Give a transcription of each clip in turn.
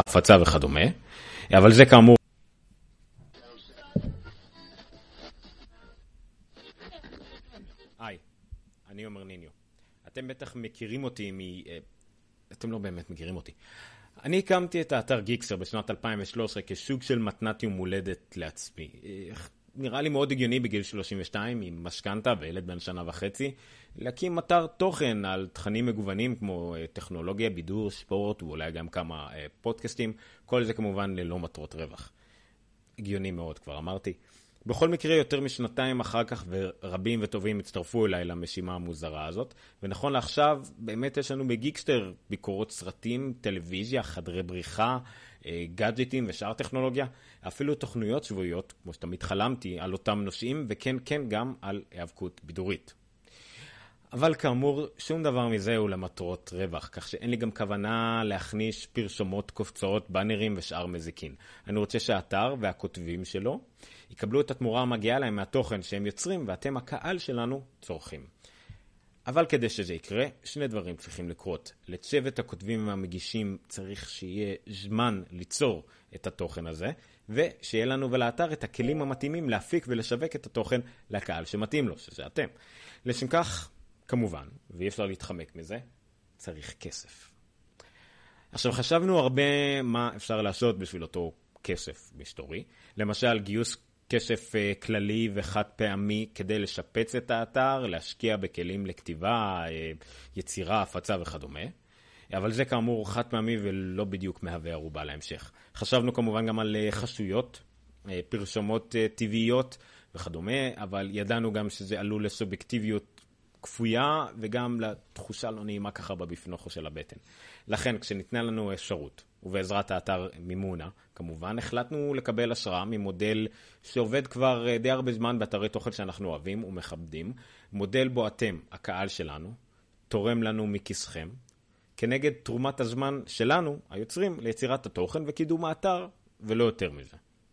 הפצה וכדומה, אבל זה כאמור. היי, אני עומר ניניו. אתם בטח מכירים אותי אתם לא באמת מכירים אותי. אני הקמתי את האתר גיקסטר בשנת 2013 כסוג של מתנת יום הולדת לעצמי. נראה לי מאוד הגיוני בגיל 32 עם משכנתה וילד בן שנה וחצי להקים אתר תוכן על תכנים מגוונים כמו טכנולוגיה, בידור, ספורט ואולי גם כמה פודקאסטים. כל זה כמובן ללא מטרות רווח. הגיוני מאוד כבר אמרתי. בכל מקרה יותר משנתיים אחר כך ורבים וטובים הצטרפו אליי למשימה המוזרה הזאת, ונכון לעכשיו באמת יש לנו בגיקסטר ביקורות סרטים, טלוויזיה, חדרי בריחה, גאדג'טים ושאר טכנולוגיה, אפילו תוכניות שבועיות, כמו שתמיד חלמתי, על אותם נושאים, וכן גם על היאבקות בידורית. אבל כאמור, שום דבר מזה הוא למטרות רווח, כך שאין לי גם כוונה להכניס פרסומות קופצות, בנרים ושאר מזיקין. אני רוצה שהאתר והכותבים שלו יקבלו את התמורה המגיעה להם מהתוכן שהם יוצרים, ואתם הקהל שלנו צורכים. אבל כדי שזה יקרה, שני דברים צריכים לקרות. לצוות הכותבים והמגישים צריך שיהיה זמן ליצור את התוכן הזה, ושיהיה לנו ולאתר את הכלים המתאימים להפיק ולשווק את התוכן לקהל שמתאים לו, שזה אתם. לשם כך, כמובן, ואי אפשר להתחמק מזה, צריך כסף. עכשיו חשבנו הרבה מה אפשר לעשות בשביל אותו כסף מסתורי. למשל גיוס כסף כללי וחד פעמי כדי לשפץ את האתר, להשקיע בכלים לכתיבה, יצירה, הפצה וכדומה. אבל זה כאמור חד פעמי ולא בדיוק מהווה ערובה להמשך. חשבנו כמובן גם על חסויות, פרשומות טבעיות וכדומה, אבל ידענו גם שזה עלול לסובייקטיביות כפויה וגם לתחושה לא נעימה ככה בבפנוכו של הבטן. לכן כשניתנה לנו אפשרות ובעזרת האתר מימונה, כמובן החלטנו לקבל השראה ממודל שעובד כבר די הרבה זמן באתרי תוכן שאנחנו אוהבים ומכבדים, מודל בו אתם, הקהל שלנו, תורם לנו מכיסכם, כנגד תרומת הזמן שלנו, היוצרים, ליצירת התוכן וקידום האתר, ולא יותר מזה.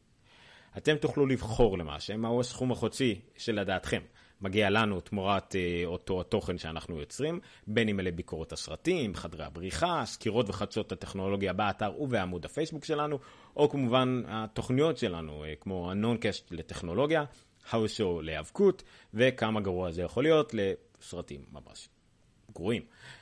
אתם תוכלו לבחור למעשה מהו הסכום החודשי שלדעתכם מגיע לנו תמורת אותו התוכן שאנחנו יוצרים, בין אם אלה ביקורות הסרטים, חדרי הבריחה, סקירות וחדשות הטכנולוגיה באתר ובעמוד הפייסבוק שלנו, או כמובן התוכניות שלנו, כמו הנונקאסט לטכנולוגיה, האוס שואו להיאבקות, וכמה גרוע זה יכול להיות לסרטים ממש גרועים.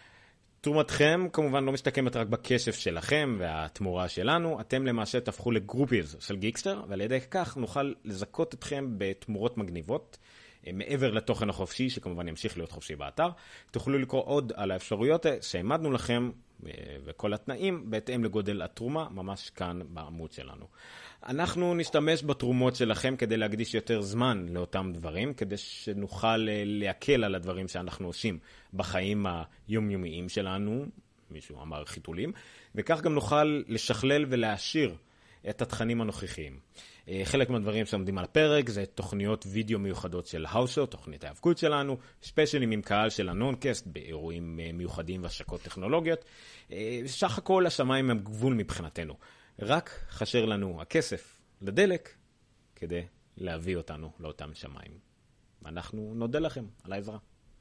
תרומתכם כמובן לא מסתכמת רק בכסף שלכם והתמורה שלנו, אתם למעשה תהפכו לגרופיז של גיקסטר, ועל ידי כך נוכל לזכות אתכם בתמורות מגניבות, מעבר לתוכן החופשי, שכמובן ימשיך להיות חופשי באתר. תוכלו לקרוא עוד על האפשרויות שהעמדנו לכם וכל התנאים בהתאם לגודל התרומה, ממש כאן בעמוד שלנו. אנחנו נשתמש בתרומות שלכם כדי להקדיש יותר זמן לאותם דברים, כדי שנוכל להקל על הדברים שאנחנו עושים בחיים היומיומיים שלנו, מישהו אמר חיתולים, וכך גם נוכל לשכלל ולהשאיר את התכנים הנוכחיים. חלק מהדברים שעומדים על הפרק זה תוכניות וידאו מיוחדות של האוסו, תוכנית ההיאבקות שלנו, ספיישלים עם קהל של הנונקאסט באירועים מיוחדים והשקות טכנולוגיות. סך הכל השמיים הם גבול מבחינתנו. רק חשר לנו הכסף לדלק כדי להביא אותנו לאותם שמיים. אנחנו נודה לכם על העזרה.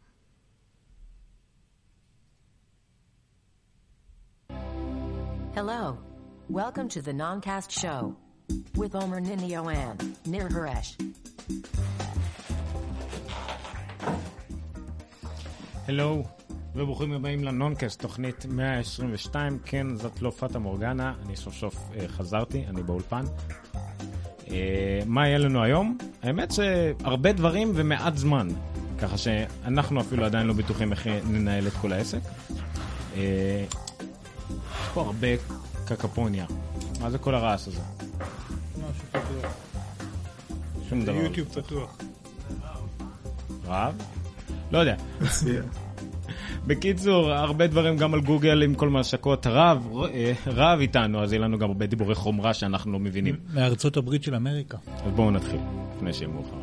Hello. Welcome to the Noncast Show with Omer Ninio and Nir Haresh. הלו, וברוכים הבאים לנונקאסט, תוכנית 122. כן, זאת לא פאטה מורגנה, אני סוף סוף חזרתי, אני באולפן. מה יהיה לנו היום? האמת שהרבה דברים ומעט זמן, ככה שאנחנו אפילו עדיין לא בטוחים איך ננהל את כל העסק. יש פה הרבה קקפוניה. מה זה כל הרעש הזה? משהו פתוח. שום דבר. יוטיוב פתוח. רב? לא יודע. בקיצור, הרבה דברים גם על גוגל עם כל מהשקות. רב איתנו, אז יהיה לנו גם הרבה דיבורי חומרה שאנחנו לא מבינים. מארצות הברית של אמריקה. אז בואו נתחיל, לפני שיהיה מאוחר.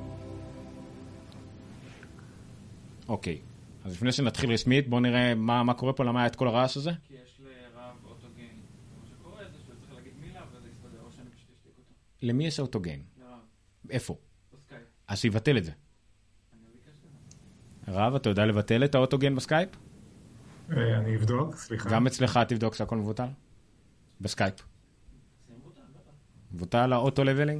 אוקיי, אז לפני שנתחיל רשמית, בואו נראה מה קורה פה, למה היה את כל הרעש הזה. כי יש לרב אוטוגן. מה שקורה זה שהוא צריך להגיד מילה וזה יסתדר, או שאני פשוט אשתיק אותו. למי יש אוטוגן? לרב. איפה? בסקייפ. אז שיבטל את זה. אני ביקש לזה. רב, אתה יודע לבטל את האוטוגן בסקייפ? אני אבדוק, סליחה. גם אצלך תבדוק שהכל מבוטל? בסקייפ. סיימו אותם, בטח. מבוטל האוטו-לבלינג?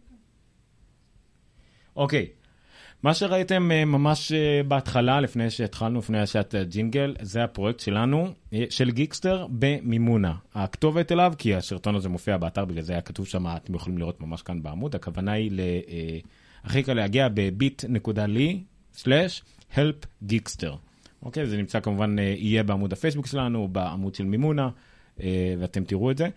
אוקיי. מה שראיתם ממש בהתחלה, לפני שהתחלנו, לפני השעת ג'ינגל, זה הפרויקט שלנו, של גיקסטר במימונה. הכתובת אליו, כי השרטון הזה מופיע באתר, בגלל זה היה כתוב שם, אתם יכולים לראות ממש כאן בעמוד, הכוונה היא הכי קל להגיע bit.ly/helpgeekster. אוקיי, זה נמצא כמובן, יהיה בעמוד הפייסבוק שלנו, בעמוד של מימונה, ואתם תראו את זה.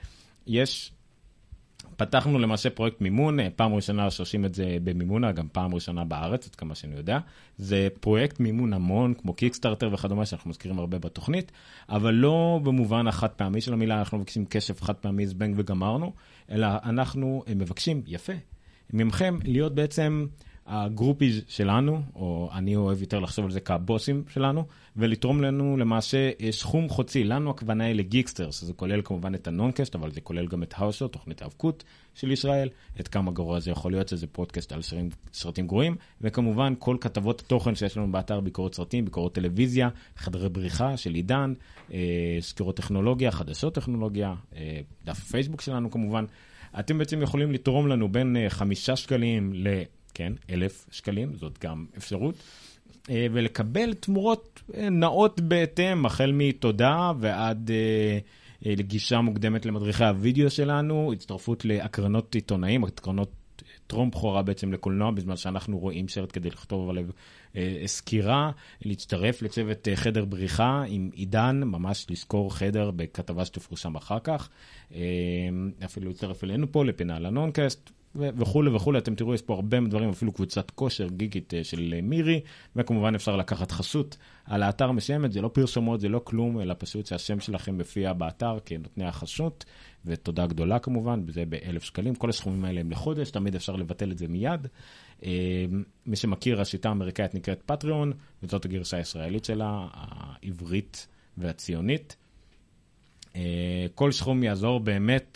פתחנו למעשה פרויקט מימון, פעם ראשונה שעושים את זה במימונה, גם פעם ראשונה בארץ, עד כמה שאני יודע. זה פרויקט מימון המון, כמו קיקסטארטר וכדומה, שאנחנו מזכירים הרבה בתוכנית, אבל לא במובן החד פעמי של המילה, אנחנו מבקשים כסף חד פעמי, זבנג וגמרנו, אלא אנחנו מבקשים, יפה, ממכם להיות בעצם הגרופיז שלנו, או אני אוהב יותר לחשוב על זה כבוסים שלנו, ולתרום לנו למעשה סכום חוצי. לנו הכוונה היא לגיקסטר, שזה כולל כמובן את הנונקאסט, אבל זה כולל גם את האושו, תוכנית האבקות של ישראל, את כמה גרוע זה יכול להיות, שזה פודקאסט על סרטים גרועים, וכמובן כל כתבות תוכן שיש לנו באתר, ביקורות סרטים, ביקורות טלוויזיה, חדרי בריחה של עידן, סקירות טכנולוגיה, חדשות טכנולוגיה, דף הפייסבוק שלנו כמובן. אתם בעצם יכולים לתרום לנו בין 5 שקלים כן, 1,000 שקלים, זאת גם אפשרות, ולקבל תמורות נאות בהתאם, החל מתודה ועד לגישה מוקדמת למדריכי הוידאו שלנו, הצטרפות להקרנות עיתונאים, הקרנות טרום בחורה בעצם לקולנוע, בזמן שאנחנו רואים סרט כדי לכתוב עליו סקירה, להצטרף לצוות חדר בריחה עם עידן, ממש לזכור חדר בכתבה שתפורסם אחר כך, אפילו להצטרף אלינו פה, לפינה על הנונקאסט, וכו' וכו'. אתם תראו, יש פה הרבה דברים, אפילו קבוצת כושר גיקית של מירי, וכמובן אפשר לקחת חסות על האתר מסוימת, זה לא פרסומות, זה לא כלום, אלא פשוט שהשם שלכם מופיע באתר כנותני החסות, ותודה גדולה כמובן, זה ב1,000 שקלים, כל הסכומים האלה הם לחודש, תמיד אפשר לבטל את זה מיד. מי שמכיר, השיטה האמריקאית נקראת פטריון, וזאת הגרסה הישראלית שלה, העברית והציונית. כל סכום יעזור באמת,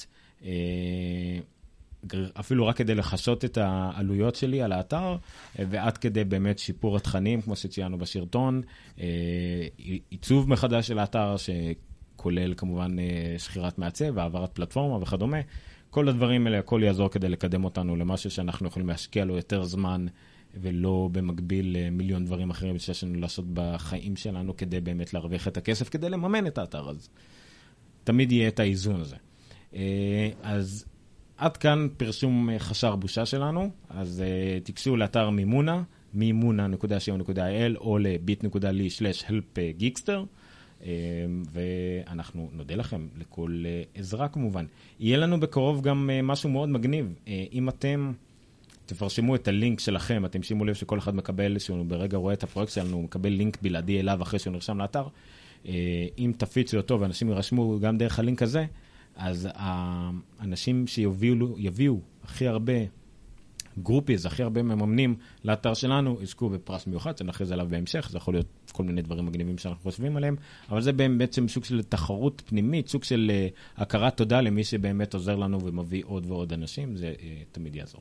אפילו רק כדי לחשות את העלויות שלי על האתר, ועד כדי באמת שיפור התכנים, כמו שציינו בשרטון, עיצוב מחדש של האתר, שכולל כמובן שכירת מעצב, והעברת פלטפורמה וכדומה. כל הדברים האלה, הכל יעזור כדי לקדם אותנו למשהו שאנחנו יכולים להשקיע לו יותר זמן, ולא במקביל מיליון דברים אחרים שיש לנו לעשות בחיים שלנו, כדי באמת להרוויח את הכסף, כדי לממן את האתר. אז תמיד יהיה את האיזון הזה. אז עד כאן פרסום חשר בושה שלנו, אז תיכנסו לאתר מימונה, מימונה.co.il או ל-bit.ly/helpgeekster, ואנחנו נודה לכם לכל עזרה כמובן. יהיה לנו בקרוב גם משהו מאוד מגניב, אם אתם תפרשמו את הלינק שלכם, אתם שימו לב שכל אחד מקבל, שהוא ברגע רואה את הפרויקט שלנו, הוא מקבל לינק בלעדי אליו אחרי שהוא נרשם לאתר, אם תפיצו אותו ואנשים ירשמו גם דרך הלינק הזה, אז האנשים שיביאו הכי הרבה גרופיז, הכי הרבה מממנים לאתר שלנו, יזכו בפרס מיוחד, שנכריז עליו בהמשך, זה יכול להיות כל מיני דברים מגניבים שאנחנו חושבים עליהם, אבל זה בעצם סוג של תחרות פנימית, סוג של הכרת תודה למי שבאמת עוזר לנו ומביא עוד ועוד אנשים, זה תמיד יעזור.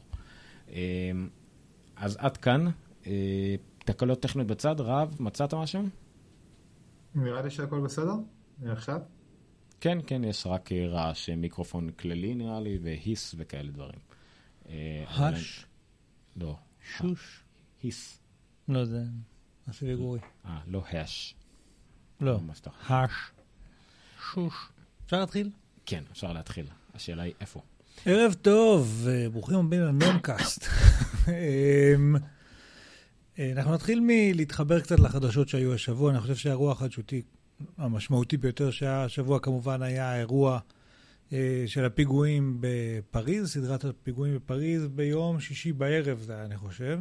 אז עד כאן, תקלות טכניות בצד, רב, מצאת משהו? נראה לי שהכל בסדר, עכשיו? כן, כן, יש רק רעש מיקרופון כללי נראה לי, והיס וכאלה דברים. הש? לא. שוש? היס. לא, זה אפילו גורי. לא הש. לא, הש. שוש. אפשר להתחיל? כן, אפשר להתחיל. השאלה היא איפה. ערב טוב, ברוכים הבאים לנונקאסט. אנחנו נתחיל מלהתחבר קצת לחדשות שהיו השבוע. אני חושב שהאירוע החדשותי המשמעותי ביותר שהיה השבוע כמובן היה האירוע של הפיגועים בפריז, סדרת הפיגועים בפריז ביום שישי בערב, זה אני חושב.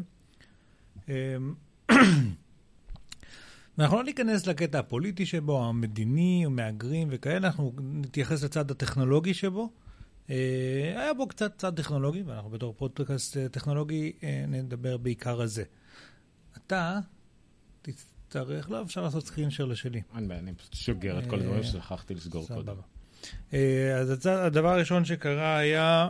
ואנחנו לא ניכנס לקטע הפוליטי שבו, המדיני, המאגרים וכאלה, אנחנו נתייחס לצד הטכנולוגי שבו. היה בו קצת צד טכנולוגי, ואנחנו בתור פודקאסט טכנולוגי נדבר בעיקר על זה. אתה תצטרך, לא אפשר לעשות סקרינשר לשלי. אני פשוט שוגר את כל הדברים ששכחתי לסגור קודם. אז הדבר הראשון שקרה היה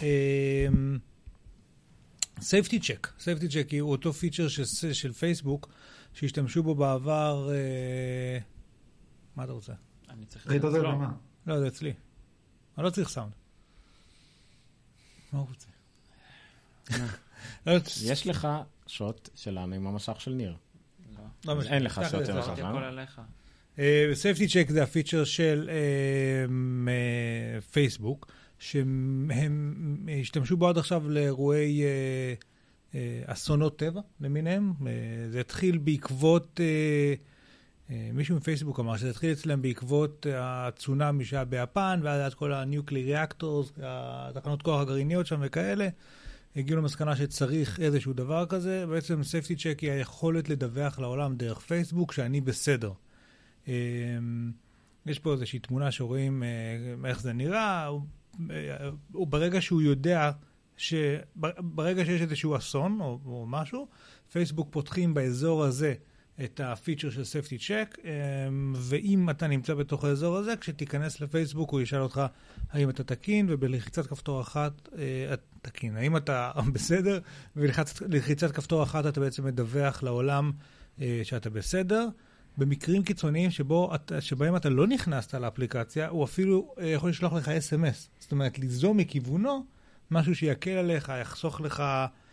safety check. safety check הוא אותו פיצ'ר של פייסבוק, שהשתמשו בו בעבר, מה אתה רוצה? ראית את זה למה? לא, זה אצלי. אני לא צריך סאונד. מה הוא רוצה? יש לך שוט שלנו עם המסך של ניר. לא. אין לך שוט של הכל המסך. עליך. Safety Check זה הפיצ'ר של פייסבוק, שהם השתמשו בו עד עכשיו לאירועי אסונות טבע למיניהם. זה התחיל בעקבות, מישהו מפייסבוק אמר שזה התחיל אצלם בעקבות הצונאמי שהיה ביפן, ואז עד כל ה-Nuclear Reactors, התחנות כוח הגרעיניות שם וכאלה, הגיעו למסקנה שצריך איזשהו דבר כזה. בעצם Safety Check היא היכולת לדווח לעולם דרך פייסבוק שאני בסדר. יש פה איזושהי תמונה שרואים איך זה נראה, ברגע שהוא יודע ברגע שיש איזשהו אסון או משהו, פייסבוק פותחים באזור הזה את הפיצ'ר של Safety Check, ואם אתה נמצא בתוך האזור הזה, כשתיכנס לפייסבוק הוא ישאל אותך האם אתה תקין, ובלחיצת כפתור אחת תקין. האם אתה בסדר, ובלחיצת כפתור אחת אתה בעצם מדווח לעולם שאתה בסדר. במקרים קיצוניים שבהם אתה לא נכנסת לאפליקציה, הוא אפילו יכול לשלוח לך SMS. זאת אומרת, ליזום מכיוונו משהו שיקל עליך, יחסוך לך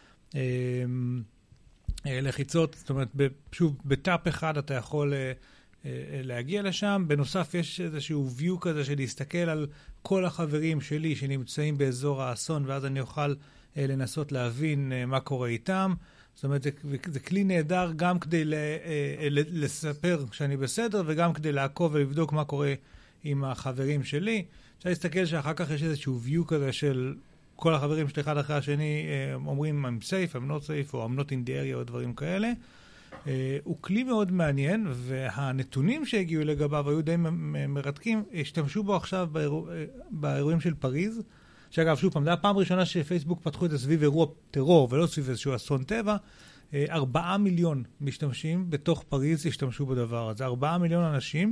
לחיצות. זאת אומרת, שוב, בטאפ אחד אתה יכול להגיע לשם. בנוסף, יש איזשהו view כזה של להסתכל על כל החברים שלי שנמצאים באזור האסון, ואז אני אוכל לנסות להבין מה קורה איתם. זאת אומרת, זה כלי נהדר גם כדי לספר שאני בסדר, וגם כדי לעקוב ולבדוק מה קורה עם החברים שלי. אפשר להסתכל שאחר כך יש איזשהו view כזה של כל החברים שלי אחד אחרי השני, אומרים I'm safe, I'm not safe, או I'm not in the area, או דברים כאלה. הוא כלי מאוד מעניין, והנתונים שהגיעו לגביו היו די מרתקים. השתמשו בו עכשיו באירועים של פריז, שאגב, שוב פעם, זה הפעם ראשונה שפייסבוק פתחו את זה סביב אירוע טרור, ולא סביב איזשהו אסון טבע. 4 מיליון משתמשים בתוך פריז השתמשו בדבר הזה. 4 מיליון אנשים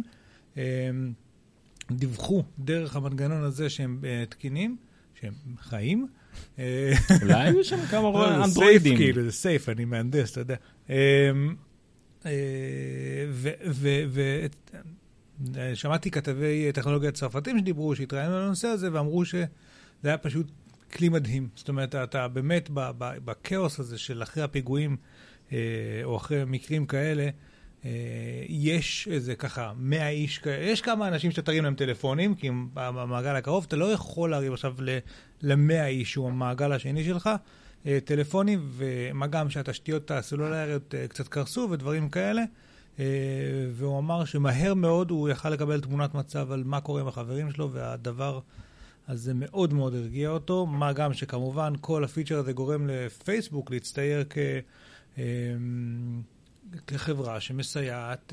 דיווחו דרך המנגנון הזה שהם תקינים, שהם חיים. אולי היו שם כמה אנדרואידים. כאילו, זה סייף, אני מהנדס, אתה יודע. שמעתי כתבי טכנולוגיה צרפתים שדיברו, שהתראיינו על הנושא הזה, ואמרו שזה היה פשוט כלי מדהים. זאת אומרת, אתה באמת בקאוס הזה של אחרי הפיגועים, או אחרי מקרים כאלה, יש איזה ככה 100 איש כאלה, יש כמה אנשים שאתה תרים להם טלפונים, כי במעגל הקרוב אתה לא יכול להרים עכשיו ל100 איש, שהוא המעגל השני שלך, טלפונים, ומה גם שהתשתיות הסלולריות קצת קרסו ודברים כאלה, והוא אמר שמהר מאוד הוא יכל לקבל תמונת מצב על מה קורה עם החברים שלו, והדבר הזה מאוד מאוד הרגיע אותו, מה גם שכמובן כל הפיצ'ר הזה גורם לפייסבוק להצטייר כחברה שמסייעת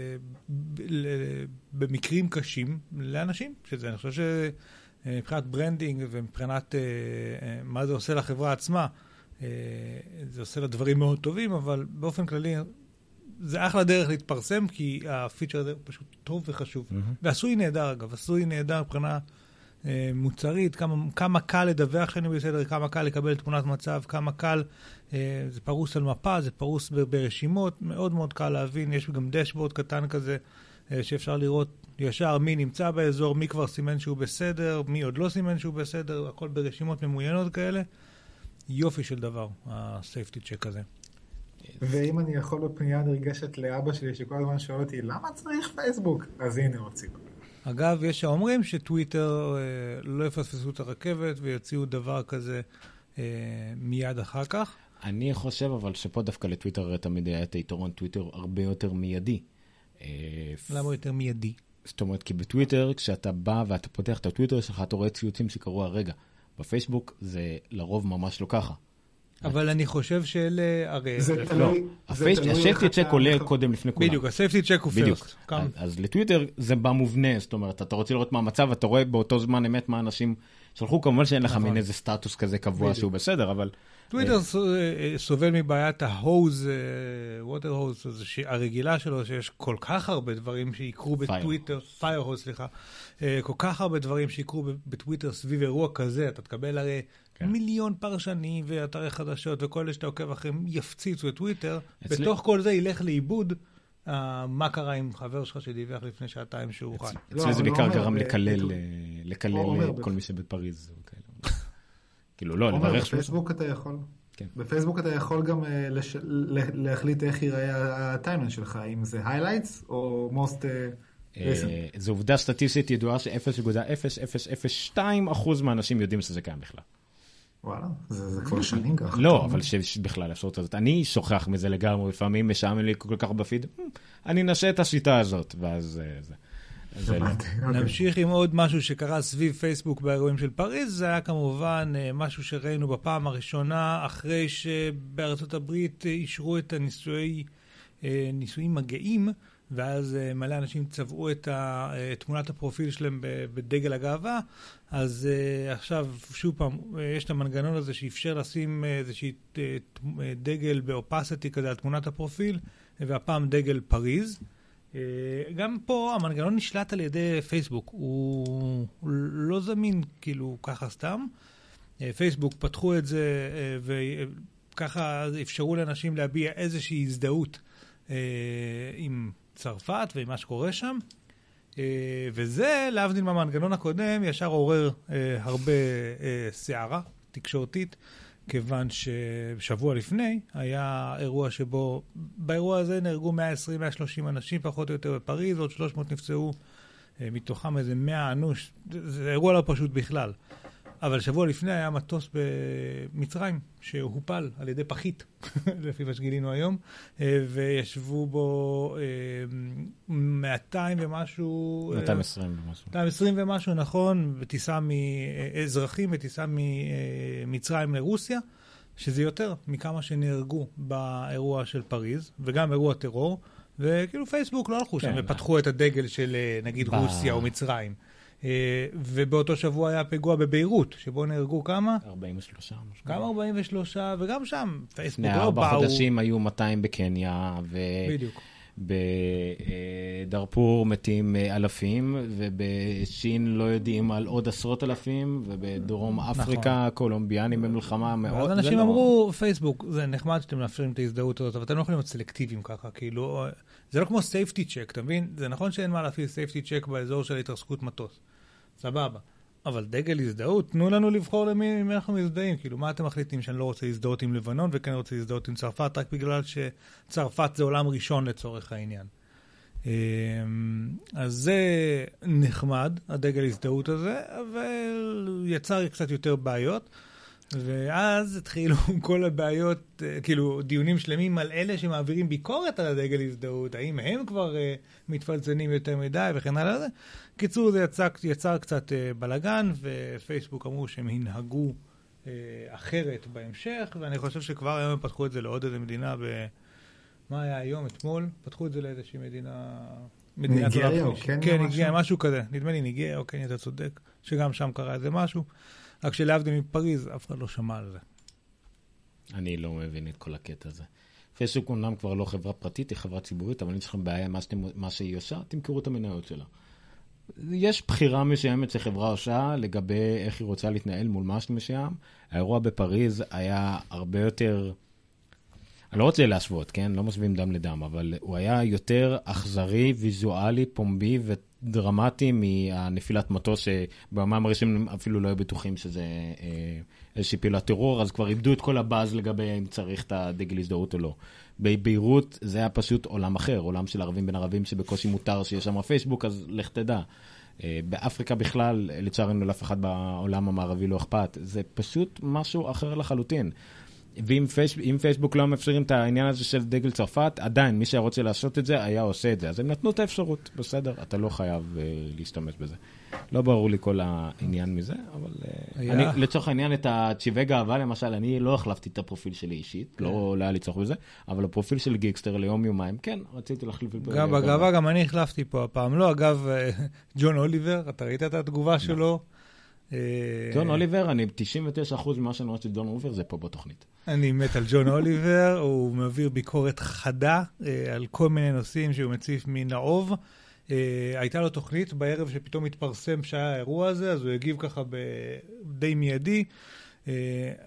במקרים קשים לאנשים, שזה אני חושב שמבחינת ברנדינג ומבחינת מה זה עושה לחברה עצמה, זה עושה לה דברים מאוד טובים, אבל באופן כללי זה אחלה דרך להתפרסם, כי הפיצ'ר הזה פשוט טוב וחשוב. ועשוי נהדר אגב, עשוי נהדר מבחינה מוצרית, כמה קל לדווח שאני בסדר, כמה קל לקבל תמונת מצב, כמה קל, זה פרוס על מפה, זה פרוס ברשימות, מאוד מאוד קל להבין, יש גם דשבורד קטן כזה, שאפשר לראות ישר מי נמצא באזור, מי כבר סימן שהוא בסדר, מי עוד לא סימן שהוא בסדר, הכל ברשימות ממוינות כאלה, יופי של דבר, ה-safety check הזה. ואם אני יכול בפנייה נרגשת לאבא שלי, שכל הזמן שואל אותי, למה צריך פייסבוק? אז הנה רוצים. אגב, יש שאומרים שטוויטר לא יפספסו את הרכבת ויוציאו דבר כזה מיד אחר כך. אני חושב אבל שפה דווקא לטוויטר תמיד היה את היתרון, טוויטר הרבה יותר מיידי. למה יותר מיידי? זאת אומרת, כי בטוויטר, כשאתה בא ואתה פותח את הטוויטר שלך, אתה רואה ציוצים שקרו הרגע. בפייסבוק זה לרוב ממש לא ככה. אבל אני חושב שאלה, הרי... זה תלוי... ה-safety check עולה קודם לפני כולם. בדיוק, ה-safety check הוא first. אז לטוויטר זה במובנה, זאת אומרת, אתה רוצה לראות מה המצב, אתה רואה באותו זמן אמת מה אנשים שלחו, כמובן שאין לך מין איזה סטטוס כזה קבוע שהוא בסדר, אבל... טוויטר סובל מבעיית ההוז, ווטר הוז, הרגילה שלו, שיש כל כך הרבה דברים שיקרו בטוויטר, פייר הוז, סליחה, כל כך הרבה דברים שיקרו בטוויטר סביב אירוע כזה, אתה תקבל הרי מיליון פרשנים ואתרי חדשות, וכל אלה שאתה עוקב אחריהם יפציצו את טוויטר, בתוך כל זה ילך לאיבוד, מה קרה עם חבר שלך שדיווח לפני שעתיים שהוא חי. אצלי זה בעיקר גרם לקלל כל מי שבפריז. כאילו, לא, עומר, לברך בפייסבוק אתה יכול. כן. בפייסבוק אתה יכול גם להחליט איך ייראה הטיימליין שלך, אם זה highlights או most recent. זו עובדה סטטיסטית ידועה ש-0.0002% מהאנשים יודעים שזה קיים בכלל. וואלה, זה כבר שנים ככה. לא, אבל שבכלל אפשרות הזאת. אני שוכח מזה לגמרי, לפעמים משעמם לי כל כך בפיד, אני נשא את השיטה הזאת, ואז זה לא. נמשיך עם עוד משהו שקרה סביב פייסבוק באירועים של פריז, זה היה כמובן משהו שראינו בפעם הראשונה, אחרי שבארצות הברית אישרו את הניסויים מגעים, ואז מלא אנשים צבעו את תמונת הפרופיל שלהם בדגל הגאווה, אז עכשיו שוב פעם יש את המנגנון הזה שאפשר לשים איזושהי דגל באופסיטי כזה על תמונת הפרופיל, והפעם דגל פריז. גם פה המנגנון נשלט על ידי פייסבוק, הוא לא זמין כאילו ככה סתם. פייסבוק פתחו את זה וככה אפשרו לאנשים להביע איזושהי הזדהות עם צרפת ועם מה שקורה שם, וזה להבדיל מהמנגנון הקודם ישר עורר הרבה סערה תקשורתית, כיוון ששבוע לפני היה אירוע שבו, באירוע הזה נהרגו 120-130 אנשים פחות או יותר בפריז, עוד 300 נפצעו, מתוכם איזה 100 אנוש, זה אירוע לא פשוט בכלל. אבל שבוע לפני היה מטוס במצרים שהופל על ידי פחית, לפי מה שגילינו היום, וישבו בו 200 ומשהו... 220 ומשהו, נכון, בטיסה מאזרחים, בטיסה ממצרים לרוסיה, שזה יותר מכמה שנהרגו באירוע של פריז, וגם אירוע טרור, וכאילו פייסבוק לא הלכו שם, ופתחו את הדגל של נגיד רוסיה או מצרים. ובאותו שבוע היה פיגוע בביירות, שבו נהרגו כמה? 43. גם 43, וגם שם פייסבוק לפני לא באו. 4 חודשים היו 200 בקניה, בדיוק. בדארפור מתים אלפים, ובשין לא יודעים על עוד עשרות אלפים, ובדרום אפריקה קולומביאנים במלחמה מאוד. אז אנשים אמרו, פייסבוק, זה נחמד שאתם מאפשרים את ההזדהות הזאת, אבל אתם לא יכולים להיות סלקטיביים ככה, כאילו, זה לא כמו safety check, אתה מבין? זה נכון שאין מה להפעיל safety check באזור של התרסקות מטוס. סבבה. אבל דגל הזדהות, תנו לנו לבחור למי אנחנו מזדהים. כאילו, מה אתם מחליטים שאני לא רוצה להזדהות עם לבנון, וכן רוצה להזדהות עם צרפת, רק בגלל שצרפת זה עולם ראשון לצורך העניין. אז זה נחמד, הדגל הזדהות הזה, אבל יצר קצת יותר בעיות. ואז התחילו כל הבעיות, כאילו דיונים שלמים על אלה שמעבירים ביקורת על הדגל הזדהות, האם הם כבר מתפלצנים יותר מדי וכן הלאה. קיצור, זה יצר קצת בלגן, ופייסבוק אמרו שהם ינהגו אחרת בהמשך, ואני חושב שכבר היום הם פתחו את זה לעוד איזה מדינה, מה היה היום, אתמול, פתחו את זה לאיזושהי מדינה... ניגריה או קניה? כן, ניגריה, משהו כזה. נדמה לי ניגריה או קניה, אתה צודק, שגם שם קרה איזה משהו. רק שלהבדיל מפריז, אף אחד לא שמע על זה. אני לא מבין את כל הקטע הזה. פייסבוק אומנם כבר לא חברה פרטית, היא חברה ציבורית, אבל יש לכם בעיה מה שהיא עושה, תמכרו את המניות שלה. יש בחירה מסוימת שחברה עושה לגבי איך היא רוצה להתנהל מול משהו מסוים. האירוע בפריז היה הרבה יותר... אני לא רוצה להשוות, כן? לא משווים דם לדם, אבל הוא היה יותר אכזרי, ויזואלי, פומבי ודרמטי מהנפילת מטוס, שבמאמר הראשון אפילו לא היו בטוחים שזה איזושהי פעולת טרור, אז כבר איבדו את כל הבאז לגבי אם צריך את הדגל הזדהות או לא. בביירות זה היה פשוט עולם אחר, עולם של ערבים בין ערבים שבקושי מותר שיש שם פייסבוק, אז לך תדע. באפריקה בכלל, לצערנו לאף אחד בעולם המערבי לא אכפת. זה פשוט משהו אחר לחלוטין. ואם פייסבוק לא מאפשרים את העניין הזה של דגל צרפת, עדיין מי שרוצה לעשות את זה היה עושה את זה. אז הם נתנו את האפשרות, בסדר, אתה לא חייב להשתמש בזה. לא ברור לי כל העניין מזה, אבל אני לצורך העניין את הצ'יבי גאווה, למשל, אני לא החלפתי את הפרופיל שלי אישית, לא היה לי צורך בזה, אבל הפרופיל של גיקסטר ליום יומיים, כן, רציתי להחליף. גם בגאווה, גם אני החלפתי פה הפעם. לא, אגב, ג'ון אוליבר, אתה ראית את התגובה שלו? ג'ון אוליבר, אני 99% ממה שאני רואה של ג'ון אוליבר, זה פה בתוכנית. אני מת על ג'ון אוליבר, הוא מעביר ביקורת חדה על כל מיני נושאים שהוא מציף מנעוב. הייתה לו תוכנית בערב שפתאום התפרסם שהיה האירוע הזה, אז הוא הגיב ככה די מיידי.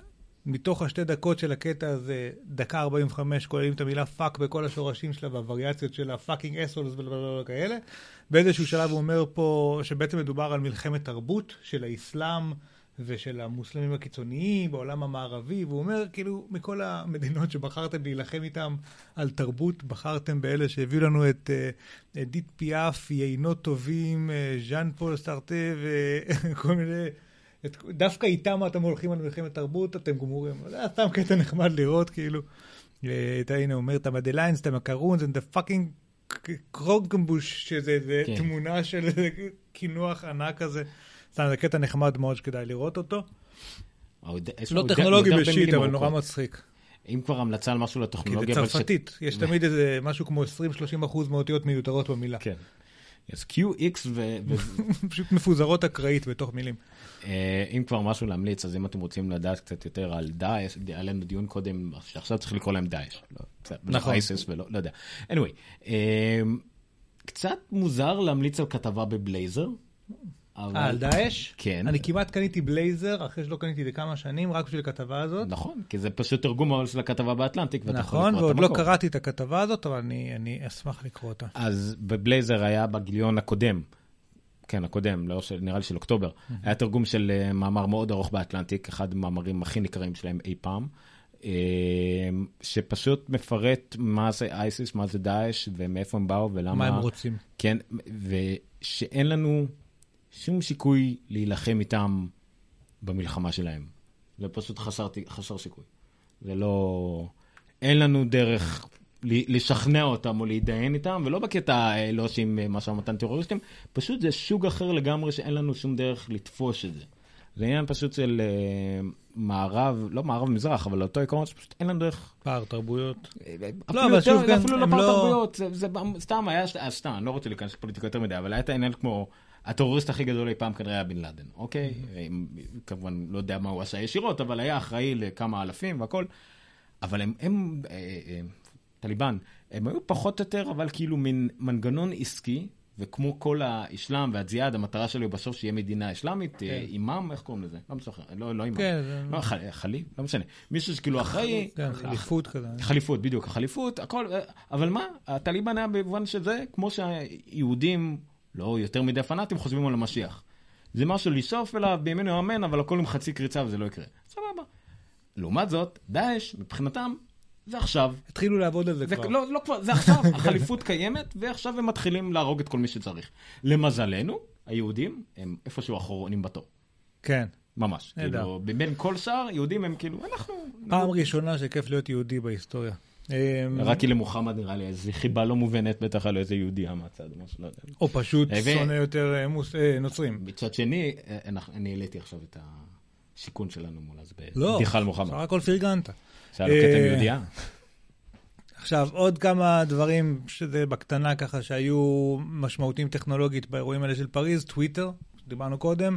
מתוך 2 דקות של הקטע הזה, 1:45 כוללים את המילה פאק בכל השורשים שלה והווריאציות שלה, פאקינג אסולס וכאלה. באיזשהו שלב הוא אומר פה שבעצם מדובר על מלחמת תרבות של האסלאם ושל המוסלמים הקיצוניים בעולם המערבי, והוא אומר כאילו מכל המדינות שבחרתם להילחם איתם על תרבות, בחרתם באלה שהביאו לנו את אדית פיאף, יינות טובים, ז'אן פול סארטה וכל מיני... דווקא איתם אתם הולכים על מלחמת תרבות, אתם גמורים. זה סתם קטע נחמד לראות, כאילו. הנה אומר, את המדליינס, את המקרונס, את הפאקינג קרונקמבוש, שזה תמונה של כינוח ענק הזה. סתם, זה קטע נחמד מאוד שכדאי לראות אותו. לא טכנולוגי בשיט, אבל נורא מצחיק. אם כבר המלצה על משהו לטכנולוגיה... כי זה צרפתית. יש תמיד איזה משהו כמו 20-30% מאותיות מיותרות במילה. כן. אז QX פשוט מפוזרות אקראית בתוך מילים. אם כבר משהו להמליץ, אז אם אתם רוצים לדעת קצת יותר על דאעש, היה לנו דיון קודם, שעכשיו צריך לקרוא להם דאעש. נכון. אייסס ולא, לא יודע. anyway, קצת מוזר להמליץ על כתבה בבלייזר. על דאעש? כן. אני כמעט קניתי בלייזר, אחרי שלא קניתי לכמה שנים, רק בשביל הכתבה הזאת. נכון, כי זה פשוט תרגום של הכתבה באטלנטיק. נכון, ועוד לא קראתי את הכתבה הזאת, אבל אני אשמח לקרוא אותה. אז בבלייזר היה בגיליון הקודם, כן, הקודם, נראה לי של אוקטובר, היה תרגום של מאמר מאוד ארוך באטלנטיק, אחד המאמרים הכי נקראים שלהם אי פעם, שפשוט מפרט מה זה אייסיס, מה זה דאעש, ומאיפה הם באו ולמה... מה הם רוצים. כן, ושאין לנו שום שיקוי להילחם איתם במלחמה שלהם. זה פשוט חסר שיקוי. זה לא... אין לנו דרך לשכנע אותם או להידיין איתם, ולא בקטע לא שעם משהו מתן טרוריסטים, פשוט זה סוג אחר לגמרי שאין לנו שום דרך לתפוש את זה. זה עניין פשוט של מערב, לא מערב מזרח, אבל אותו עיקרון שפשוט אין לנו דרך... פער תרבויות. אפילו לא פער תרבויות, זה סתם היה, סתם, אני לא רוצה להיכנס לפוליטיקה יותר מדי, אבל היה את העניין כמו... הטרוריסט הכי גדול אי פעם כנראה היה בן לאדן, אוקיי? כמובן לא יודע מה הוא עשה ישירות, אבל היה אחראי לכמה אלפים והכל. אבל הם טליבן, הם היו פחות או יותר, אבל כאילו מין מנגנון עסקי, וכמו כל האסלאם והג'יהאד, המטרה שלו בסוף שיהיה מדינה אסלאמית, אימאם, איך קוראים לזה? לא משנה, לא אימאם. לא, חליף, לא משנה. מישהו שכאילו אחראי... חליפות כזה. חליפות, בדיוק, החליפות, הכל, אבל מה? הטליבן היה במובן שזה, כמו שהיהודים... לא יותר מדי פנאטים חושבים על המשיח. זה משהו לשאוף אליו בימינו אמן, אבל הכל עם חצי קריצה וזה לא יקרה. סבבה. לעומת זאת, דאעש, מבחינתם, זה עכשיו. התחילו לעבוד על זה כבר. לא כבר, זה עכשיו. החליפות קיימת, ועכשיו הם מתחילים להרוג את כל מי שצריך. למזלנו, היהודים הם איפשהו אחרונים בתור. כן. ממש. כאילו, בין כל שאר, יהודים הם כאילו, אנחנו... פעם ראשונה שכיף להיות יהודי בהיסטוריה. רק כי למוחמד נראה לי איזו חיבה לא מובנת, בטח על איזה יהודי מהצד, לא יודע. או פשוט שונא יותר נוצרים. מצד שני, אני העליתי עכשיו את השיקון שלנו מול אז לא, בדיחה על מוחמד. סך הכל פרגנת. שהיה לו קטע יהודייה. עכשיו, עוד כמה דברים שזה בקטנה ככה שהיו משמעותיים טכנולוגית באירועים האלה של פריז, טוויטר, דיברנו קודם,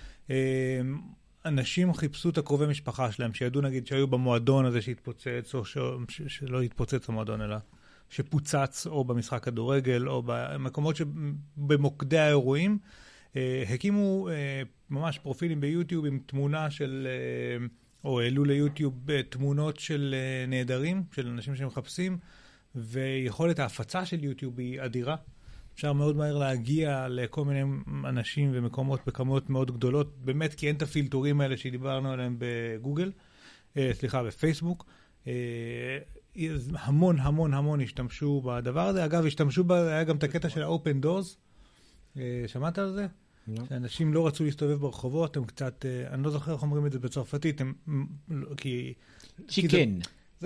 אנשים חיפשו את הקרובי משפחה שלהם, שידעו נגיד שהיו במועדון הזה שהתפוצץ, או שלא התפוצץ המועדון, אלא שפוצץ, או במשחק כדורגל, או במקומות שבמוקדי האירועים, הקימו ממש פרופילים ביוטיוב עם תמונה של, או העלו ליוטיוב תמונות של נהדרים, של אנשים שמחפשים, ויכולת ההפצה של יוטיוב היא אדירה. אפשר מאוד מהר להגיע לכל מיני אנשים ומקומות בכמות מאוד גדולות, באמת כי אין את הפילטורים האלה שדיברנו עליהם בגוגל, בפייסבוק. המון המון המון השתמשו בדבר הזה. אגב, היה גם את הקטע של ה-Open Doors. שמעת על זה? שאנשים לא רצו להסתובב ברחובות, הם קצת, אני לא זוכר איך אומרים את זה בצרפתית, צ'יקן.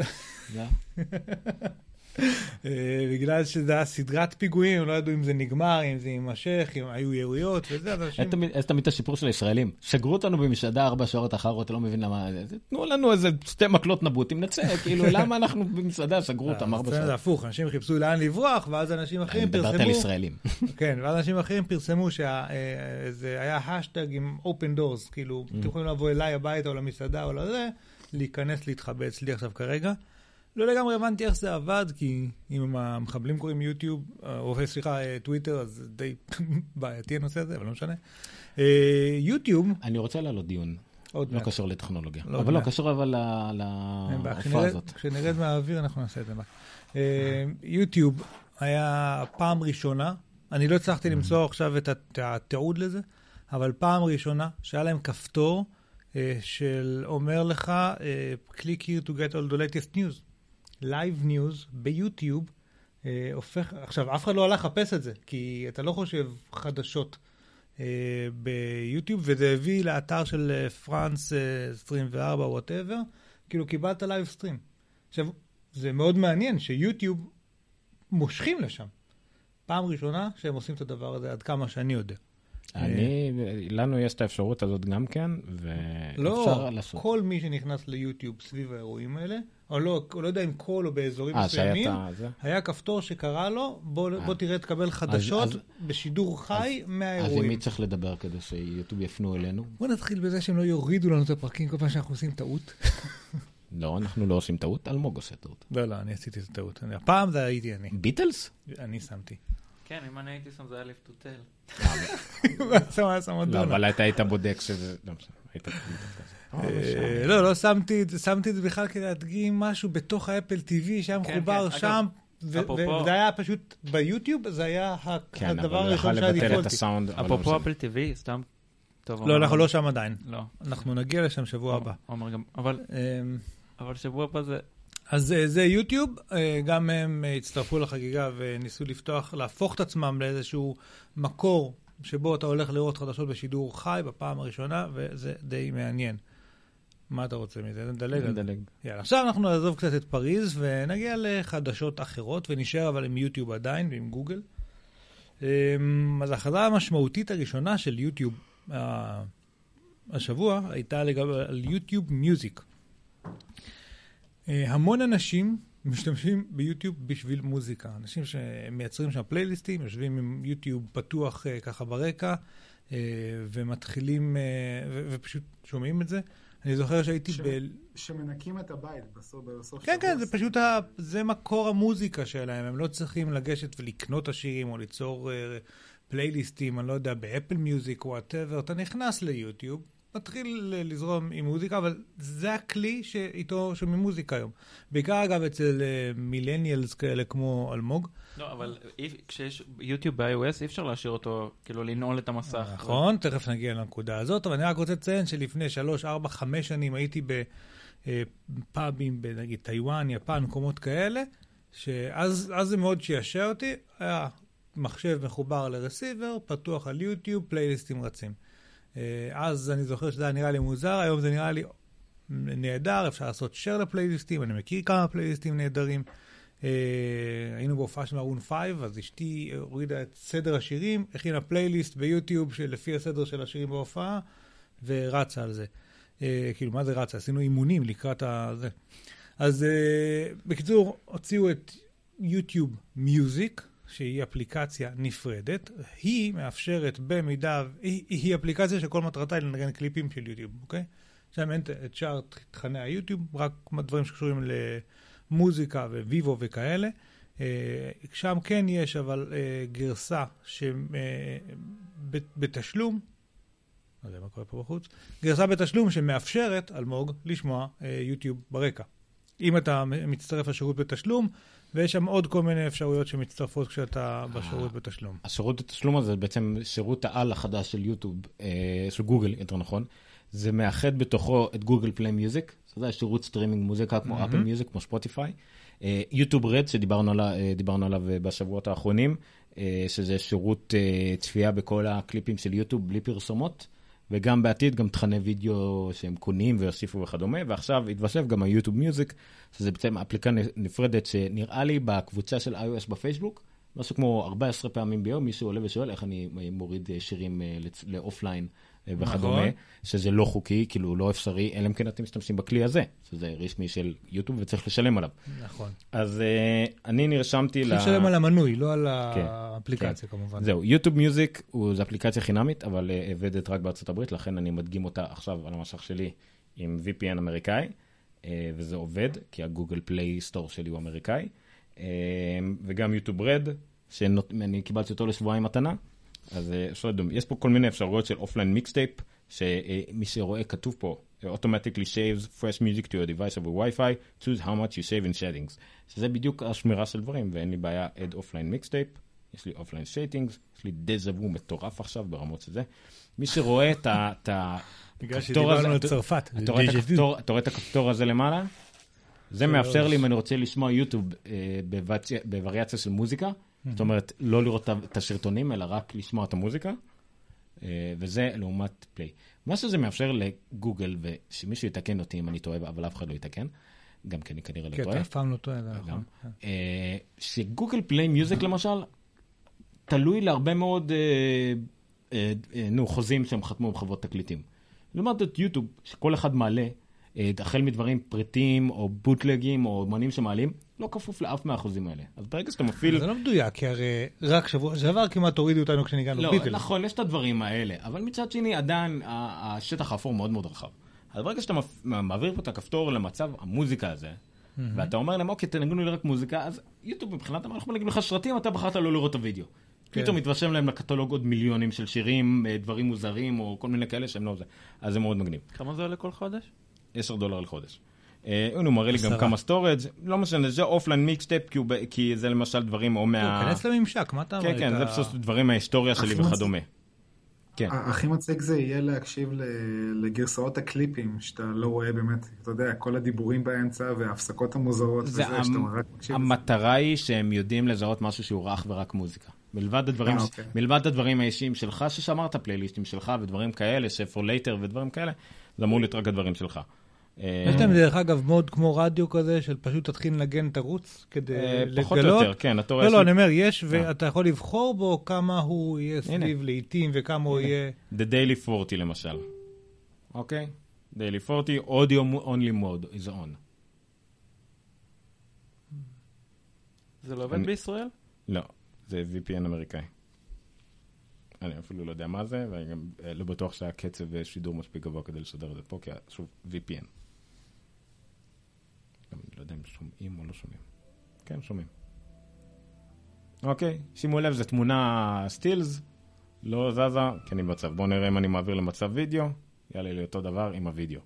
בגלל שזה היה סדרת פיגועים, לא ידעו אם זה נגמר, אם זה יימשך, אם היו ירויות וזה, אז תמיד את הסיפור של הישראלים. שגרו אותנו במשעדה 4 שעות אחרות, לא מבין למה, תנו לנו איזה 2 מקלות נבוטים, נצא, כאילו, למה אנחנו במשעדה שגרו אותם 4 שעות? זה הפוך, אנשים חיפשו לאן לברוח, ואז אנשים אחרים פרסמו... אני מדברת על ישראלים. כן, ואז אנשים אחרים פרסמו שזה היה השטג עם Open Doors, כאילו, אתם יכולים לבוא אליי הביתה או למסעדה או לזה, להיכנס להתחבא אצלי עכשיו כרגע. לא לגמרי הבנתי איך זה עבד, כי אם המחבלים קוראים יוטיוב, או טוויטר, אז די בעייתי הנושא הזה, אבל לא משנה. יוטיוב... אני רוצה לעלות דיון. עוד לא מעט. קשור לטכנולוגיה. לא, אבל לא מעט. קשור אבל להופעה הזאת. כשנרד מהאוויר אנחנו נעשה את זה. יוטיוב היה פעם ראשונה, אני לא הצלחתי למצוא עכשיו את התיעוד לזה, אבל פעם ראשונה שהיה להם כפתור של אומר לך, click here to get all the latest news. Live news ביוטיוב הופך, עכשיו אף אחד לא הלך לחפש את זה, כי אתה לא חושב חדשות ביוטיוב, וזה הביא לאתר של פרנס 24 או whatever, כאילו קיבלת לייב סטרים. עכשיו, זה מאוד מעניין שיוטיוב מושכים לשם. פעם ראשונה שהם עושים את הדבר הזה, עד כמה שאני יודע. לנו יש את האפשרות הזאת גם כן, ואפשר לעשות. לא, כל מי שנכנס ליוטיוב סביב האירועים האלה, או לא יודע אם כל או באזורים מסוימים, היה כפתור שקרא לו, בוא תראה תקבל חדשות בשידור חי מהאירועים. אז עם מי צריך לדבר כדי שיוטיוב יפנו אלינו? בוא נתחיל בזה שהם לא יורידו לנו את הפרקים כל פעם שאנחנו עושים טעות. לא, אנחנו לא עושים טעות, אלמוג עושה טעות. לא, אני עשיתי את הטעות. הפעם זה הייתי אני. ביטלס? אני שמתי. כן, אם אני הייתי שם זה היה לפטוטל. לא, אבל אתה היית בודק שזה... לא, שמתי את זה בכלל כדי להדגים משהו בתוך האפל TV שהיה מחובר שם, וזה היה פשוט ביוטיוב, זה היה הדבר הראשון שהיה דיפולטי. אפרופו אפל TV, סתם טוב. לא, אנחנו לא שם עדיין. לא. אנחנו נגיע לשם שבוע הבא. אבל שבוע הבא זה... אז זה יוטיוב, גם הם הצטרפו לחגיגה וניסו להפוך את עצמם לאיזשהו מקור שבו אתה הולך לראות חדשות בשידור חי בפעם הראשונה, וזה די מעניין. מה אתה רוצה מזה? נדלג. יאללה, עכשיו אנחנו נעזוב קצת את פריז ונגיע לחדשות אחרות, ונשאר אבל עם יוטיוב עדיין ועם גוגל. אז ההכרזה המשמעותית הראשונה של יוטיוב השבוע הייתה על יוטיוב מיוזיק. המון אנשים משתמשים ביוטיוב בשביל מוזיקה. אנשים שמייצרים שם פלייליסטים, יושבים עם יוטיוב פתוח ככה ברקע, ומתחילים, ופשוט שומעים את זה. אני זוכר שהייתי שמנקים את הבית בסוף שבוע. כן, זה פשוט, זה מקור המוזיקה שלהם. הם לא צריכים לגשת ולקנות השירים, או ליצור פלייליסטים, אני לא יודע, באפל מיוזיק או whatever. אתה נכנס ליוטיוב, מתחיל לזרום עם מוזיקה, אבל זה הכלי שאיתו שומעים מוזיקה היום. בעיקר אגב אצל מילניאלס כאלה כמו אלמוג. לא, אבל כשיש יוטיוב ב-iOS אי אפשר להשאיר אותו, כאילו לנעול את המסך. נכון, תכף נגיע לנקודה הזאת, אבל אני רק רוצה לציין שלפני 3, 4, 5 שנים הייתי בפאבים, נגיד טיואן, יפן, מקומות כאלה, שאז זה מאוד שישע אותי, היה מחשב מחובר לרסיבר, פתוח על יוטיוב, פלייליסטים רצים. אז אני זוכר שזה היה נראה לי מוזר, היום זה נראה לי נהדר, אפשר לעשות share לפלייליסטים, אני מכיר כמה פלייליסטים נהדרים. היינו בהופעה של מרון 5, אז אשתי הורידה את סדר השירים, הכינה פלייליסט ביוטיוב לפי הסדר של השירים בהופעה, ורצה על זה. כאילו, מה זה רצה? עשינו אימונים לקראת זה. אז בקיצור, הוציאו את יוטיוב מיוזיק, שהיא אפליקציה נפרדת. היא מאפשרת במידה, היא אפליקציה שכל מטרתה היא לנגן קליפים של יוטיוב, אוקיי? שם אין את שאר תכני היוטיוב, רק דברים שקשורים למוזיקה וויבו וכאלה. שם כן יש, אבל גרסה בתשלום, לא יודע מה קורה פה בחוץ, גרסה בתשלום שמאפשרת, אלמוג, לשמוע יוטיוב ברקע. אם אתה מצטרף לשירות בתשלום, ויש שם עוד כל מיני אפשרויות שמצטרפות כשאתה בשירות בתשלום. השירות בתשלום הזה, בעצם שירות העל החדש של יוטיוב, של גוגל, יותר נכון, זה מאחד בתוכו את גוגל פליי מיוזיק, זה שירות סטרימינג מוזיקה כמו אפל מיוזיק, כמו ספוטיפיי. יוטיוב רד, שדיברנו עליו בשבועות האחרונים, שזה שירות צפייה בכל הקליפים של יוטיוב בלי פרסומות, וגם בעתיד גם תכני וידאו שהם קונים ויוסיפו וכדומה, ועכשיו התווסף גם היוטיוב מיוזיק, שזה בעצם אפליקציה נפרדת שנראה לי בקבוצה של iOS בפייסבוק, משהו כמו 14 פעמים ביום, מישהו עולה ושואל איך אני מוריד שירים לאופליין וכדומה, שזה לא חוקי, כאילו לא אפשרי, אלא אם כן אתם משתמשים בכלי הזה, שזה רשמי של יוטיוב וצריך לשלם עליו. נכון. אז אני נרשמתי צריך לשלם על המנוי, לא על האפליקציה כמובן. זהו, יוטיוב מיוזיק זו אפליקציה חינמית, אבל עובדת רק בארצות הברית, לכן אני מדגים אותה עכשיו על המשך שלי עם VPN אמריקאי, וזה עובד, כי הגוגל פליי סטור שלי הוא אמריקאי, וגם יוטיוב רד, שאני קיבלתי אותו לשבועיים מתנה, אז יש פה כל מיני אפשרויות של אופליין מיקסטייפ, שמי שרואה כתוב פה, automatically saves fresh music to your device over Wi-Fi, choose how much you save in settings. שזה בדיוק השמירה של דברים, ואין לי בעיה add offline mixtape, יש לי offline settings, יש לי דז'ה-וו מטורף עכשיו ברמות של זה. מי שרואה את בגלל שדיברנו על צרפת. אתה רואה את הכפתור הזה למעלה? זה מאפשר לי אם אני רוצה לשמוע יוטיוב בווריאציה של מוזיקה, זאת אומרת, לא לראות את השרטונים, אלא רק לשמוע את המוזיקה, וזה לעומת פליי. מה שזה מאפשר לגוגל, ושמישהו יתקן אותי אם אני טועה, אבל אף אחד לא יתקן, גם כן אני כנראה לא טועה. כי אתה אף פעם לא טועה, זה נכון. שגוגל פליי מיוזיק למשל, תלוי להרבה מאוד חוזים שהם חתמו עם חברות תקליטים. לעומת את יוטיוב, שכל אחד מעלה, החל מדברים פריטים או בוטלגים או אומנים שמעלים, לא כפוף לאף מהאחוזים האלה. אז ברגע שאתה מפעיל... זה לא מדויק, כי הרי רק שבוע שעבר כמעט הורידו אותנו כשניגענו לא, ביטלס. נכון, יש את הדברים האלה, אבל מצד שני עדיין השטח האפור מאוד מאוד רחב. אז ברגע שאתה מעביר פה את הכפתור למצב המוזיקה הזה, ואתה אומר להם, אוקיי, תנגנו לי רק מוזיקה, אז יוטיוב מבחינת, אנחנו מנגנים לך שרתים, אתה בחרת לא לראות את הוידאו. פתאום מתרשם להם לקטלוג עוד מיליונים של שירים, דברים מוזרים, או כל מיני כאלה שהם לא זה. אז זה מאוד מגניב. כמה זה עולה כל חודש? $10 לחודש. הוא מראה לי גם כמה סטורג', לא משנה, זה אופליין מיקסטייפ, כי זה למשל דברים או מה... כנס לממשק, מה אתה אומר? כן, זה פשוט דברים מההיסטוריה שלי וכדומה. הכי מצחיק זה יהיה להקשיב לגרסאות הקליפים, שאתה לא רואה באמת, אתה יודע, כל הדיבורים באמצע וההפסקות המוזרות וזה, שאתה רק מקשיב. המטרה היא שהם יודעים לזהות משהו שהוא רך ורק מוזיקה. מלבד הדברים האישיים שלך, ששמרת פלייליסטים שלך ודברים כאלה, שפור לייטר ודברים כאלה, זה אמור להיות רק הדברים שלך. יש להם דרך אגב מוד כמו רדיו כזה, של פשוט תתחיל לנגן את ערוץ כדי לגלות. פחות או יותר, כן. לא, אני אומר, יש, ואתה יכול לבחור בו כמה הוא יהיה סביב לעיתים, וכמה הוא יהיה... The Daily 40 למשל. אוקיי? Daily 40, Audio Only Mode is on. זה לא עובד בישראל? לא, זה VPN אמריקאי. אני אפילו לא יודע מה זה, ואני גם לא בטוח שהקצב שידור מספיק גבוה כדי לשדר את זה פה, כי שוב, VPN. אני לא יודע אם שומעים או לא שומעים. כן, שומעים. אוקיי, שימו לב, זו תמונה סטילס, לא זזה, כי אני במצב. בואו נראה אם אני מעביר למצב וידאו, יעלה לי אותו דבר עם הוידאו.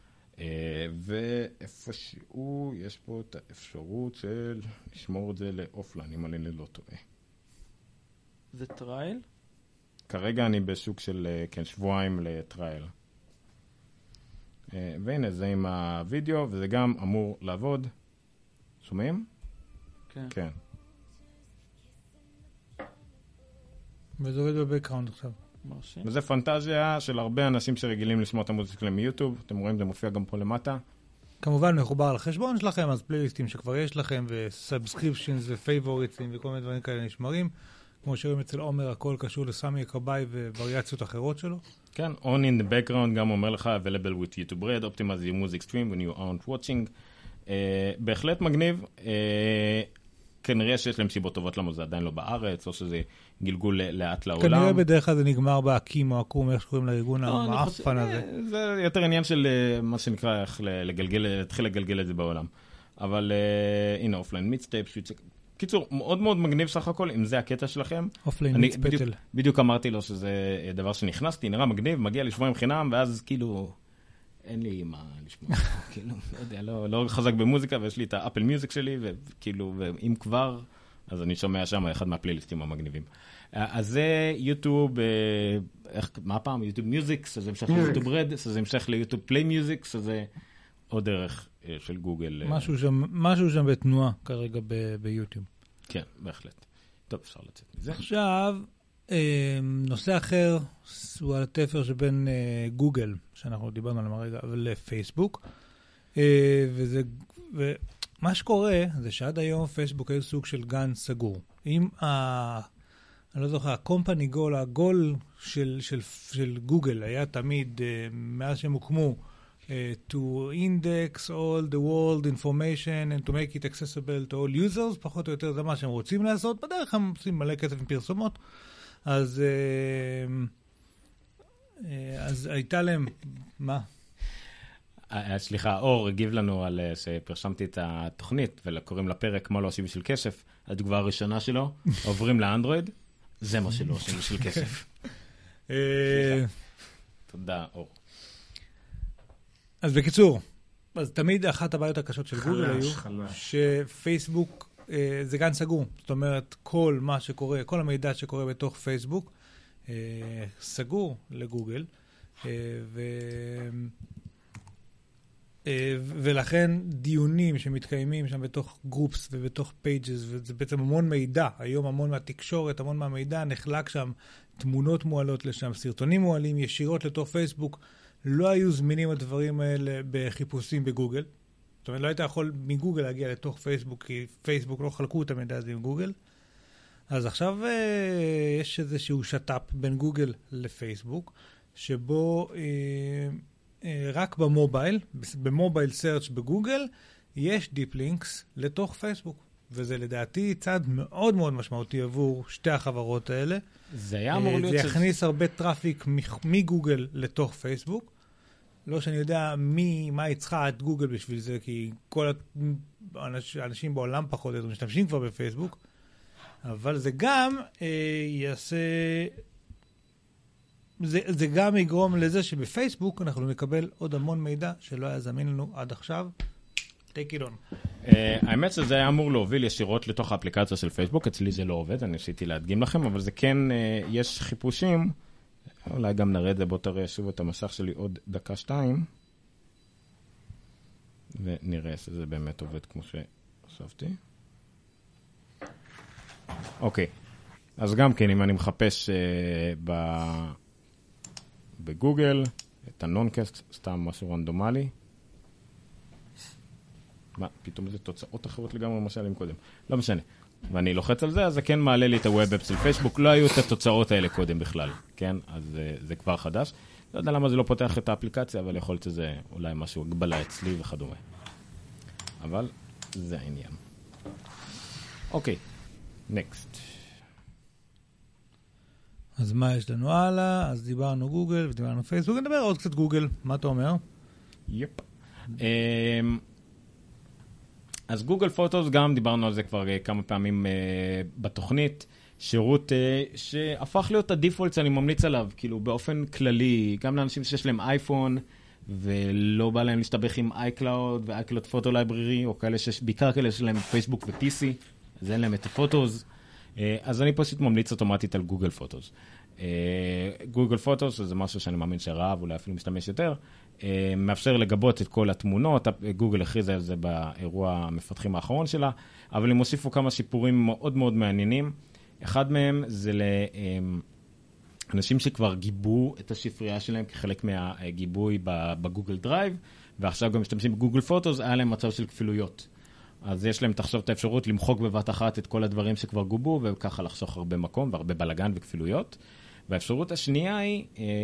ואיפשהו יש פה את האפשרות של לשמור את זה לאופליין, אם אני לא טועה. זה טרייל? כרגע אני בשוק של שבועיים לטרייל. והנה, זה עם הוידאו, וזה גם אמור לעבוד. שומעים? כן. כן. וזה עובד בבקראונד עכשיו. מרשים. וזה פנטזיה של הרבה אנשים שרגילים לשמוע את המוזיקה שלהם מיוטיוב. אתם רואים, זה מופיע גם פה למטה. כמובן מחובר על החשבון שלכם, אז פלייליסטים שכבר יש לכם, וסאבסקריפשנס ופייבוריטים וכל מיני דברים כאלה נשמרים. כמו שרואים אצל עומר, הכל קשור לסמי הקרבאי ווריאציות אחרות שלו. כן, on in the background גם אומר לך, available with YouTube Red, optimize your music stream when you aren't watching. בהחלט מגניב. כנראה שיש להם סיבות טובות למה זה עדיין לא בארץ, או שזה גלגול לאט לעולם. כנראה בדרך כלל זה נגמר בהקים או הקום, איך שקוראים לארגון המאפן הזה. זה יותר עניין של מה שנקרא, איך להתחיל לגלגל את זה בעולם. אבל הנה, אופליין מידסטייפ, קיצור, מאוד מאוד מגניב סך הכל, אם זה הקטע שלכם. אופליין מידספטל. בדיוק אמרתי לו שזה דבר שנכנסתי, נראה מגניב, מגיע לשבועיים חינם, ואז כאילו, אין לי מה לשמוע. כאילו, לא יודע, לא חזק במוזיקה, ויש לי את האפל מיוזיק שלי, וכאילו, ואם כבר, אז אני שומע שם אחד מהפלייליסטים המגניבים. אז זה יוטיוב, מה הפעם? יוטיוב מיוזיקס, אז זה המשך ליוטיוב רד, אז זה המשך ליוטיוב פליי מיוזיקס, אז זה עוד דרך של גוגל. משהו שם בתנועה כרגע ביוטיוב. כן, בהחלט. טוב, אפשר לצאת מזה. עכשיו, נושא אחר, הוא על התפר שבין גוגל, שאנחנו דיברנו עליו הרגע, ולפייסבוק. ומה שקורה, זה שעד היום פייסבוק היה סוג של גן סגור. אם אני לא זוכר, הקומפני גול, הגול של גוגל היה תמיד, מאז שהם הוקמו, to index all the world information and to make it accessible to all users, פחות או יותר זה מה שהם רוצים לעשות, בדרך הם עושים מלא כסף עם פרסומות, אז הייתה להם, מה? סליחה, אור הגיב לנו על שפרשמתי את התוכנית, וקוראים לפרק מה לא עושים בשביל כסף, התגובה הראשונה שלו, עוברים לאנדרואיד, זה מה שלא עושים בשביל כסף. תודה, אור. אז בקיצור, אז תמיד אחת הבעיות הקשות של גוגל היו, שפייסבוק זה גן סגור. זאת אומרת, כל מה שקורה, כל המידע שקורה בתוך פייסבוק, סגור לגוגל, ולכן דיונים שמתקיימים שם בתוך גרופס ובתוך פייג'ס, וזה בעצם המון מידע, היום המון מהתקשורת, המון מהמידע נחלק שם, תמונות מועלות לשם, סרטונים מועלים ישירות לתוך פייסבוק, לא היו זמינים הדברים האלה בחיפושים בגוגל, זאת אומרת, לא היית יכול מגוגל להגיע לתוך פייסבוק, כי פייסבוק לא חלקו את המידע הזה עם גוגל, אז עכשיו יש איזשהו שטאפ בין גוגל לפייסבוק, שבו רק במובייל סרצ' בגוגל, יש דיפ לינקס לתוך פייסבוק. וזה לדעתי צעד מאוד מאוד משמעותי עבור שתי החברות האלה. זה היה אמור להיות... זה יכניס הרבה טראפיק מגוגל לתוך פייסבוק. לא שאני יודע מה יצחה את גוגל בשביל זה, כי כל האנשים בעולם פחות או יותר משתמשים כבר בפייסבוק. אבל זה גם יעשה... זה גם יגרום לזה שבפייסבוק אנחנו נקבל עוד המון מידע שלא היה זמין לנו עד עכשיו. take it on. האמת שזה היה אמור להוביל ישירות לתוך האפליקציה של פייסבוק, אצלי זה לא עובד, אני ניסיתי להדגים לכם, אבל זה כן, יש חיפושים, אולי גם נראה את זה, בוא תראה שוב את המסך שלי עוד דקה-שתיים, ונראה שזה באמת עובד כמו שחשבתי. אוקיי, אז גם כן, אם אני מחפש בגוגל, את הנונקאסט, סתם משהו רנדומלי. מה, פתאום זה תוצאות אחרות לגמרי מה שהיה לי קודם. לא משנה. ואני לוחץ על זה, אז זה כן מעלה לי את הווב-אפ של פייסבוק. לא היו את התוצאות האלה קודם בכלל, כן? אז זה כבר חדש. לא יודע למה זה לא פותח את האפליקציה, אבל יכול להיות שזה אולי משהו הגבלה אצלי וכדומה. אבל זה העניין. אוקיי, נקסט. אז מה יש לנו הלאה? אז דיברנו גוגל ודיברנו פייסבוק. נדבר עוד קצת גוגל. מה אתה אומר? יפ. אז גוגל פוטוס, גם דיברנו על זה כבר כמה פעמים בתוכנית. שירות שהפך להיות הדיפולט שאני ממליץ עליו, כאילו באופן כללי, גם לאנשים שיש להם אייפון, ולא בא להם להשתבח עם iCloud ו-iCloud פוטו לייברי, או כאלה בעיקר כאלה שיש להם פייסבוק ו-PC, אז אין להם את הפוטוס. אז אני פשוט ממליץ אוטומטית על גוגל פוטוס. גוגל פוטוס זה משהו שאני מאמין שרב, אולי אפילו משתמש יותר, מאפשר לגבות את כל התמונות, גוגל הכריזה על זה באירוע המפתחים האחרון שלה, אבל הם הוסיפו כמה שיפורים מאוד מאוד מעניינים. אחד מהם זה לאנשים שכבר גיבו את השפרייה שלהם כחלק מהגיבוי בגוגל דרייב, ועכשיו גם משתמשים בגוגל פוטוס, היה להם מצב של כפילויות. אז יש להם תחשוב את האפשרות למחוק בבת אחת את כל הדברים שכבר גובו, וככה לחסוך הרבה מקום והרבה בלגן וכפילויות. והאפשרות השנייה היא,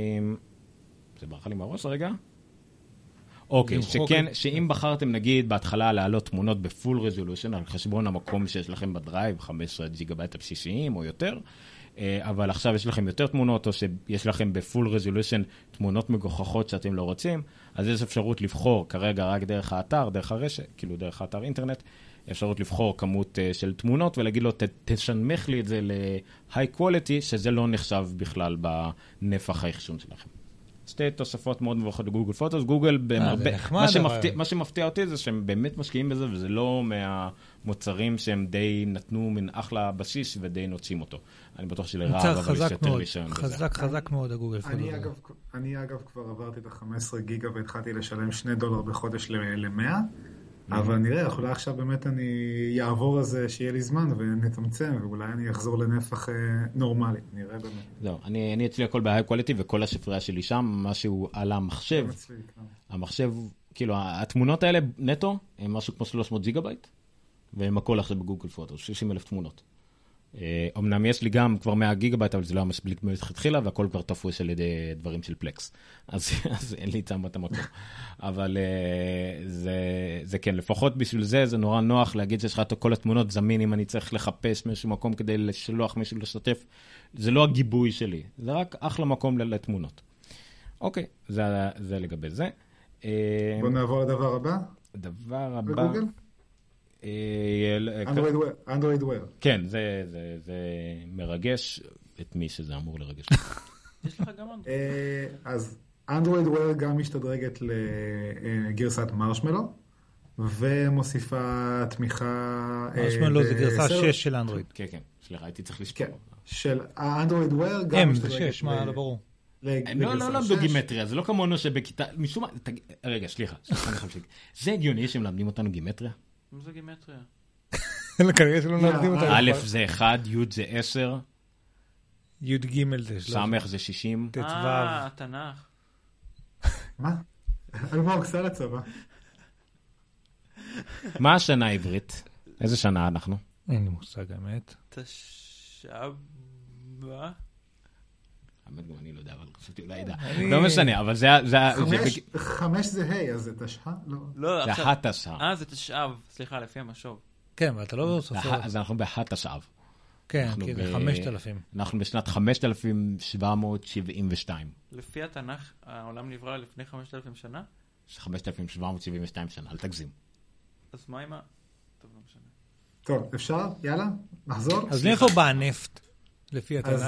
זה ברכה לי מהראש רגע, אוקיי, שכן, שאם בחרתם נגיד בהתחלה להעלות תמונות בפול רזולושן על חשבון המקום שיש לכם בדרייב, 15 ג'יגאבייט הבסיסיים או יותר, אבל עכשיו יש לכם יותר תמונות, או שיש לכם בפול רזולושן תמונות מגוחכות שאתם לא רוצים, אז יש אפשרות לבחור כרגע רק דרך האתר, דרך הרשת, כאילו דרך האתר אינטרנט, אפשרות לבחור כמות של תמונות ולהגיד לו, תשנמך לי את זה ל-high quality, שזה לא נחשב בכלל בנפח האחסון שלכם. שתי תוספות מאוד מבורכות לגוגל פוטוס. גוגל, מה שמפתיע אותי זה שהם באמת משקיעים בזה, וזה לא מהמוצרים שהם די נתנו מן אחלה בסיס ודי נוצאים אותו. אני בטוח שלרעב, אבל יש יותר רישיון בזה. חזק מאוד הגוגל פוטוס. אני אגב כבר עברתי את ה-15 גיגה והתחלתי לשלם $2 בחודש ל-100, אבל נראה, אולי עכשיו באמת אני יעבור על זה שיהיה לי זמן ונצמצם, ואולי אני אחזור לנפח נורמלי, נראה באמת. זהו, אני אצלי הכל ב-high quality, וכל הספרייה שלי שם, משהו על המחשב. המחשב, כאילו, התמונות האלה נטו, הם משהו כמו 300 ג'יגאבייט, והם הכל עכשיו בגוגל פוטוס, 60,000 תמונות. אמנם יש לי גם כבר 100 גיגאבייט, אבל זה לא היה מספיק מלכתחילה, והכל כבר תפוס על ידי דברים של פלקס. אז אין לי צם את המקום. אבל זה כן, לפחות בשביל זה נורא נוח להגיד שיש לך את כל התמונות זמין, אם אני צריך לחפש משהו מקום כדי לשלוח מישהו לשתף. זה לא הגיבוי שלי, זה רק אחלה מקום לתמונות. אוקיי, זה לגבי זה. בוא נעבור לדבר הבא. הדבר הבא... בגוגל? אנדרואיד וויר. כן, זה מרגש את מי שזה אמור לרגש. יש לך גם אנדרואיד. אז אנדרואיד וויר גם משתדרגת לגרסת מרשמלו, ומוסיפה תמיכה... מרשמלו זה גרסה 6 של אנדרואיד. כן, כן, סליחה, הייתי צריך לשפור. כן, של האנדרואיד וויר גם משתדרגת... זה 6, מה, לא ברור. לא למדו גימטריה, זה לא כמונו שבכיתה... משום מה... רגע, סליחה. זה הגיוני שמלמדים אותנו גימטריה? מה זה גימטריה? כנראה שלא מלמדים אותנו. א' זה 1, י' זה 10, י' ג' זה 3. ס' זה 60. ט' ו'. התנ"ך. מה? אלמוג, סע לצבא. מה השנה העברית? איזה שנה אנחנו? אין לי מושג, האמת. תשע"ב. האמת גם אני לא יודע, אבל חשבתי אולי ידע. לא משנה, אבל זה... 5 זה ה', אז זה תשע"ב? לא, זה עכשיו... התשע"ב. זה תשע"ב, סליחה, לפי המשוב. כן, אבל אתה לא סופר. אז אנחנו בהתשע"ב. כן, כי זה 5,000. אנחנו בשנת 5772. לפי התנ"ך, העולם נברא לפני 5,000 שנה? 5772 שנה, אל תגזים. אז מה עם ה... טוב, לא משנה. טוב, אפשר? יאללה, נחזור? אז מאיפה בא הנפט? לפי התנ"ך.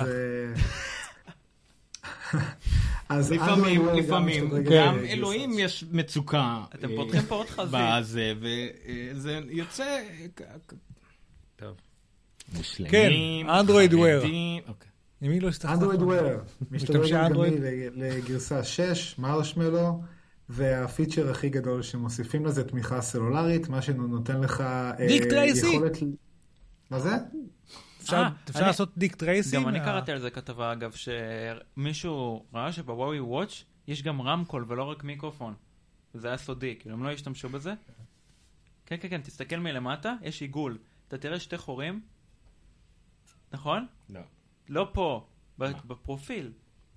אז לפעמים, גם אלוהים יש מצוקה. אתם פותחים פה עוד חזית. בזה, וזה יוצא... טוב. מושלמים. כן, אנדרואיד וויר. אוקיי. למי לא הסתכלת? אנדרואיד וויר. משתדרגת גם לגרסה 6, מרשמלו, והפיצ'ר הכי גדול שמוסיפים לזה תמיכה סלולרית, מה שנותן לך דיק טרייסי. יכולת... מה זה? אפשר לעשות דיק טרייסי? גם אני קראתי על זה כתבה, אגב, שמישהו ראה שבוואוי וואץ' יש גם רמקול ולא רק מיקרופון. וזה היה סודי, כאילו הם לא השתמשו בזה. כן, כן, כן, תסתכל מלמטה, יש עיגול. אתה תראה 2 חורים, נכון? לא. לא פה, בפרופיל.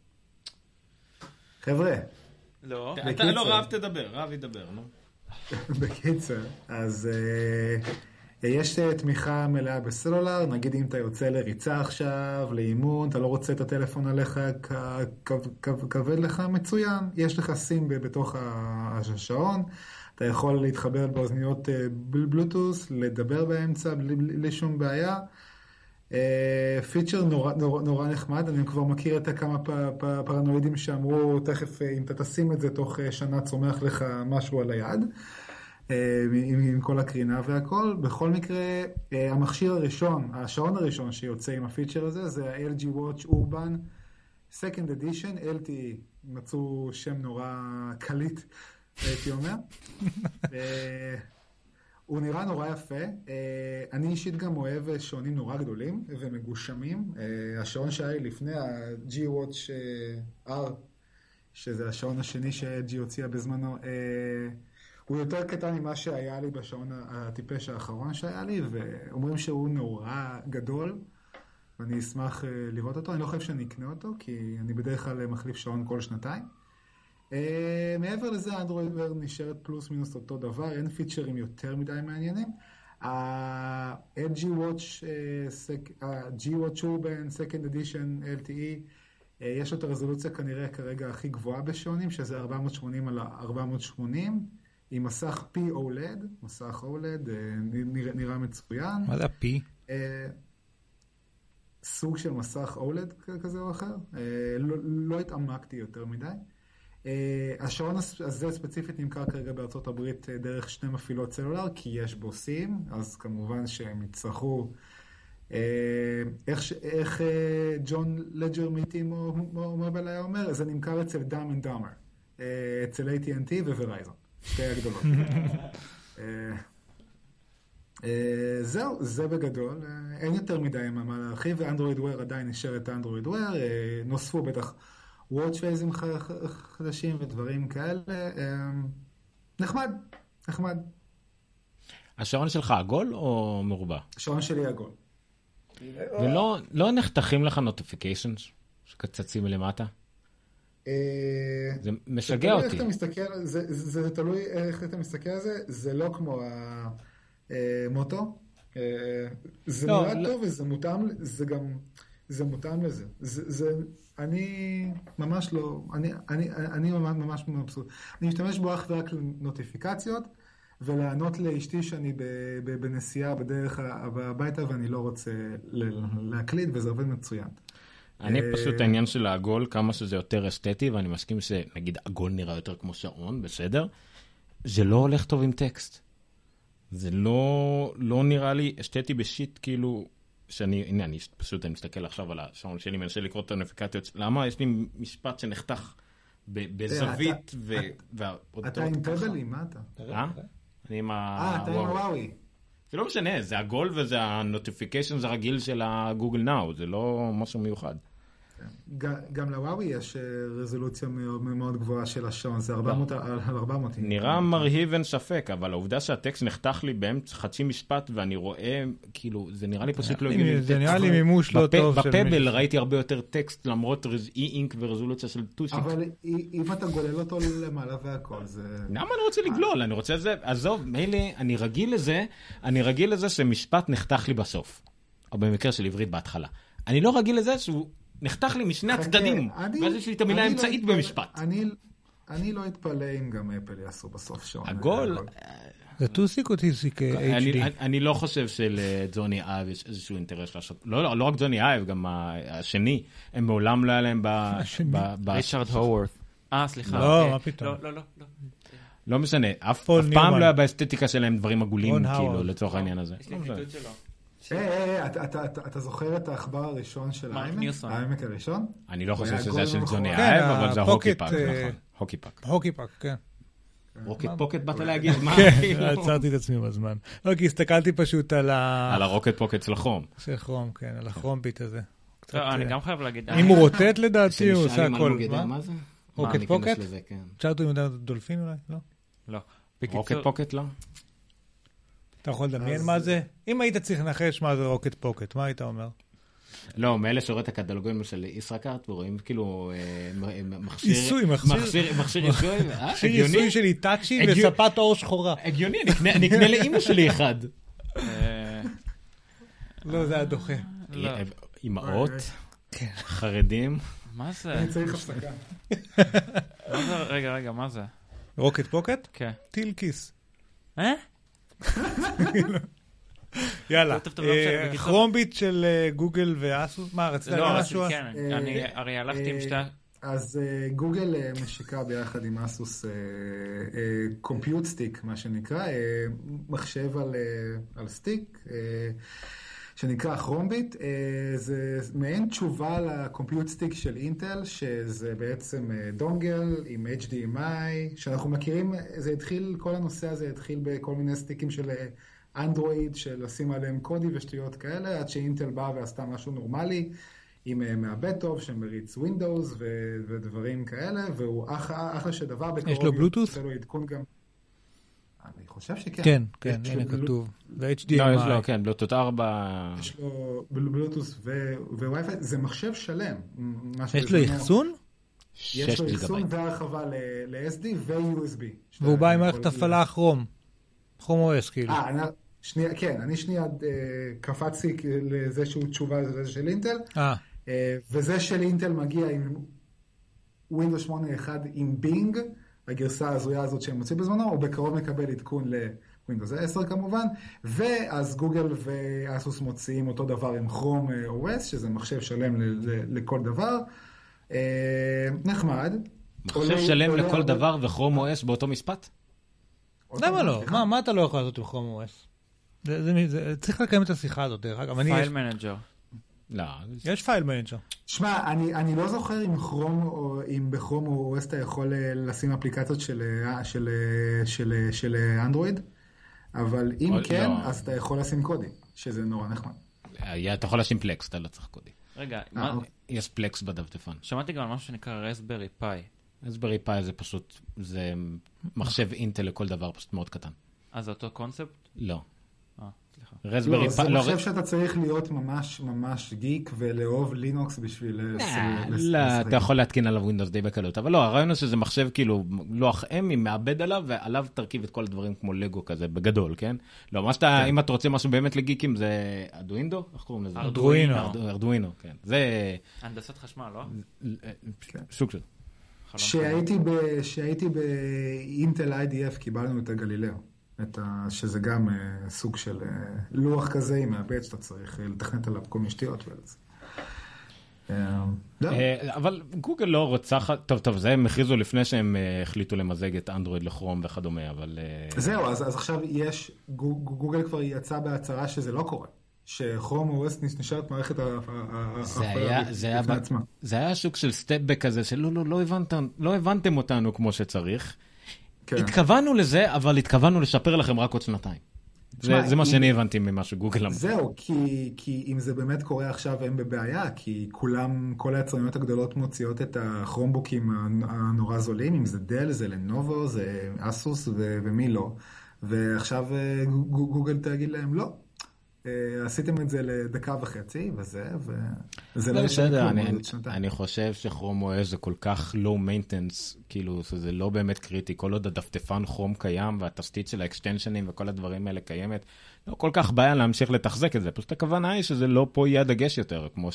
חבר'ה. לא. אתה לא רב תדבר, רב ידבר, נו. בקיצר, אז יש תמיכה מלאה בסלולר, נגיד אם אתה יוצא לריצה עכשיו, לאימון, אתה לא רוצה את הטלפון עליך, כבד לך, מצוין, יש לך סים בתוך השעון, אתה יכול להתחבר באוזניות בלוטוס, לדבר באמצע בלי שום בעיה. פיצ'ר נורא נחמד, אני כבר מכיר את כמה פרנואידים שאמרו, תכף אם אתה תשים את זה תוך שנה צומח לך משהו על היד, עם כל הקרינה והכל. בכל מקרה, המכשיר הראשון, השעון הראשון שיוצא עם הפיצ'ר הזה, זה ה-LG Watch Urban Second Edition, LTE, מצאו שם נורא קליט, הייתי אומר. הוא נראה נורא יפה. אני אישית גם אוהב שעונים נורא גדולים ומגושמים. השעון שהיה לי לפני ה-G-Watch R, שזה השעון השני שה-LG הוציאה בזמנו, הוא יותר קטן ממה שהיה לי בשעון הטיפש האחרון שהיה לי, ואומרים שהוא נורא גדול, ואני אשמח לראות אותו. אני לא חושב שאני אקנה אותו, כי אני בדרך כלל מחליף שעון כל שנתיים. מעבר לזה, אנדרואיד וויר נשארת פלוס מינוס אותו דבר, אין פיצ'רים יותר מדי מעניינים. ה-LG Watch, G-Watch Urban, Second Edition, LTE, יש לו את הרזולוציה כנראה כרגע הכי גבוהה בשעונים, שזה 480 על 480, עם מסך P-OLED, מסך OLED, נראה מצוין. מה זה ה-P? סוג של מסך OLED כזה או אחר, לא התעמקתי יותר מדי. השעון הזה ספציפית נמכר כרגע בארצות הברית דרך 2 מפעילות סלולר, כי יש בו סים, אז כמובן שהם יצטרכו, איך ג'ון לג'ר מוביל היה אומר, זה נמכר אצל דאם אנד דאמר, אצל AT&T וורייזון, 2 הגדולות. זהו, זה בגדול, אין יותר מדי מה להרחיב, ואנדרואיד וויר עדיין נשאר את אנדרואיד וויר, נוספו בטח וואץ' פייזים חדשים ודברים כאלה. נחמד, נחמד. השעון שלך עגול או מרובע? השעון שלי עגול. ולא נחתכים לך נוטיפיקיישנס שקצצים מלמטה? זה משגע אותי. זה תלוי איך אתה מסתכל על זה, זה לא כמו המוטו. זה נראה טוב וזה מותאם, זה מותאם לזה. אני ממש לא, אני ממש מבסוט. אני משתמש בו אך ורק לנוטיפיקציות, ולענות לאשתי שאני בנסיעה בדרך הביתה, ואני לא רוצה להקליט, וזה עובד מצוין. אני פשוט העניין של העגול, כמה שזה יותר אסתטי, ואני מסכים שנגיד עגול נראה יותר כמו שעון, בסדר? זה לא הולך טוב עם טקסט. זה לא נראה לי אסתטי בשיט, כאילו, הנה, אני מסתכל עכשיו על השעון שלי, מנסה לקרוא את הנפיקציות, למה? יש לי משפט שנחתך בזווית, אתה עם פבלים, מה אתה? אני עם אתה עם הוואוי. זה לא משנה, זה הגול וזה הנוטיפיקיישן הרגיל של הגוגל נאו, זה לא משהו מיוחד. גם לוואוי יש רזולוציה מאוד גבוהה של השעון, זה 400 על 400. נראה מרהיב אין ספק, אבל העובדה שהטקסט נחתך לי באמצע חצי משפט, ואני רואה, כאילו, זה נראה לי פשוט לא הגיוני. זה נראה לי מימוש לא טוב. בפבל ראיתי הרבה יותר טקסט, למרות אי-אינק ורזולוציה של טוסיק. אבל אם אתה גולל אותו למעלה והכל, זה... למה אני רוצה לגלול? אני רוצה זה, עזוב, מילא, אני רגיל לזה שמשפט נחתך לי בסוף. או במקרה של עברית בהתחלה. אני לא רגיל לזה שהוא נחתך לי משני הצדדים, ואז יש לי את המילה האמצעית במשפט. אני לא אתפלא אם גם אפל יעשו בסוף שעון. הגול... זה טוסיק או טיסיק HD? אני לא חושב שלג'וני אייב יש איזשהו אינטרס לעשות... לא רק ג'וני אייב, גם השני, הם מעולם לא היה להם ריצ'רד הווארד. סליחה. לא, מה פתאום? לא. לא משנה, אף פעם לא היה באסתטיקה שלהם דברים עגולים, כאילו, לצורך העניין הזה. יש לי ציטוט שלו. אתה זוכר את האחבר הראשון של העמק הראשון? אני לא חושב שזה של ג'וני אייב, אבל זה הוקי פאק, נכון. הוקי פאק. הוקי פאק, כן. רוקט פוקט באת להגיד, מה? כן, עצרתי את עצמי בזמן. לא, כי הסתכלתי פשוט על על הרוקט פוקט של החום. של חום, כן, על החום ביט הזה. אני גם חייב להגיד. אם הוא רוטט לדעתי, הוא עושה הכל. מה זה? רוקט פוקט? תשאלת אם יודע דולפין אולי? לא. לא. רוקט פוקט לא? אתה יכול לדמיין מה זה? אם היית צריך לנחש מה זה רוקט פוקט, מה היית אומר? לא, מאלה שרואה את הקטלוגים של ישראכרט, ורואים כאילו מכשיר עיסוי. הגיוני של איטאצ'י וספת אור שחורה. הגיוני, אני אקנה לאמא שלי אחד. לא, זה היה דוחה. אמאות, חרדים. מה זה? אני צריך הפסקה. רגע, מה זה? רוקט פוקט? כן. טיל כיס. יאללה, כרומביט של גוגל ואסוס, מה, רצית להגיד משהו? כן, אני הרי הלכתי עם שתי... אז גוגל משיקה ביחד עם אסוס קומפיוט סטיק, מה שנקרא, מחשב על סטיק, שנקרא כרומביט. זה מעין תשובה לקומפיוט סטיק של אינטל, שזה בעצם דונגל עם HDMI, שאנחנו מכירים, כל הנושא הזה התחיל בכל מיני סטיקים של אנדרואיד, של לשים עליהם קודי ושטויות כאלה, עד שאינטל באה ועשתה משהו נורמלי, עם מעבד טוב שמריץ ווינדוס ודברים כאלה, והוא אחלה שדבר בקרוב. יש לו בלוטוס? יש לו עדכון גם. אני חושב שכן. כן, הנה כתוב. ו-HDMI. לא, יש לו, כן, בלוטוס 4. יש לו בלוטוס וווי-פיי, זה מחשב שלם. יש לו אחסון? יש לו אחסון והרחבה ל-SD ו-USB. והוא בא עם מערכת הפעלה כרום. כרום OS, כאילו. כן, אני שנייה קפצתי לזה שהוא תשובה לזה של אינטל, וזה של אינטל מגיע עם Windows 8.1 עם בינג, הגרסה הזויה הזאת שהם מוצאים בזמנו, או בקרוב מקבל עדכון ל-Windows 10 כמובן, ואז גוגל ואסוס מוציאים אותו דבר עם כרום OS, שזה מחשב שלם לכל דבר, נחמד. מחשב שלם לכל דבר וכרום OS באותו משפט? למה לא? מה אתה לא יכול לעשות עם כרום OS? צריך לקיים את השיחה הזאת, דרך אגב. פייל מנג'ר. לא. יש פייל מנג'ר. שמע, אני לא זוכר אם בכרום OS אתה יכול לשים אפליקציות של אנדרואיד, אבל אם כן, אז אתה יכול לשים קודים, שזה נורא נחמד. אתה יכול לשים פלקס, אתה לא צריך קודים. רגע, יש פלקס בדפדפן. שמעתי גם על משהו שנקרא רסברי פאי. רסברי פאי זה פשוט, זה מחשב אינטל לכל דבר, פשוט מאוד קטן. זה אותו קונספט? לא. לא, זה מחשב שאתה צריך להיות ממש גיק ולאהוב לינוקס בשביל... לא, אתה יכול להתקין עליו ווינדוס די בקלות, אבל לא, הרעיון הוא שזה מחשב כאילו לוח אם, אם מעבד עליו, ועליו תרכיב את כל הדברים כמו לגו כזה, בגדול, כן? לא, מה שאתה, אם אתה רוצה משהו באמת לגיקים, זה ארדואינדו? איך קוראים לזה? ארדואינו, כן. זה... הנדסת חשמל, לא? סוג של. שהייתי באינטל IDF קיבלנו את הגלילאו. שזה גם סוג של לוח כזה עם מעבד שאתה צריך לתכנת עליו כל מיני שטויות. אבל גוגל לא רוצה... טוב, זה הם הכריזו לפני שהם החליטו למזג את אנדרואיד לכרום וכדומה, אבל... זהו, אז עכשיו יש... גוגל כבר יצא בהצהרה שזה לא קורה. שכרום OS נשארת מערכת זה היה שוק של סטפבק כזה, שלא הבנתם אותנו כמו שצריך. התכוונו לזה, אבל התכוונו לשפר לכם רק עוד שנתיים. זה מה שאני הבנתי ממה שגוגל אמר. זהו, כי אם זה באמת קורה עכשיו הם בבעיה, כי כל היצרניות הגדולות מוציאות את הכרומבוקים הנורא זולים, אם זה דל, זה לנובו, זה אסוס ומי לא. ועכשיו גוגל תגיד להם לא. עשיתם את זה לדקה וחצי, וזה לא בסדר, אני חושב שכרום OS זה כל כך low maintenance, כאילו זה לא באמת קריטי, כל עוד הדפדפן כרום קיים, והתשתית של האקסטנשנים וכל הדברים האלה קיימת, לא כל כך בעיה להמשיך לתחזק את זה, פשוט הכוונה היא שזה לא פה יהיה הדגש יותר, כמו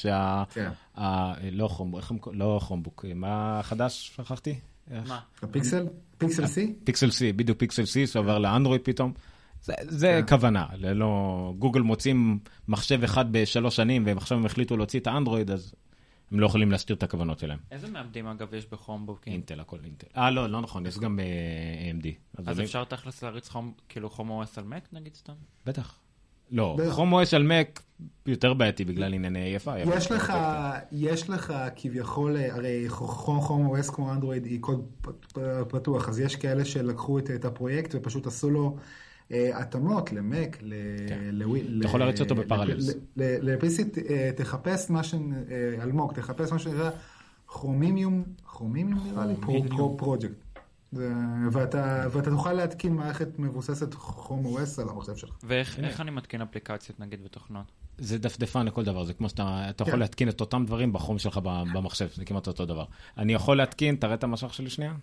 לא כרומבוק, מה חדש שכחתי? מה? הפיקסל? פיקסל C? פיקסל C, בדיוק פיקסל C, שעבר לאנדרואיד פתאום. זה כוונה, גוגל מוצאים מחשב אחד ב3 שנים, והם עכשיו הם החליטו להוציא את האנדרואיד, אז הם לא יכולים להסתיר את הכוונות שלהם. איזה מעבדים אגב יש בכרומבוקים? אינטל, הכל אינטל. לא נכון, יש גם AMD. אז אפשר תכלס להריץ כאילו כרום OS על מק נגיד סתם? בטח. לא, כרום OS על מק יותר בעייתי בגלל ענייני AFI. יש לך כביכול, הרי כרום OS כמו אנדרואיד היא קוד פתוח, אז יש כאלה שלקחו את הפרויקט ופשוט עשו לו התאמות למק, אתה יכול להריץ אותו בפרללס. לפיסית, תחפש מה אלמוג, תחפש מה שנראה כרומימיום נראה לי, פרוג'קט. ואתה תוכל להתקין מערכת מבוססת כרום OS על המחשב שלך. ואיך אני מתקין אפליקציות נגיד בתוכנות? זה דפדפן לכל דבר, זה כמו שאתה יכול להתקין את אותם דברים בכרום שלך במחשב, זה כמעט אותו דבר. אני יכול להתקין, תראה את המשך שלי שנייה?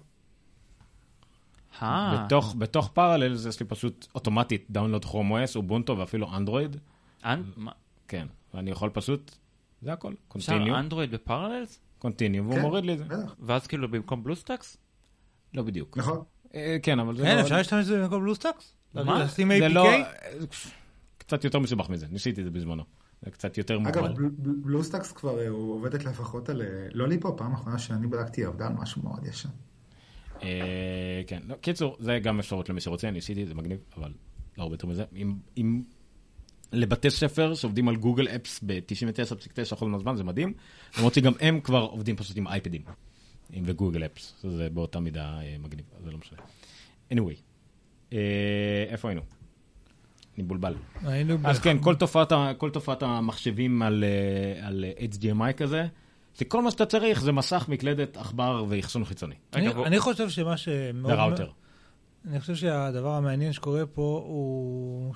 בתוך פרללס יש לי פשוט אוטומטית דאונלוד כרום OS, אובונטו ואפילו אנדרואיד. כן, ואני יכול פשוט, זה הכל. אפשר אנדרואיד בפרללס? קונטיניו, והוא מוריד לי זה. ואז כאילו במקום בלוסטקס? לא בדיוק. נכון. כן, אבל זה לא... אפשר להשתמש בזה במקום בלוסטקס? מה? לשים APK? קצת יותר מסובך מזה, ניסיתי את זה בזמנו. זה קצת יותר מוגבל. אגב, בלוסטקס כבר עובדת לפחות על... לא לי פה, פעם אחרונה שאני בדקתי עבדה על משהו מאוד ישן. כן, קיצור, זה גם אפשרות למי שרוצה, אני עשיתי, זה מגניב, אבל לא הרבה יותר מזה. אם לבתי ספר שעובדים על גוגל אפס ב-99.9% מהזמן, זה מדהים, למרות שגם הם כבר עובדים פשוט עם אייפדים, וגוגל אפס, זה באותה מידה מגניב, זה לא משנה. anyway, איפה היינו? אני בולבל. אז כן, כל תופעת המחשבים על HDMI כזה, שכל מה שאתה צריך זה מסך, מקלדת, עכבר ואחסון חיצוני. אני חושב שמה שמאוד... וראוטר. אני חושב שהדבר המעניין שקורה פה הוא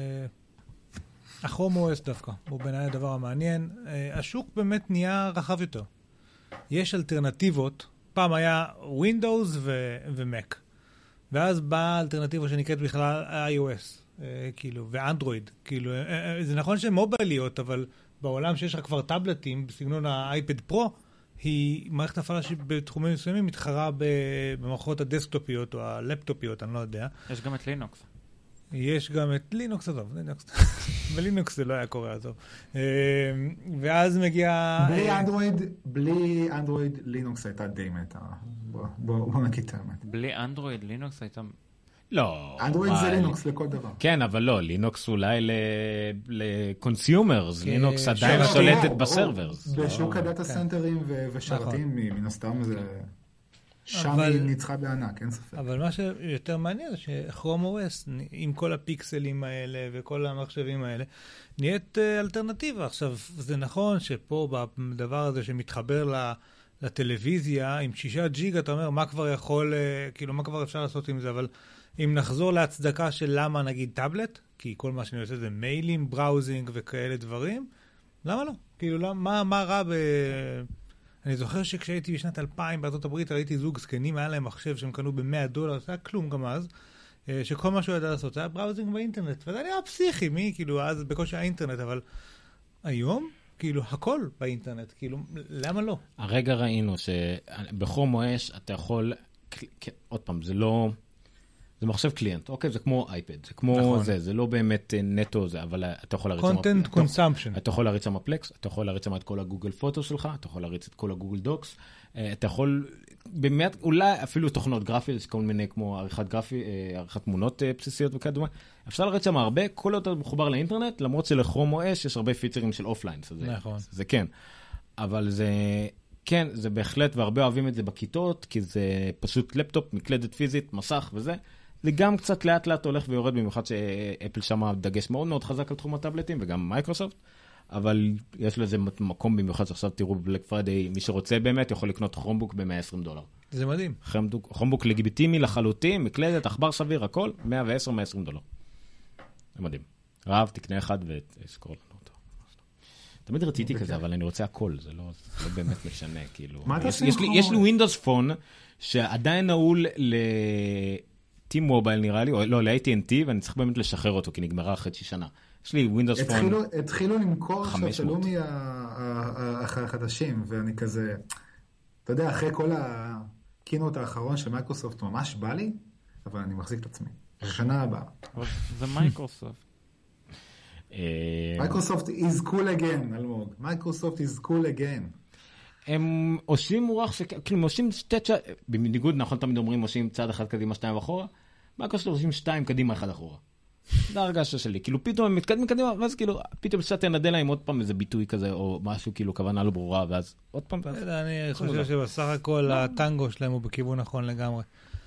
הכרום OS דווקא. הוא בעיניי הדבר המעניין. השוק באמת נהיה רחב יותר. יש אלטרנטיבות. פעם היה Windows ו-Mac. ואז באה אלטרנטיבה שנקראת בכלל iOS. כאילו, ואנדרואיד. כאילו, זה נכון שהן מוביליות, אבל... בעולם שיש לך כבר טאבלטים, בסגנון האייפד פרו, היא מערכת הפעלה שבתחומים מסוימים מתחרה במערכות הדסקטופיות או הלפטופיות, אני לא יודע. יש גם את לינוקס. יש גם את לינוקס, עזוב, בלינוקס זה לא היה קורה, עזוב. ואז מגיע... בלי אנדרואיד, לינוקס הייתה די מתה. בוא נגיד את האמת. בלי אנדרואיד, לינוקס הייתה... לא. אנדרואיד זה לינוקס לכל דבר. כן, אבל לא, לינוקס אולי לקונסיומרס, לינוקס עדיין שולטת בסרברס. בשוק הדאטה סנטרים ושרתים, מן הסתם זה... שם היא ניצחה בענק, אין ספק. אבל מה שיותר מעניין זה שכרום OS, עם כל הפיקסלים האלה וכל המחשבים האלה, נהיית אלטרנטיבה. עכשיו, זה נכון שפה בדבר הזה שמתחבר לטלוויזיה, עם 6 ג'יגה, אתה אומר, מה כבר יכול, כאילו, מה כבר אפשר לעשות עם זה, אבל אם נחזור להצדקה של למה נגיד טאבלט, כי כל מה שאני עושה זה מיילים, בראוזינג וכאלה דברים, למה לא? כאילו, מה רע אני זוכר שכשהייתי בשנת 2000 בארצות הברית, ראיתי זוג זקנים, היה להם מחשב שהם קנו $100, זה היה כלום גם אז, שכל מה שהוא ידע לעשות, זה היה בראוזינג באינטרנט, וזה היה פסיכי, כאילו, אז בקושי האינטרנט, אבל היום, כאילו, הכל באינטרנט, כאילו, למה לא? הרגע ראינו שבכרום OS אתה יכול, עוד פעם, זה לא... זה מחשב קליינט, אוקיי? זה כמו אייפד, זה כמו נכון. זה לא באמת נטו זה, אבל אתה יכול להריץ שם... content consumption. אתה יכול להריץ שם פלקס, אתה יכול להריץ שם את כל הגוגל פוטו שלך, אתה יכול להריץ את כל הגוגל דוקס, אתה יכול, באמת, אולי אפילו תוכנות גרפיות, כל מיני כמו עריכת תמונות בסיסיות וכדומה, אפשר להריץ שם הרבה, כל יותר מחובר לאינטרנט, למרות שלכרום OS יש הרבה פיצרים של אופליין, נכון. זה כן. אבל זה, כן, זה בהחלט, והרבה אוהבים את זה בכיתות, כי זה פשוט לפטופ, מקלדת פיזית, מסך וזה. זה גם קצת לאט לאט הולך ויורד, במיוחד שאפל שמה דגש מאוד מאוד חזק על תחום הטאבלטים, וגם מייקרוסופט, אבל יש לזה מקום במיוחד שעכשיו תראו בבלק פריידיי, מי שרוצה באמת יכול לקנות כרומבוק ב$120. זה מדהים. כרומבוק לגיטימי לחלוטין, מקלדת, עכבר סביר, הכל, $110, $120. זה מדהים. רב, תקנה אחד ותסקור לנו אותו. תמיד רציתי כזה, אבל אני רוצה הכל, זה לא באמת משנה, כאילו. יש לי ווינדוס פון, שעדיין נעול טים מובייל נראה לי, או לא, ל-AT&T, ואני צריך באמת לשחרר אותו, כי נגמרה חצי שנה. יש לי ווינדוס פון... התחילו למכור עכשיו את הלומי החדשים, ואני כזה, אתה יודע, אחרי כל הקינות האחרון של מייקרוסופט ממש בא לי, אבל אני מחזיק את עצמי. שנה הבאה. זה מייקרוסופט. מייקרוסופט is cool again, אלמוג. מייקרוסופט is cool again. הם עושים מורח, כאילו, עושים בניגוד, נכון, תמיד אומרים, עושים צעד אחד קדימה, 2 אחורה, מייקרוסופט עושים 2 קדימה, 1 אחורה. זה הרגשה שלי. כאילו, פתאום הם מתקדמים קדימה, ואז כאילו, פתאום קצת תנדל להם עוד פעם איזה ביטוי כזה, או משהו, כאילו, כוונה לא ברורה, ואז עוד פעם. אני חושב שבסך הכל הטנגו שלהם הוא בכיוון נכון לגמרי.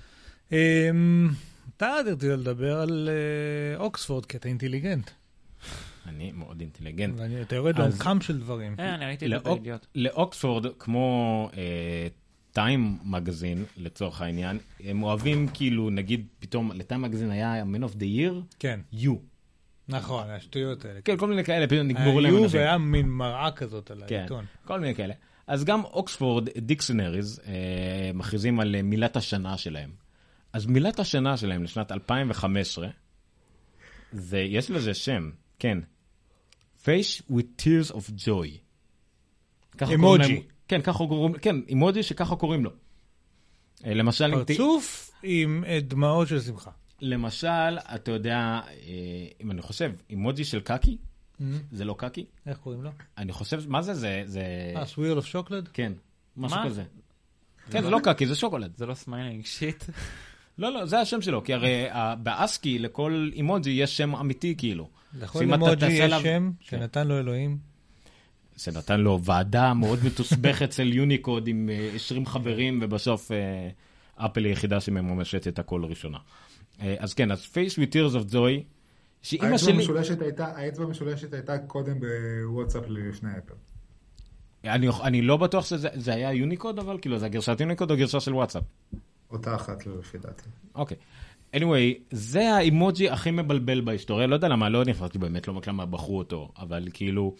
אתה רציתי לדבר על אוקספורד, כי אתה אינטליגנט. אני מאוד אינטליגנט. ואתה יורד לעומקם של דברים. אני ראיתי את הידיעות. לאוקספורד, כמו טיים מגזין, לצורך העניין, הם אוהבים כאילו, נגיד, פתאום, לטיים מגזין היה Man of the Year, כן. You. נכון, השטויות האלה. כן, כל מיני כאלה, פתאום נגמרו להם אנשים. אנשים. היה מין מראה כזאת על העיתון. כן, כל מיני כאלה. אז גם אוקספורד דיקשנריז מכריזים על מילת השנה שלהם. אז מילת השנה שלהם לשנת 2015, יש לזה שם, כן. Face with tears of joy. אימוג'י. כן, ככה קוראים, כן, אימוג'י שככה קוראים לו. למשל... פרצוף עם דמעות של שמחה. למשל, אתה יודע, אם אני חושב, אימוג'י של קאקי, זה לא קאקי. איך קוראים לו? אני חושב, מה זה? זה... סווירל אוף שוקולד? כן, משהו כזה. כן, זה לא קאקי, זה שוקולד. זה לא סמיילינג שיט. לא, זה השם שלו, כי הרי באסקי לכל אימוג'י יש שם אמיתי כאילו. לכל אימוג'י יש שם שנתן לו אלוהים. שנתן לו ועדה מאוד מתוסבכת של יוניקוד עם 20 חברים, ובסוף אפל היא יחידה שמממשת את הכל ראשונה. אז כן, אז Face with Tears of Joy, שאימא שלי... האצבע המשולשת הייתה קודם בוואטסאפ לפני אפל. אני לא בטוח שזה היה יוניקוד, אבל כאילו זה הגרשת יוניקוד או גרשה של וואטסאפ? אותה אחת לפי דעתי. אוקיי. anyway, זה האימוג'י הכי מבלבל בהיסטוריה. לא יודע למה, לא נכנסתי באמת, לא למה בחרו אותו, אבל כאילו...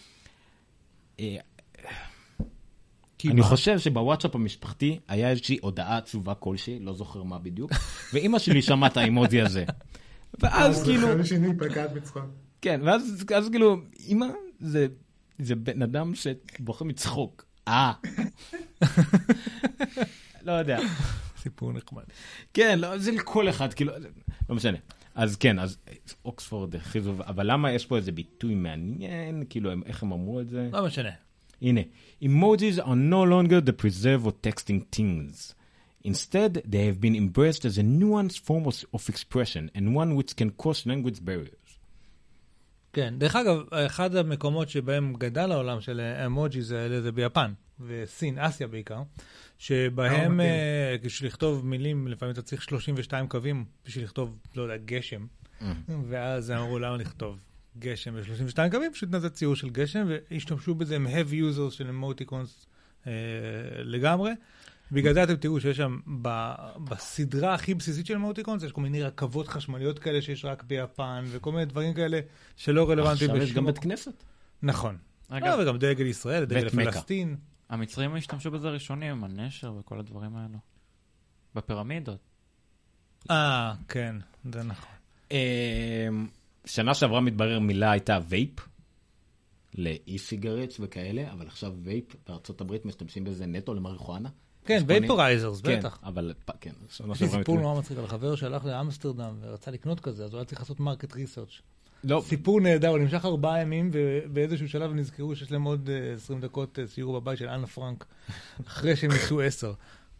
אני חושב שבוואטסאפ המשפחתי היה איזושהי הודעה עצובה כלשהי, לא זוכר מה בדיוק, ואמא שלי שמעה את האימוג'י הזה. ואז כאילו... זה שני פגעת בצחוק. כן, ואז כאילו, אמא, זה בן אדם שבוחר מצחוק. לא יודע. סיפור נחמד. כן, לא, זה לכל אחד, כאילו, לא משנה. אז כן, אז אוקספורד הכריזו, אבל למה יש פה איזה ביטוי מעניין, כאילו, איך הם אמרו את זה? לא משנה. הנה, emojis are no longer the preserve or texting things. Instead, they have been embraced as a nuanced form of expression, and one which can cross language barriers. כן, דרך אגב, אחד המקומות שבהם גדל העולם של אמוג'יז האלה זה ביפן, וסין, אסיה בעיקר, שבהם כשל לכתוב מילים, לפעמים אתה צריך 32 קווים בשביל לכתוב, לא יודע, גשם, ואז אמרו למה לכתוב גשם ב-32 קווים, פשוט נעשה ציור של גשם, והשתמשו בזה עם heavy users של אמוטיקונס לגמרי. בגלל זה אתם תראו שיש שם, בסדרה הכי בסיסית של אמוטיקונס, יש כל מיני רכבות חשמליות כאלה שיש רק ביפן, וכל מיני דברים כאלה שלא רלוונטיים. עכשיו יש גם בית כנסת. נכון. וגם דגל ישראל, דגל פלסטין. המצרים השתמשו בזה ראשונים, הנשר וכל הדברים האלו. בפירמידות. כן, זה נכון. שנה שעברה מתברר מילה הייתה וייפ, לאי סיגרטס וכאלה, אבל עכשיו וייפ בארצות הברית משתמשים בזה נטו למריחואנה. כן, וייפורייזרס, בטח. אבל כן. יש לי סיפור נורא מצחיק על חבר שהלך לאמסטרדם ורצה לקנות כזה, אז הוא היה צריך לעשות מרקט ריסרצ'. סיפור נהדר, הוא נמשך 4 ימים, ובאיזשהו שלב נזכרו שיש להם עוד 20 דקות סיור בבית של אנה פרנק, אחרי שהם יצאו 10.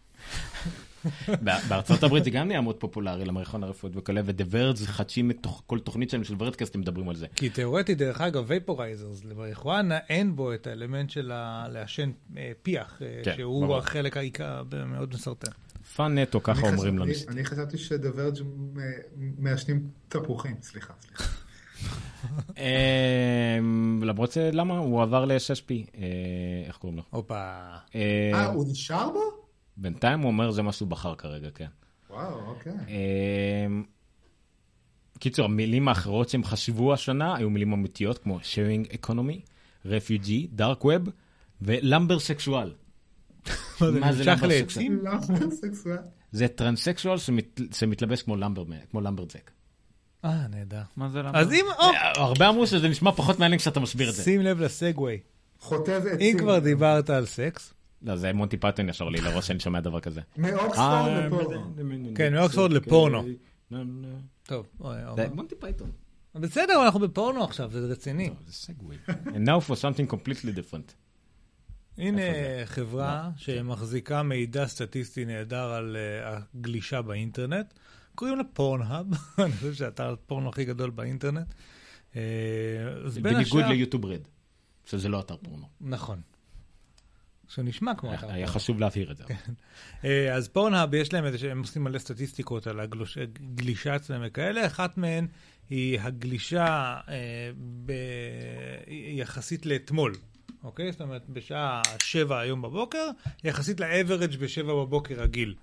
בארצות הברית זה גם נהיה מאוד פופולרי למריחואנה רפואית וכאלה, ודה ורד זה חדשים את כל תוכנית שלנו של ורדקאסט, הם מדברים על זה. כי תיאורטית, דרך אגב, וייפורייזרס, למריחואנה אין בו את האלמנט של לעשן פיח, שהוא החלק העיקר מאוד מסרטן. פן נטו, ככה אומרים לנו. אני חשבתי שדה ורד מעשנים תפוחים, סליחה. למרות למה? הוא עבר ל-6P. איך קוראים לו? אופה. הוא נשאר בו? בינתיים הוא אומר זה מה שהוא בחר כרגע, כן. וואו, אוקיי. קיצור, המילים האחרות שהם חשבו השנה היו מילים אמיתיות, כמו sharing economy, refugee, dark web ולמבר סקשואל. מה זה למבר סקשואל? למבר סקשואל. זה טרנסקשואל שמתלבש כמו למברג'ק. נהדר. מה זה למבר? אז אם... הרבה אמרו שזה נשמע פחות מעניין כשאתה מסביר את זה. שים לב לסגווי. חוטב עצים. אם כבר דיברת על סקס. לא, זה מונטי פייתון ישר לי לראש שאני שומע דבר כזה. מאוקספורד לפורנו. כן, מאוקספורד לפורנו. טוב. זה מונטי פייתון. בסדר, אנחנו בפורנו עכשיו, זה רציני. זה סגווי. And now for something completely different. הנה חברה שמחזיקה מידע סטטיסטי נהדר על הגלישה באינטרנט. קוראים לה פורנהאב. אני חושב שאתר הפורנו הכי גדול באינטרנט. בניגוד ליוטיוב רד, שזה לא אתר פורנו. נכון. שנשמע כמו אתר פורנו. היה חשוב להבהיר את זה. אז פורנהאב יש להם הם עושים מלא סטטיסטיקות על הגלישה אצלם וכאלה. אחת מהן היא הגלישה יחסית לאתמול. אוקיי? זאת אומרת, בשעה 7 היום בבוקר, יחסית לאברג' ב7 בבוקר רגיל.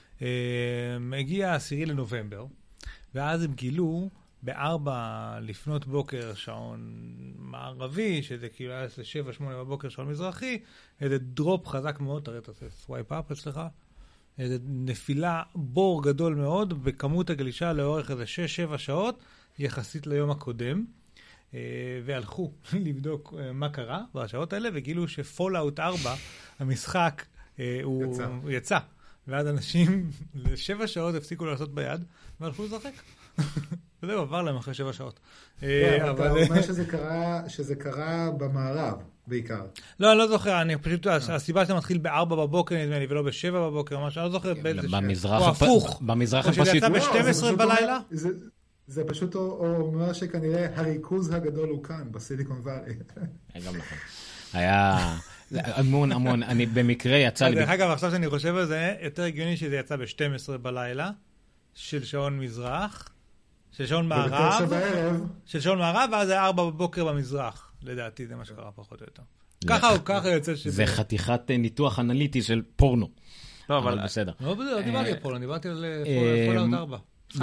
הגיע 10 לנובמבר, ואז הם גילו ב4 לפנות בוקר שעון מערבי, שזה כאילו היה 7-8 בבוקר שעון מזרחי, איזה דרופ חזק מאוד, תראה, תעשה סווייפ אפ אצלך, איזה נפילה, בור גדול מאוד, בכמות הגלישה לאורך איזה 6-7 שעות, יחסית ליום הקודם, והלכו לבדוק מה קרה בשעות האלה, וגילו שפולאוט 4, המשחק, הוא יצא. ואז אנשים ל7 שעות הפסיקו לעשות ביד, והלכו לשחק. וזהו, עבר להם אחרי 7 שעות. אתה אומר שזה קרה במערב, בעיקר. לא, אני לא זוכר, אני פשוט, הסיבה שאתה מתחיל ב4 בבוקר, נדמה לי, ולא ב7 בבוקר, ממש, אני לא זוכר באיזה במזרח, או הפוך. במזרח או שזה יצא ב12 בלילה. זה פשוט אומר שכנראה הריכוז הגדול הוא כאן, בסיליקון ואלי. גם נכון. היה המון, אני במקרה יצא לי... דרך אגב, עכשיו שאני חושב על זה, יותר הגיוני שזה יצא ב12 בלילה, של שעון מזרח, של שעון מערב, ואז זה 4 בבוקר במזרח. לדעתי זה מה שקרה פחות או יותר. ככה יוצא שזה... זה חתיכת ניתוח אנליטי של פורנו. לא, אבל בסדר. לא דיברתי על פורנו, דיברתי על פולאאוט 4.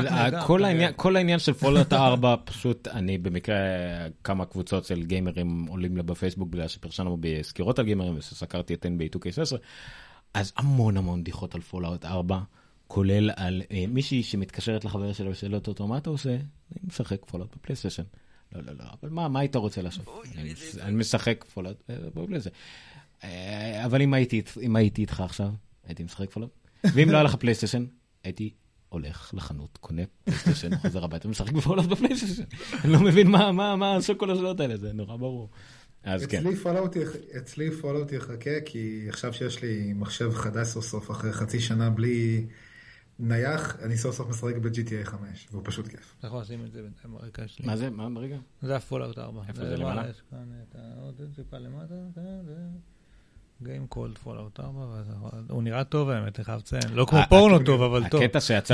כל העניין של פולאאוט 4, פשוט אני במקרה כמה קבוצות של גיימרים עולים לה בפייסבוק, בגלל שפרשנו בסקירות על גיימרים, וסקרתי את NBA 2K16, אז המון דיחות על פולאאוט 4, כולל על מישהי שמתקשרת לחבר שלו ושאלות אותו, מה אתה עושה? אני משחק פולאאוט בפלייסטיישן. לא, אבל מה היית רוצה לעשות? אני משחק פולאאוט בפלייסטיישן. אבל אם הייתי איתך עכשיו, הייתי משחק פולאאוט. ואם לא היה לך פלייסטיישן, הייתי הולך לחנות, קונה פלייסטיישן, חוזר הביתה ומשחק בפולאאוט בפלייסטיישן. אני לא מבין מה עשו כל השאלות האלה, זה נורא ברור. אז כן. אצלי פולאאוט יחכה, כי עכשיו שיש לי מחשב חדש סוף סוף, אחרי חצי שנה בלי נייח, אני סוף סוף משחק ב-GTA 5, והוא פשוט כיף. אתה יכול לשים את זה בינתיים ברקע שלי. מה זה? מה ברגע? זה הפולאאוט 4. איפה זה למעלה? יש כאן את עוד טיפה למטה, Game Called Fallout 4, הוא נראה טוב האמת, אני חייב לציין. לא כמו פורנו טוב, אבל טוב. הקטע שיצא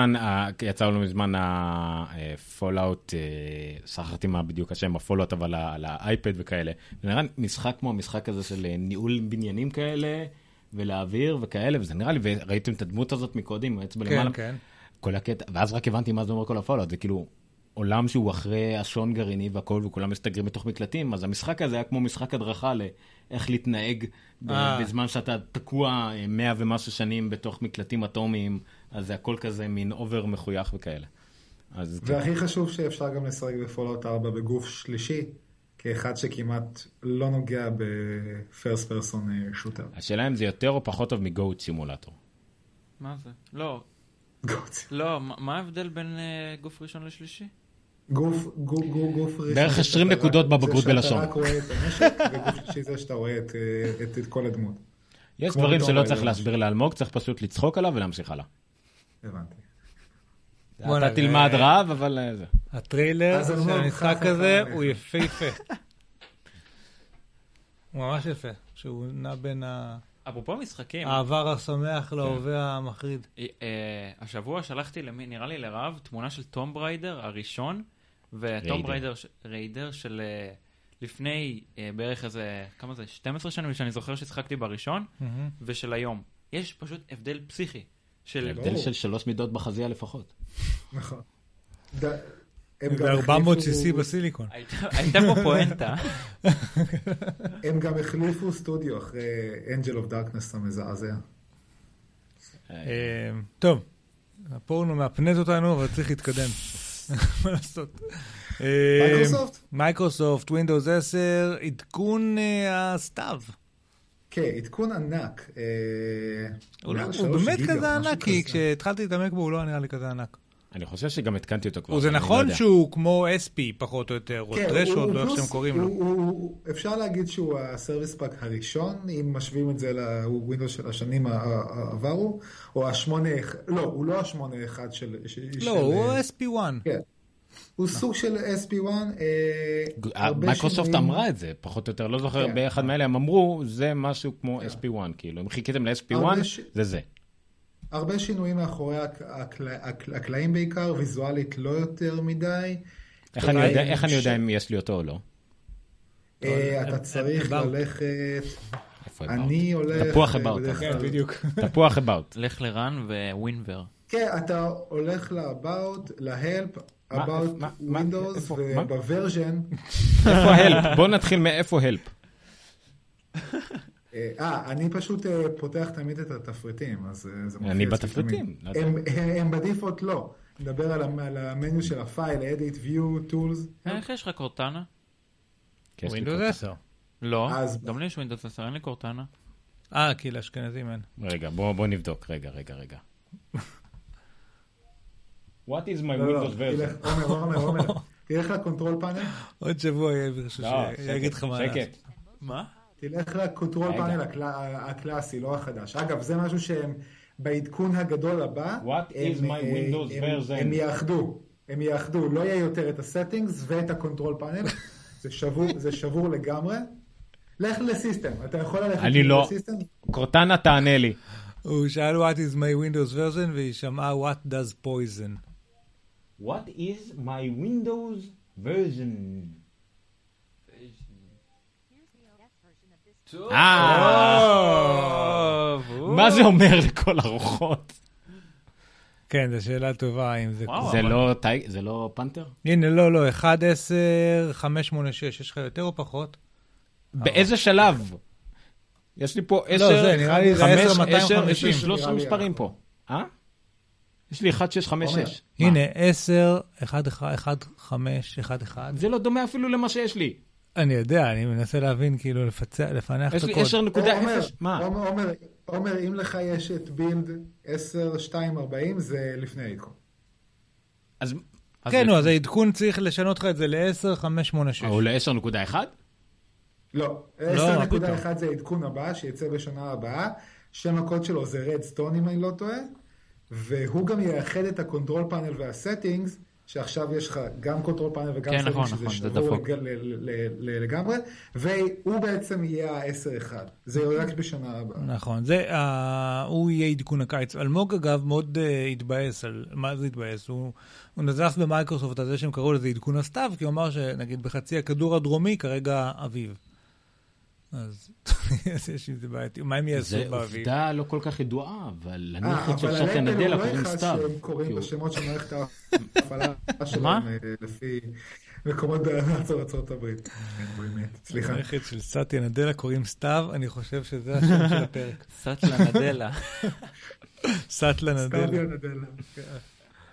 לו מזמן הפולאוט, שכחתי מה בדיוק השם, הפולאוט אבל על האייפד וכאלה. זה נראה משחק כמו המשחק הזה של ניהול בניינים כאלה, ולהעביר וכאלה, וזה נראה לי, וראיתם את הדמות הזאת מקודם, אצבע למעלה. כן. כל הקטע, ואז רק הבנתי מה זה אומר כל הפולאוט, זה כאילו עולם שהוא אחרי אסון גרעיני והכל, וכולם מסתגרים בתוך מקלטים, אז המשחק הזה היה כמו משחק הדרכה לאיך להתנהג בזמן שאתה תקוע 100 ומשהו שנים בתוך מקלטים אטומיים, אז זה הכל כזה מין אובר מחוייך וכאלה. והכי חשוב שאפשר גם לשחק בפולאאוט 4 בגוף שלישי, כאחד שכמעט לא נוגע ב-first person shooter. השאלה אם זה יותר או פחות טוב מגוט סימולטור. מה זה? לא. גוט. לא, מה ההבדל בין גוף ראשון לשלישי? גוף ראשון. בערך 20 נקודות בבגרות בלשון. זה שאתה רק רואה את הנשק, וגוף שלישי זה שאתה רואה את כל הדמות. יש דברים שלא צריך להסביר לאלמוג, צריך פשוט לצחוק עליו ולהמשיך הלאה. הבנתי. אתה תלמד רב, אבל זה. הטריילר של המשחק הזה הוא יפהפה. הוא ממש יפה, שהוא נע בין אפרופו משחקים. העבר השמח להווה המחריד. השבוע שלחתי, נראה לי לרב, תמונה של טום בריידר הראשון, וטום ריידר של לפני בערך איזה, כמה זה, 12 שנים שאני זוכר ששחקתי בראשון, ושל היום. יש פשוט הבדל פסיכי. הבדל של 3 מידות בחזייה לפחות. נכון. ב-400cc בסיליקון. הייתה פה פואנטה. הם גם החליפו סטודיו אחרי Angel of Darkness המזעזע. טוב, הפורנו מאפנט אותנו, אבל צריך להתקדם. מה לעשות? מייקרוסופט? מייקרוסופט, Windows 10, עדכון הסתיו. כן, עדכון ענק. הוא באמת כזה ענק, כי כשהתחלתי להתעמק בו הוא לא נראה לי כזה ענק. אני חושב שגם התקנתי אותו כבר. זה נכון שהוא כמו SP פחות או יותר, או טרשולד, או איך שהם קוראים לו. אפשר להגיד שהוא הסרוויס פאק הראשון, אם משווים את זה לווינדוס של השנים העברו, או לא, הוא לא ה-8.1 של... לא, הוא SP1. כן. הוא סוג של SP1. מייקרוסופט אמרה את זה, פחות או יותר, לא זוכר, באחד מאלה הם אמרו, זה משהו כמו SP1, כאילו, אם חיכיתם ל-SP1, זה זה. הרבה שינויים מאחורי הקלעים בעיקר, ויזואלית לא יותר מדי. איך אני יודע אם יש לי אותו או לא? אתה צריך ללכת... אני הולך... תפוח about. כן, בדיוק. תפוח about. לך לרן ווינבר. כן, אתה הולך ל-about, ל-help, about Windows, ובוורז'ן... איפה help? בוא נתחיל מאיפה help. אני פשוט פותח תמיד את התפריטים, אז זה מופיע. אני בתפריטים. הם בדיפולט לא. נדבר על המניו של הפייל, edit, view, tools. איך יש לך קורטנה? ווינדוס 10. לא, גם לי יש ווינדוס 10, אין לי קורטנה. כי לאשכנזים אין. רגע, בוא נבדוק. רגע. What is my Windows version? עומר, תלך לקונטרול פאנל. עוד שבוע יהיה משהו שיגיד לך מה. שקט. מה? תלך לקונטרול פאנל הקלאסי, לא החדש. אגב, זה משהו שהם בעדכון הגדול הבא, What is my Windows version? הם יאחדו, לא יהיה יותר את הסטינגס ואת הקונטרול פאנל, זה שבור לגמרי. לך לסיסטם, אתה יכול ללכת לסיסטם? אני לא, קורטנה תענה לי. הוא שאל what is my Windows version והיא שמעה what does poison. What is my Windows version? מה זה אומר לכל הרוחות? כן, זו שאלה טובה. זה לא פנתר? הנה, לא, 1.10.586, יש לך יותר או פחות? באיזה שלב? יש לי פה 10, לא, זה נראה לי זה 10.250. יש לי 13 מספרים פה. יש לי 1.656. הנה, 10.1.5.1.1. זה לא דומה אפילו למה שיש לי. אני יודע, אני מנסה להבין, כאילו, לפענח את הקוד. יש לי 10.0. מה? עומר, אם לך יש את בילד 10.2.40, זה לפני העדכון. כן, אז העדכון צריך לשנות לך את זה ל-10.586. או ל-10.1? לא, 10.1 זה העדכון הבא, שיצא בשנה הבאה. שם הקוד שלו זה רדסטון, אם אני לא טועה. והוא גם יאחד את הקונטרול פאנל והסטינגס, שעכשיו יש לך גם קונטרול פאנל וגם סטינגס, שזה שבור לגמרי, והוא בעצם יהיה ה-10.1. זה רק בשנה הבאה. נכון, הוא יהיה עדכון הקיץ. אלמוג אגב מאוד התבאס על מה זה התבאס. הוא נזף במייקרוסופט על זה שהם קראו לזה עדכון הסתיו, כי הוא אמר שנגיד בחצי הכדור הדרומי כרגע אביב. אז יש עם זה בעייתי. מה הם יעשו באביב? זה עובדה לא כל כך ידועה, אבל הנכד של סטיה נדלה קוראים סתיו. שהם קוראים בשמות של מערכת ההפעלה שלהם לפי מקומות בארצות הברית. סליחה. הנכד של סטיה נדלה קוראים סתיו, אני חושב שזה השם של הפרק. סטלה נדלה. סטלה נדלה.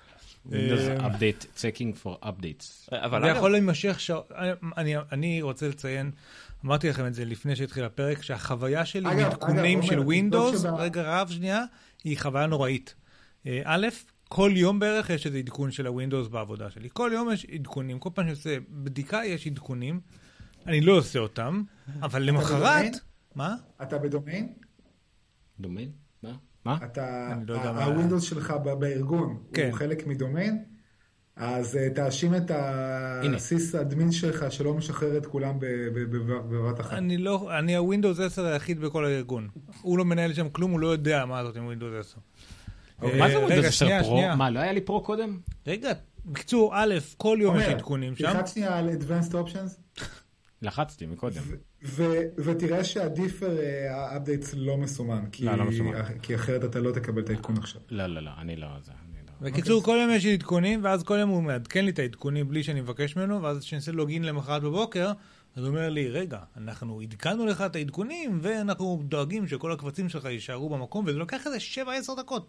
Windows update, checking for updates. אבל זה אגב, יכול להימשך אני רוצה לציין, אמרתי לכם את זה לפני שהתחיל הפרק, שהחוויה שלי אגב, מעדכונים עומר, של תבדוק ווינדוס, שבה- רגע רב שנייה, היא חוויה נוראית. א', כל יום בערך יש איזה עדכון של הווינדוס בעבודה שלי. כל יום יש עדכונים, כל פעם שעושה בדיקה יש עדכונים. אני לא עושה אותם, אבל למחרת... בדומיין? מה? אתה בדומיין? דומיין? מה? אני לא יודע מה- הווינדוס שלך בארגון כן. הוא חלק מדומיין, אז תאשים את הסיס אדמין שלך שלא משחרר את כולם בבת אחת. אני הווינדוס 10 היחיד בכל הארגון. הוא לא מנהל שם כלום, הוא לא יודע מה זאת עם ווינדוס 10. מה זה רגע, Windows 10 שנייה, פרו? שנייה. מה, לא היה לי פרו קודם? רגע, בקיצור, א', כל יום יש עדכונים שם. תלחץ שנייה על Advanced Options, לחצתי מקודם. ותראה שהדיפר updates לא מסומן, לא מסומן. כי אחרת אתה לא תקבל את העדכון עכשיו. לא, אני לא. בקיצור, כל יום יש לי עדכונים, ואז כל יום הוא מעדכן לי את העדכונים בלי שאני מבקש ממנו, ואז כשנעשה לוגין למחרת בבוקר, אז הוא אומר לי, רגע, אנחנו עדכנו לך את העדכונים, ואנחנו דואגים שכל הקבצים שלך יישארו במקום, וזה לוקח איזה 7-10 דקות.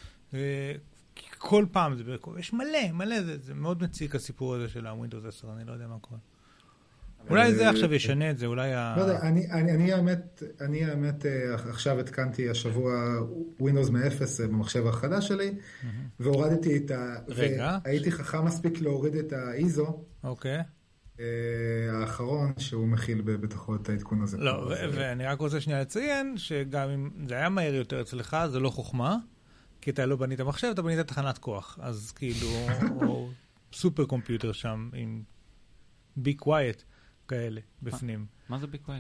כל פעם, יש מלא, זה מאוד מציק הסיפור הזה של הווינדוס 10, אני לא יודע מה קורה. אולי זה עכשיו ישנה את זה, אולי לא יודע, אני האמת עכשיו התקנתי השבוע Windows מ-0 במחשב החדש שלי, והורדתי את רגע. והייתי חכם מספיק להוריד את ה-ISO אוקיי. האחרון שהוא מכיל בתוכו את העדכון הזה. לא, ואני רק רוצה שנייה לציין, שגם אם זה היה מהר יותר אצלך, זה לא חוכמה, כי אתה לא בנית מחשב, אתה בנית תחנת כוח. אז כאילו, או סופר קומפיוטר שם, עם be quiet כאלה, בפנים. מה זה ביקווייט?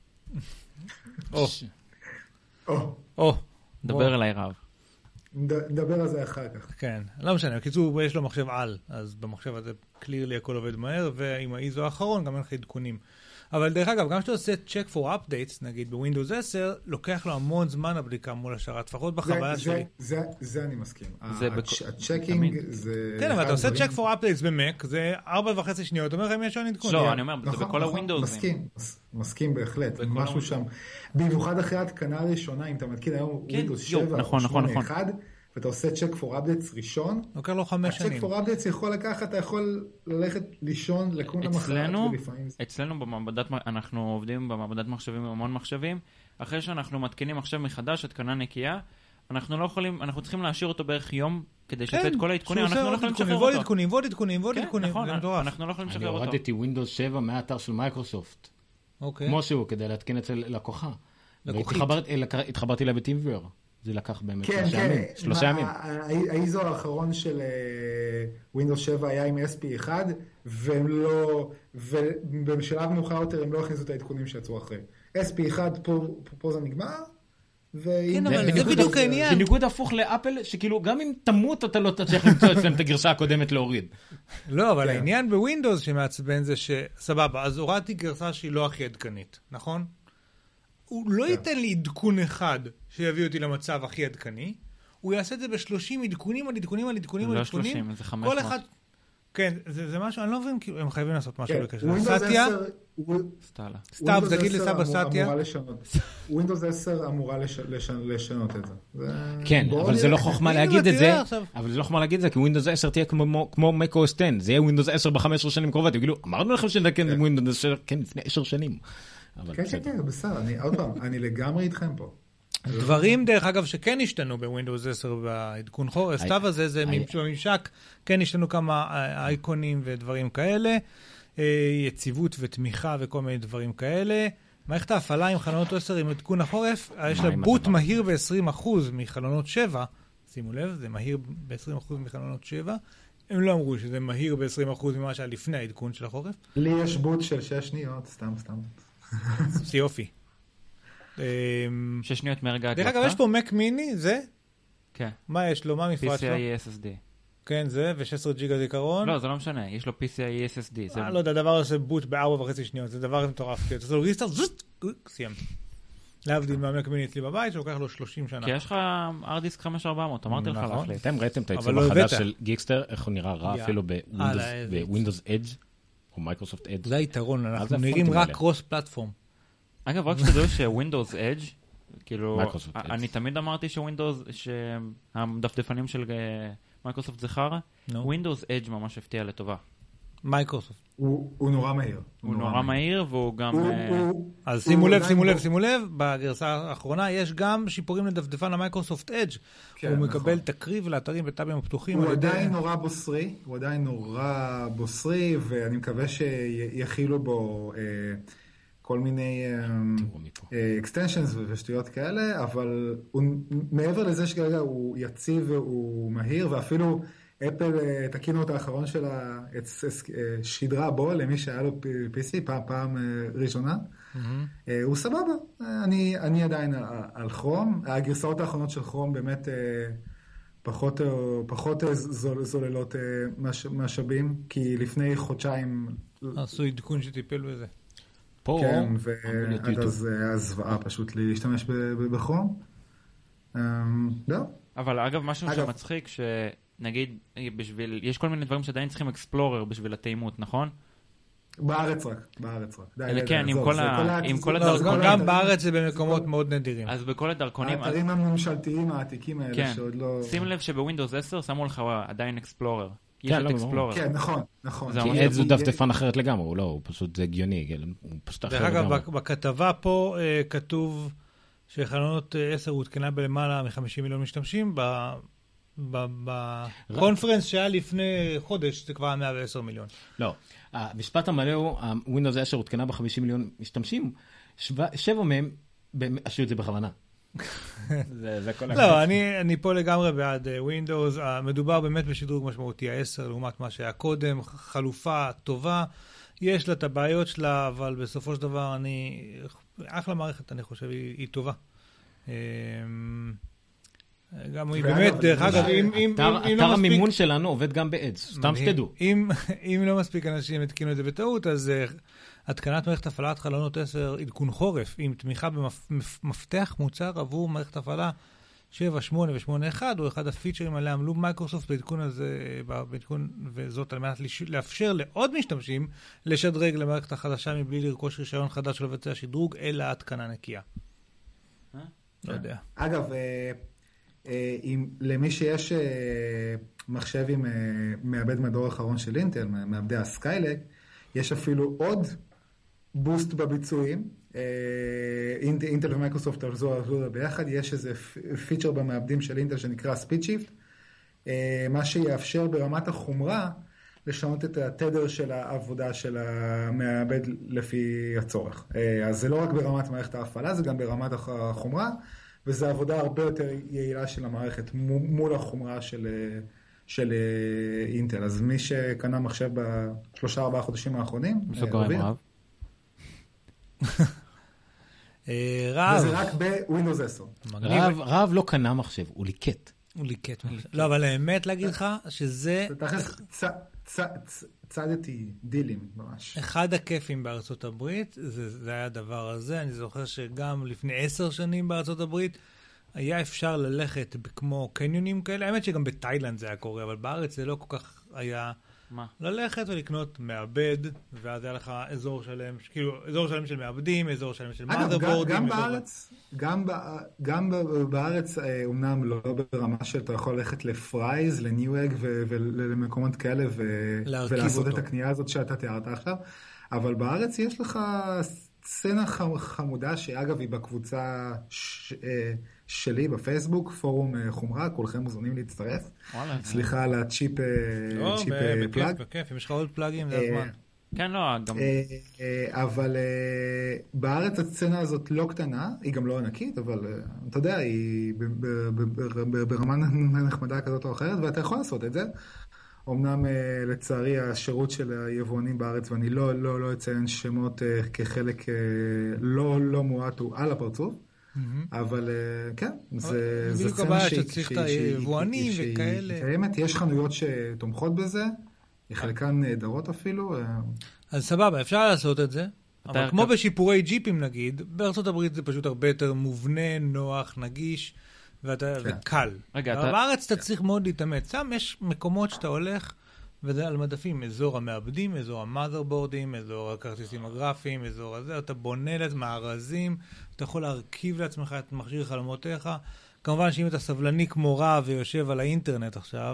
או. דבר אליי רב. נדבר על זה אחר כך. כן, לא משנה, בקיצור, יש לו מחשב על, אז במחשב הזה קלירלי הכל עובד מהר, ועם האיזו האחרון גם אין לך עדכונים. אבל דרך אגב, גם כשאתה עושה check for updates, נגיד בווינדוס 10, לוקח לו המון זמן הבדיקה מול השרת, לפחות בחוויה שלי. זה אני מסכים. זה הצ'קינג זה... כן, אבל אתה עושה check for updates במק, זה 4.5 שניות, אומר לך אם יש עוד עדכון. לא, אני אומר, זה בכל הווינדוסים. מסכים בהחלט. משהו שם, במיוחד אחרי ההתקנה הראשונה, אם אתה מתקין היום ווינדוס 7 או 8.1, ואתה עושה check for updates ראשון, לוקח לו 5 שנים. ה-check for updates יכול לקחת, אתה יכול ללכת לישון, לקום למחרת, ולפעמים... אצלנו במעבדת, אנחנו עובדים במעבדת מחשבים, המון מחשבים, אחרי שאנחנו מתקינים מחשב מחדש, התקנה נקייה, אנחנו לא יכולים, אנחנו צריכים להשאיר אותו בערך יום, כדי שיצא את כל העדכונים, אנחנו לא יכולים לשחרר אותו. ועוד עדכונים, נכון, אנחנו לא יכולים אני לשחרר אותו. הורדתי Windows 7 מהאתר של מייקרוסופט. כמו שהוא, כדי להתקין אצל לקוחה. התחברתי לה בטימוויר. זה לקח באמת 3 ימים. האיזו האחרון של Windows 7 היה עם SP1, והם לא, ובשלב מאוחר יותר הם לא הכניסו את העדכונים שיצאו אחרי. SP1 פה זה נגמר, כן, אבל זה בדיוק העניין. זה ניגוד הפוך לאפל, שכאילו גם אם תמות אתה לא תצליח למצוא אצלם את הגרשה הקודמת להוריד. לא, אבל העניין בווינדוס שמעצבן זה שסבבה, אז הורדתי גרסה שהיא לא הכי עדכנית, נכון? הוא לא ייתן לי עדכון אחד שיביא אותי למצב הכי עדכני, הוא יעשה את זה ב-30 עדכונים על עדכונים על עדכונים על עדכונים. לא 30, זה 500. כל אחד... כן, זה משהו, אני לא מבין, הם חייבים לעשות משהו בקשר. סטיה? סטלה. סתיו, תגיד לסבא סטיה. ווינדוס 10 אמורה לשנות את זה. כן, אבל זה לא חוכמה להגיד את זה, אבל זה לא חוכמה להגיד את זה, כי ווינדוס 10 תהיה כמו מקOS 10, זה יהיה ווינדוס 10 ב-15 שנים קרובות, כאילו, אמרנו לכם שנתקן ווינדוס 10, כן, לפני 10 שנים. כן, בסדר, עוד פעם, אני לגמרי איתכם פה. דברים, דרך אגב, שכן השתנו בווינדוס 10 בעדכון חורף, סתיו הזה, זה בממשק, כן השתנו כמה אייקונים ודברים כאלה, יציבות ותמיכה וכל מיני דברים כאלה. מערכת ההפעלה עם חלונות 10 עם עדכון החורף, יש לה בוט מהיר ב-20% מחלונות 7, שימו לב, זה מהיר ב-20% מחלונות 7, הם לא אמרו שזה מהיר ב-20% ממה שהיה לפני העדכון של החורף. לי יש בוט של 6 שניות, סתם. יופי. 6 שניות מהרגע הקלטה. דרך אגב, יש פה מק מיני, זה? כן. מה יש לו? מה מפרט לו? PCIe SSD. כן, זה, ו-16 ג'יגה זיכרון. לא, זה לא משנה, יש לו PCIe SSD. לא יודע, הדבר הזה בוט ב4.5 שניות, זה דבר מטורף. אתה עושה לו ריסטארט, סיים. להבדיל מהמק מיני אצלי בבית, שלוקח לו 30 שנה. כי יש לך ארדיסק 5400, אמרתי לך להחליט. אתם ראיתם את העיצוב החדש של גיקסטר, איך הוא נראה רע אפילו בווינדוס אדג' או מייקרוסופט אדג'. זה היתרון, אנחנו נראים רק קרוס פלטפורם. אגב, רק שתדעו שווינדוס אדג' כאילו, אני תמיד אמרתי שווינדוס, שהדפדפנים של מייקרוסופט זה חרא, Windows Edge ממש הפתיע לטובה. מייקרוסופט. הוא נורא מהיר. הוא נורא מהיר והוא גם... אז שימו לב, בגרסה האחרונה יש גם שיפורים לדפדפן למייקרוסופט אדג'. הוא מקבל תקריב לאתרים וטאבים הפתוחים. הוא עדיין נורא בוסרי, ואני מקווה שיכילו בו כל מיני extensions ושטויות כאלה, אבל מעבר לזה שכרגע הוא יציב והוא מהיר, ואפילו אפל תקינו את האחרון שלה, שידרה בו למי שהיה לו PC פעם ראשונה. הוא סבבה, אני עדיין על כרום. הגרסאות האחרונות של כרום באמת פחות זוללות משאבים, כי לפני חודשיים... עשו עדכון שטיפל בזה. כן, ועד אז היה זוועה פשוט להשתמש בכרום. לא. אבל אגב, משהו שמצחיק נגיד, יש כל מיני דברים שעדיין צריכים אקספלורר בשביל התאימות, נכון? בארץ רק. כן, עם כל הדרכונים. גם בארץ זה במקומות מאוד נדירים. אז בכל הדרכונים... האתרים הממשלתיים העתיקים האלה שעוד לא... שים לב שבווינדוס 10 שמו לך עדיין אקספלורר. יש את אקספלורר. כן, נכון. כי עד זו דפדפן אחרת לגמרי, הוא פשוט זה הגיוני, הוא פשוט אחר לגמרי. דרך אגב, בכתבה פה כתוב שחלונות 10 הותקנה בלמעלה מ-50 מיליון משתמשים, בקונפרנס שהיה לפני חודש זה כבר 110 מיליון. לא, המשפט המלא הוא, ווינדוס 10 הותקנה ב-50 מיליון משתמשים, 7 מהם עשו את זה בכוונה. לא, אני פה לגמרי בעד ווינדוס, מדובר באמת בשדרוג משמעותי, ה-10 לעומת מה שהיה קודם, חלופה טובה, יש לה את הבעיות שלה, אבל בסופו של דבר אחלה מערכת אני חושב היא טובה. גם היא באמת, דרך אגב, אתר המימון שלנו עובד גם בעץ, סתם שתדעו. אם לא מספיק אנשים התקינו את זה בטעות, אז התקנת מערכת הפעלת חלונות 10 עדכון חורף, עם תמיכה במפתח מוצר עבור מערכת הפעלה 7, 8 ו-8.1, הוא אחד הפיצ'רים עליה עמלו מייקרוסופט בעדכון הזה, וזאת על מנת לאפשר לעוד משתמשים לשדרג למערכת החדשה מבלי לרכוש רישיון חדש של לבצע שדרוג, אלא התקנה נקייה. לא יודע. אגב, למי שיש מחשב עם מעבד מדור האחרון של אינטל, מעבדי הסקיילק, יש אפילו עוד בוסט בביצועים. אינטל ומייקרוסופט עבדו ביחד, יש איזה פיצ'ר במעבדים של אינטל שנקרא ספיד שיפט, מה שיאפשר ברמת החומרה לשנות את התדר של העבודה של המעבד לפי הצורך. אז זה לא רק ברמת מערכת ההפעלה, זה גם ברמת החומרה, וזו עבודה הרבה יותר יעילה של המערכת מול החומרה של אינטל. אז מי שקנה מחשב ב3-4 חודשים האחרונים, וזה רק בווינדוס 10. רב לא קנה מחשב, הוא ליקט. לא, אבל האמת להגיד לך שזה... צדתי דילים ממש. אחד הכיפים בארצות הברית, זה היה הדבר הזה. אני זוכר שגם לפני 10 שנים בארצות הברית, היה אפשר ללכת כמו קניונים כאלה. האמת שגם בתאילנד זה היה קורה, אבל בארץ זה לא כל כך היה... מה? ללכת ולקנות מעבד, ואז היה לך אזור שלם, כאילו אזור שלם של מעבדים, אזור שלם של מotherboardים. גם בארץ, אומנם לא ברמה שאתה יכול ללכת לפרייז, לניו-אג ולמקומות כאלה, ולעשות את הקנייה הזאת שאתה תיארת עכשיו, אבל בארץ יש לך סצנה חמודה, שאגב היא בקבוצה שלי בפייסבוק, פורום חומרה, כולכם מוזמנים להצטרף. סליחה על הצ'יפ פלאג. בכיף, אם יש לך עוד פלאגים, זה הזמן. כן, לא, גם... אבל בארץ הסצנה הזאת לא קטנה, היא גם לא ענקית, אבל אתה יודע, היא ברמה נחמדה כזאת או אחרת, ואתה יכול לעשות את זה. אמנם לצערי השירות של היבואנים בארץ, ואני לא אציין שמות כחלק לא מועט הוא על הפרצוף, אבל כן, זה סצנה שהיא קיימת, יש חנויות שתומכות בזה, חלקן נהדרות אפילו. אז סבבה, אפשר לעשות את זה, אבל כמו בשיפורי ג'יפים נגיד, בארצות הברית זה פשוט הרבה יותר מובנה, נוח, נגיש, וקל. בארץ אתה צריך מאוד להתאמץ. שם יש מקומות שאתה הולך, וזה על מדפים, אזור המעבדים, אזור המאזרבורדים, אזור הכרטיסים הגרפיים, אזור הזה, אתה בונה לזה מארזים, אתה יכול להרכיב לעצמך את מכשיר חלומותיך. כמובן שאם אתה סבלני כמו רב ויושב על האינטרנט עכשיו,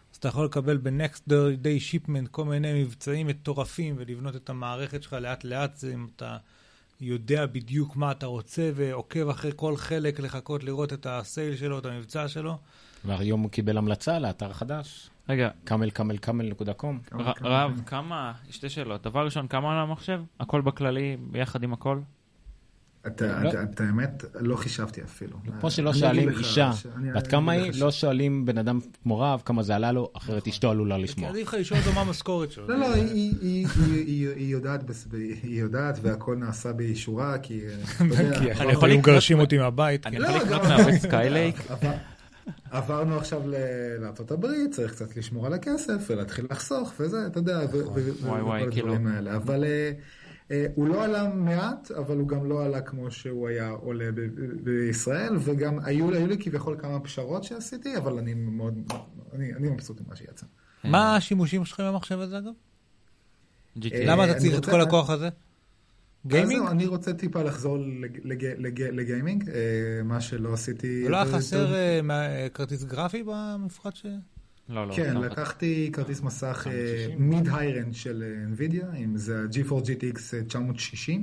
אז אתה יכול לקבל ב-Next Day Shipment כל מיני מבצעים מטורפים, ולבנות את המערכת שלך לאט לאט, אם אתה יודע בדיוק מה אתה רוצה, ועוקב אחרי כל חלק לחכות לראות את הסייל שלו, את המבצע שלו. והיום הוא קיבל המלצה לאתר חדש. רגע, kamelkamelkamel.com. רב, כמה, שתי שאלות. דבר ראשון, כמה על המחשב? הכל בכללי, ביחד עם הכל? את האמת, לא חישבתי אפילו. פה שלא שואלים אישה, בת כמה היא, לא שואלים בן אדם כמו רב, כמה זה עלה לו, אחרת אשתו עלולה לשמוע. עדיף לך לשאול אותו מה המשכורת שלו. לא, היא יודעת, והכל נעשה באישורה, כי... הם מגרשים אותי מהבית. אני יכול לקנות מהבית סקיילייק? עברנו עכשיו לארצות הברית, צריך קצת לשמור על הכסף, ולהתחיל לחסוך, וזה, אתה יודע, וכל הדברים האלה. אבל הוא לא עלה מעט, אבל הוא גם לא עלה כמו שהוא היה עולה בישראל, וגם היו לי כביכול כמה פשרות שעשיתי, אבל אני מבסוט עם מה שיצא. מה השימושים שלכם במחשב הזה, אגב? למה אתה צריך את כל הכוח הזה? גיימינג? אני רוצה טיפה לחזור לגיימינג, מה שלא עשיתי... לא חסר כרטיס גרפי במפרט ש... לא. כן, לקחתי כרטיס מסך mid-high-range של NVIDIA, אם זה ה-GeForce GTX 960.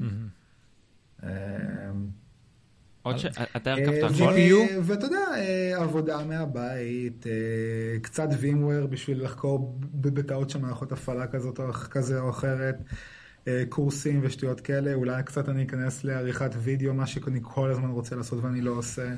אתה הרכבת הכל? ואתה יודע, עבודה מהבית, קצת VMware בשביל לחקור בטעות של מערכות הפעלה כזה או אחרת, קורסים ושטויות כאלה, אולי קצת אני אכנס לעריכת וידאו, מה שאני כל הזמן רוצה לעשות ואני לא עושה.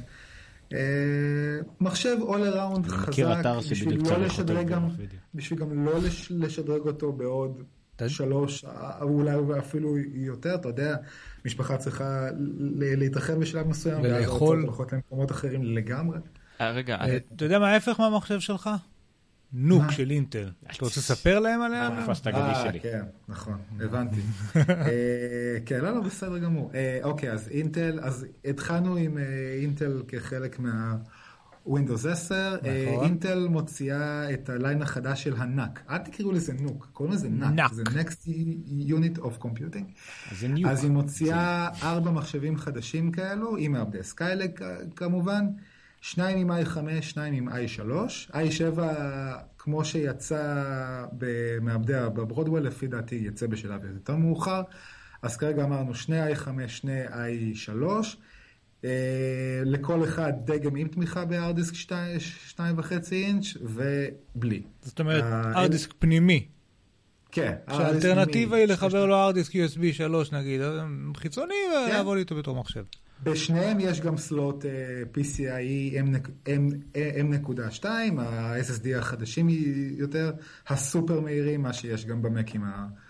מחשב all around חזק, בשביל גם לא לשדרג אותו בעוד 3, אולי אפילו יותר, אתה יודע, משפחה צריכה להתרחב בשלב מסוים, ולאכול. ולחיות למקומות אחרים לגמרי. רגע, אתה יודע מה ההפך מהמחשב שלך? נוק של אינטל. אתה רוצה לספר להם עליה? המפס הגדי שלי. כן, נכון, הבנתי. כן, לא, בסדר גמור. אוקיי, אז אינטל, אז התחלנו עם אינטל כחלק מה-Windows 10. אינטל מוציאה את הליין החדש של הנק. אל תקראו לזה נוק, קוראים לזה נק. זה Next Unit of Computing. אז היא מוציאה 4 מחשבים חדשים כאלו, עם מעבדי סקיילק כמובן. 2 עם i5, 2 עם i3. i7, כמו שיצא במעבדי בברודוול, לפי דעתי יצא בשלב יותר מאוחר. אז כרגע אמרנו 2 i5, 2 i3. לכל אחד דגם עם תמיכה בהארדיסק 2.5 אינץ' ובלי. זאת אומרת, הארדיסק פנימי. כן. שהאלטרנטיבה היא לחבר לו הארדיסק USB 3 נגיד, חיצוני ולעבוד איתו בתור מחשב. בשניהם יש גם סלוט PCIe M.2, ה-SSD החדשים יותר, הסופר מהירים, מה שיש גם במקים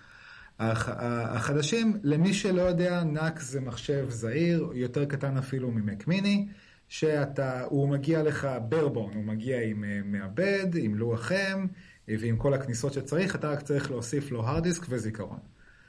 החדשים. למי שלא יודע, נק זה מחשב זעיר, יותר קטן אפילו ממק מיני, שהוא מגיע לך ברבון, הוא מגיע עם מעבד, עם לוח M, ועם כל הכניסות שצריך, אתה רק צריך להוסיף לו hard disk וזיכרון.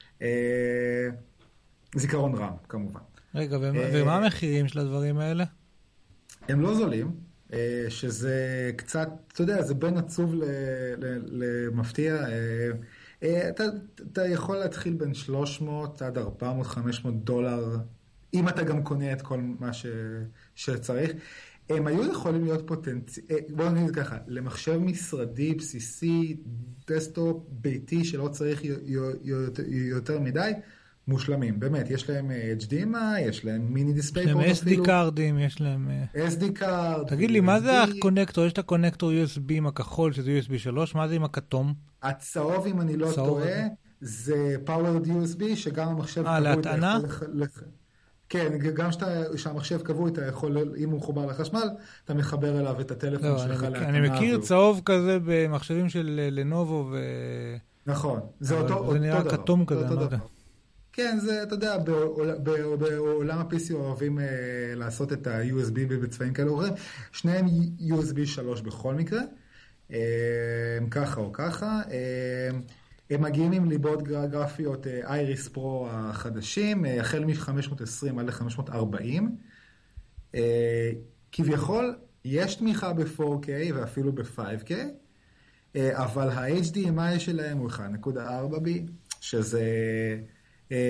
זיכרון רם, כמובן. רגע, ומה המחירים של הדברים האלה? הם לא זולים, שזה קצת, אתה יודע, זה בין עצוב למפתיע. אתה יכול להתחיל בין 300 עד 400, 500 דולר, אם אתה גם קונה את כל מה שצריך. הם היו יכולים להיות בואו נגיד ככה, למחשב משרדי, בסיסי, דסקטופ, ביתי, שלא צריך יותר מדי, מושלמים, באמת, יש להם HDMI, יש להם מיני דיספליי. יש להם SD קארדים, יש להם... SD קארד. תגיד לי, מה זה הקונקטור? יש את הקונקטור USB עם הכחול, שזה USB 3, מה זה עם הכתום? הצהוב, אם אני לא טועה, זה Powered USB, שגם המחשב קבוע... להטענה? כן, גם שהמחשב קבוע, אתה יכול, אם הוא חובר לחשמל, אתה מחבר אליו את הטלפון שלך להטענה. אני מכיר צהוב כזה במחשבים של לנובו ו... נכון, זה אותו דבר. זה נראה כתום כזה, אני לא יודע. כן, זה, אתה יודע, בעולם ה-PC אוהבים לעשות את ה-USB בצבעים כאלה, שניהם USB 3 בכל מקרה, ככה או ככה. הם מגיעים עם ליבות גרפיות איריס פרו החדשים, החל מ-520 עד ל-540. כביכול, יש תמיכה ב-4K ואפילו ב-5K, אבל ה-HDMI שלהם הוא 1.4B, שזה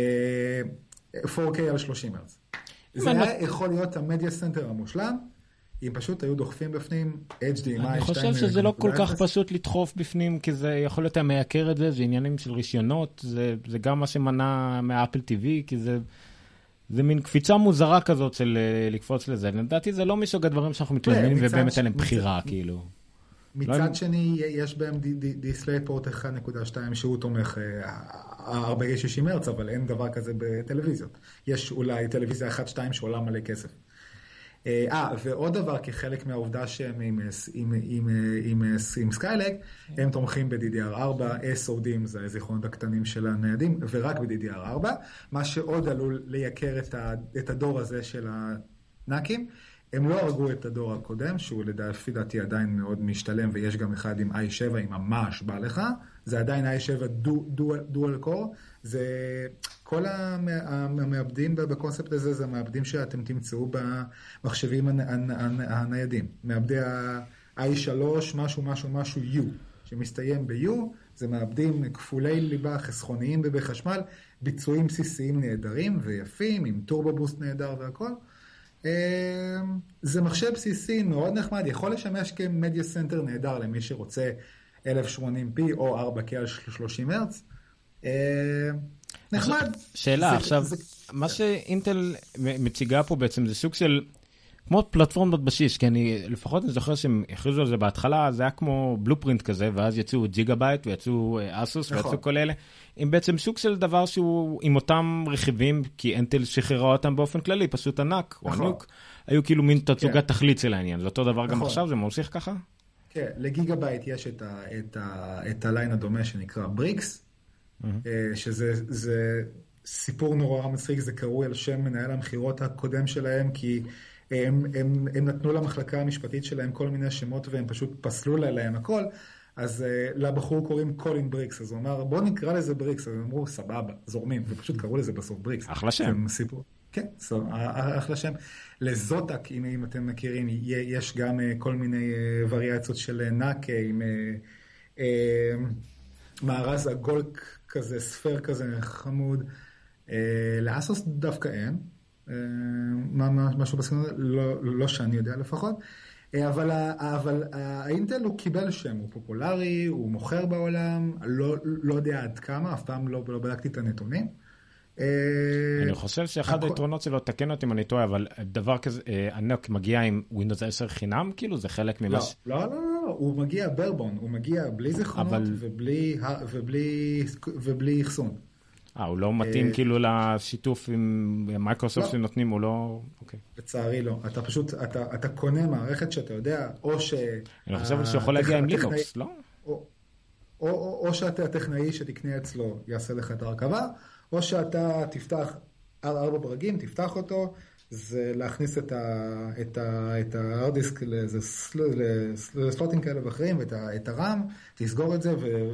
4K על 30 הרץ. זה היה יכול להיות המדיה סנטר המושלם, אם פשוט היו דוחפים בפנים HDMI. אני חושב שזה לא כל כך פשוט לדחוף בפנים, כי זה יכול להיות מייקר את זה, זה עניינים של רישיונות, זה גם מה שמנע מאפל TV, כי זה מין קפיצה מוזרה כזאת של לקפוץ לזה. לדעתי זה לא מסוג הדברים שאנחנו מתלוננים, ובאמת עליהם בחירה, כאילו. מצד שני, יש בהם דיספליי-פורט 1.2 שהוא תומך 40-60 הרץ, אבל אין דבר כזה בטלוויזיות. יש אולי טלוויזיה 1-2 שעולה מלא כסף. ועוד דבר, כחלק מהעובדה שהם עם סקיילק, הם תומכים ב-DDR4, SODים, זה הזיכרונות הקטנים של הניידים, ורק ב-DDR4, מה שעוד עלול לייקר את הדור הזה של הנאקים. הם לא הרגו את הדור הקודם, שהוא לפי דעתי עדיין מאוד משתלם, ויש גם אחד עם i7, עם ממש בא לך, זה עדיין i7 דואל קור, זה כל המעבדים בקונספט הזה, זה המעבדים שאתם תמצאו במחשבים הניידים. מעבדי ה-i3, משהו U, שמסתיים ב-U, זה מעבדים כפולי ליבה, חסכוניים בחשמל, ביצועים בסיסיים נהדרים ויפים, עם טורבובוסט נהדר והכל. זה מחשב בסיסי מאוד נחמד, יכול לשמש כמדיה סנטר נהדר למי שרוצה 1080p או 4K על 30 הרץ. נחמד. שאלה, עכשיו, מה שאינטל מציגה פה בעצם זה סוג של, כמו פלטפורמות בשיש, כי אני לפחות אני זוכר שהם הכריזו על זה בהתחלה, זה היה כמו בלופרינט כזה, ואז יצאו ג'יגאבייט ויצאו אסוס ויצאו כל אלה. עם בעצם סוג של דבר שהוא עם אותם רכיבים, כי אינטל שחררה אותם באופן כללי, פשוט ענק או ענוק, היו כאילו מין תצוגת תכלית של העניין. זה אותו דבר גם עכשיו, זה ממשיך ככה? כן, לגיגאבייט יש את הליין הדומה שנקרא בריקס, שזה סיפור נורא מצחיק, זה קרוי על שם מנהל המחירות הקודם שלהם, כי הם נתנו למחלקה המשפטית שלהם כל מיני שמות, והם פשוט פסלו להם הכל, אז לבחור קוראים קולין בריקס, אז הוא אמר, בוא נקרא לזה בריקס, אז הם אמרו, סבבה, זורמים, ופשוט קראו לזה בסוף בריקס. אחלה שם. כן, אחלה שם. לזוטק, אם אתם מכירים, יש גם כל מיני וריאציות של נאק, עם מארז עגול כזה, ספר כזה חמוד. לאסוס דווקא אין. משהו בסגנון, לא שאני יודע לפחות. אבל האינטל הוא קיבל שם, הוא פופולרי, הוא מוכר בעולם, לא יודע עד כמה, אף פעם לא בדקתי את הנתונים. אני חושב שאחד היתרונות שלו, תקן אותי אם אני טועה, אבל דבר כזה, ענק מגיע עם Windows 10 חינם, כאילו זה חלק ממה לא, הוא מגיע ברבון, הוא מגיע בלי זיכרונות ובלי אחסון. הוא לא מתאים כאילו לשיתוף עם מייקרוסופט שנותנים, הוא לא... לצערי לא. אתה פשוט, אתה קונה מערכת שאתה יודע, או ש... אני חושב שיכול להגיע עם לינוקס, לא? או שאתה הטכנאי שתקנה אצלו יעשה לך את הרכבה, או שאתה תפתח R4 ברגים, תפתח אותו, זה להכניס את ההארד דיסק לסלוטים כאלה ואחרים, ואת הרם, תסגור את זה,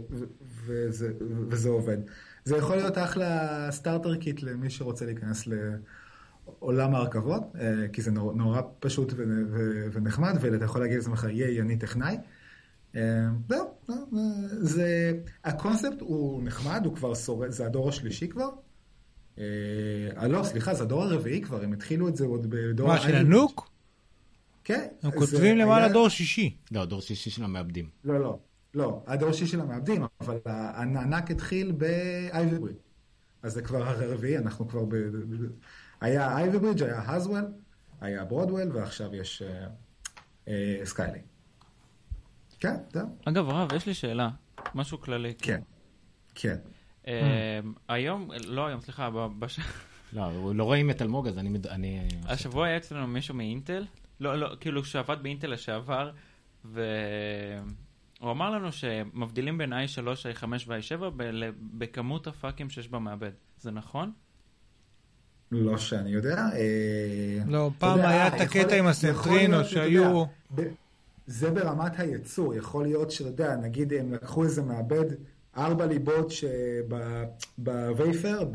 וזה עובד. זה יכול להיות אחלה סטארטר קיט למי שרוצה להיכנס לעולם הרכבות, כי זה נורא פשוט ונחמד, ואתה יכול להגיד לזה מחר, אני טכנאי. הקונספט הוא נחמד, הוא כבר שורד, זה הדור השלישי כבר. לא, סליחה, זה הדור הרביעי כבר, הם התחילו את זה עוד בדור... מה, של הנוק? כן. הם כותבים למעלה דור שישי. לא, דור שישי של המעבדים. לא, הדור שישי של המעבדים, אבל הענק התחיל ב-Ivy Bridge. אז זה כבר הרביעי, אנחנו כבר היה Ivy Bridge, היה Haswell, היה Broadwell, ועכשיו יש סקיילינג. כן, טוב. אגב, רב, יש לי שאלה, משהו כללי. כן. היום, לא היום, סליחה, לא רואים את אלמוג, אז אני... השבוע היה אצלנו מישהו מאינטל, לא, כאילו שעבד באינטל לשעבר, והוא אמר לנו שמבדילים בין i3, i5 ו-i7 בכמות הפאקים שיש במעבד. זה נכון? לא שאני יודע. לא, פעם היה את הקטע עם הסנטרינו שהיו... זה ברמת הייצור. יכול להיות שאתה יודע, נגיד הם לקחו איזה מעבד 4 ליבות שבווייפר,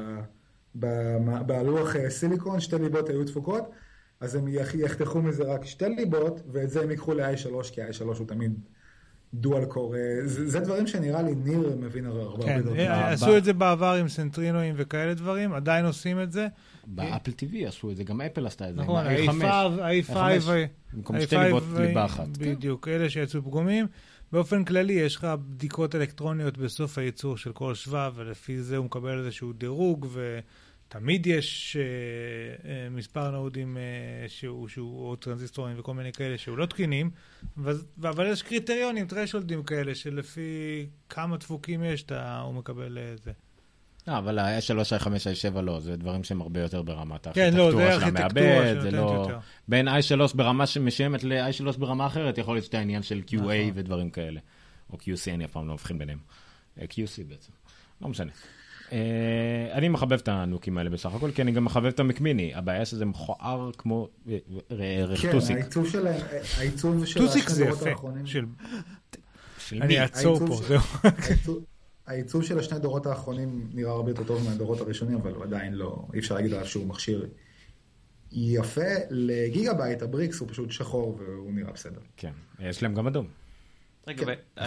בלוח סיליקון, 2 ליבות היו דפוקות, אז הם יחתכו מזה רק 2 ליבות, ואת זה הם ייקחו ל-i3, כי i3 הוא תמיד דואל קור, זה דברים שנראה לי ניר מבין הרבה כן, יותר. עשו את זה בעבר עם סנטרינואים וכאלה דברים, עדיין עושים את זה. באפל TV עשו את זה, גם אפל עשתה את זה. נכון, ה-A5, במקום 2 ליבות ליבה אחת. בדיוק, אלה שיצאו פגומים. באופן כללי, יש לך בדיקות אלקטרוניות בסוף הייצור של כל שבב, ולפי זה הוא מקבל איזשהו דירוג, ותמיד יש מספר נודים או טרנזיסטורים וכל מיני כאלה שהוא לא תקינים, אבל יש קריטריונים, טרשולדים כאלה, שלפי כמה דפוקים יש, הוא מקבל זה. אבל ה-i3, i5, i7 לא, זה דברים שהם הרבה יותר ברמת הארכיטקטורה של המעבד, זה לא... בין i3 ברמה שמשימת ל-i3 ברמה אחרת, יכול להיות העניין של QA ודברים כאלה. או QC, אני אף פעם לא מבחין ביניהם. QC בעצם. לא משנה. אני מחבב את הנוקים האלה בסך הכל, כי אני גם מחבב את המקמיני. הבעיה שזה מכוער כמו טוסיק. כן, העיצוב של השני דורות האחרונים. אני אעצור פה, זהו. העיצוב של השני דורות האחרונים נראה הרבה יותר טוב מהדורות הראשונים, אבל הוא עדיין לא, אי אפשר להגיד עליו שהוא מכשיר יפה. לגיגה בייט, הבריקס הוא פשוט שחור והוא נראה בסדר. כן, יש להם גם אדום. רגע,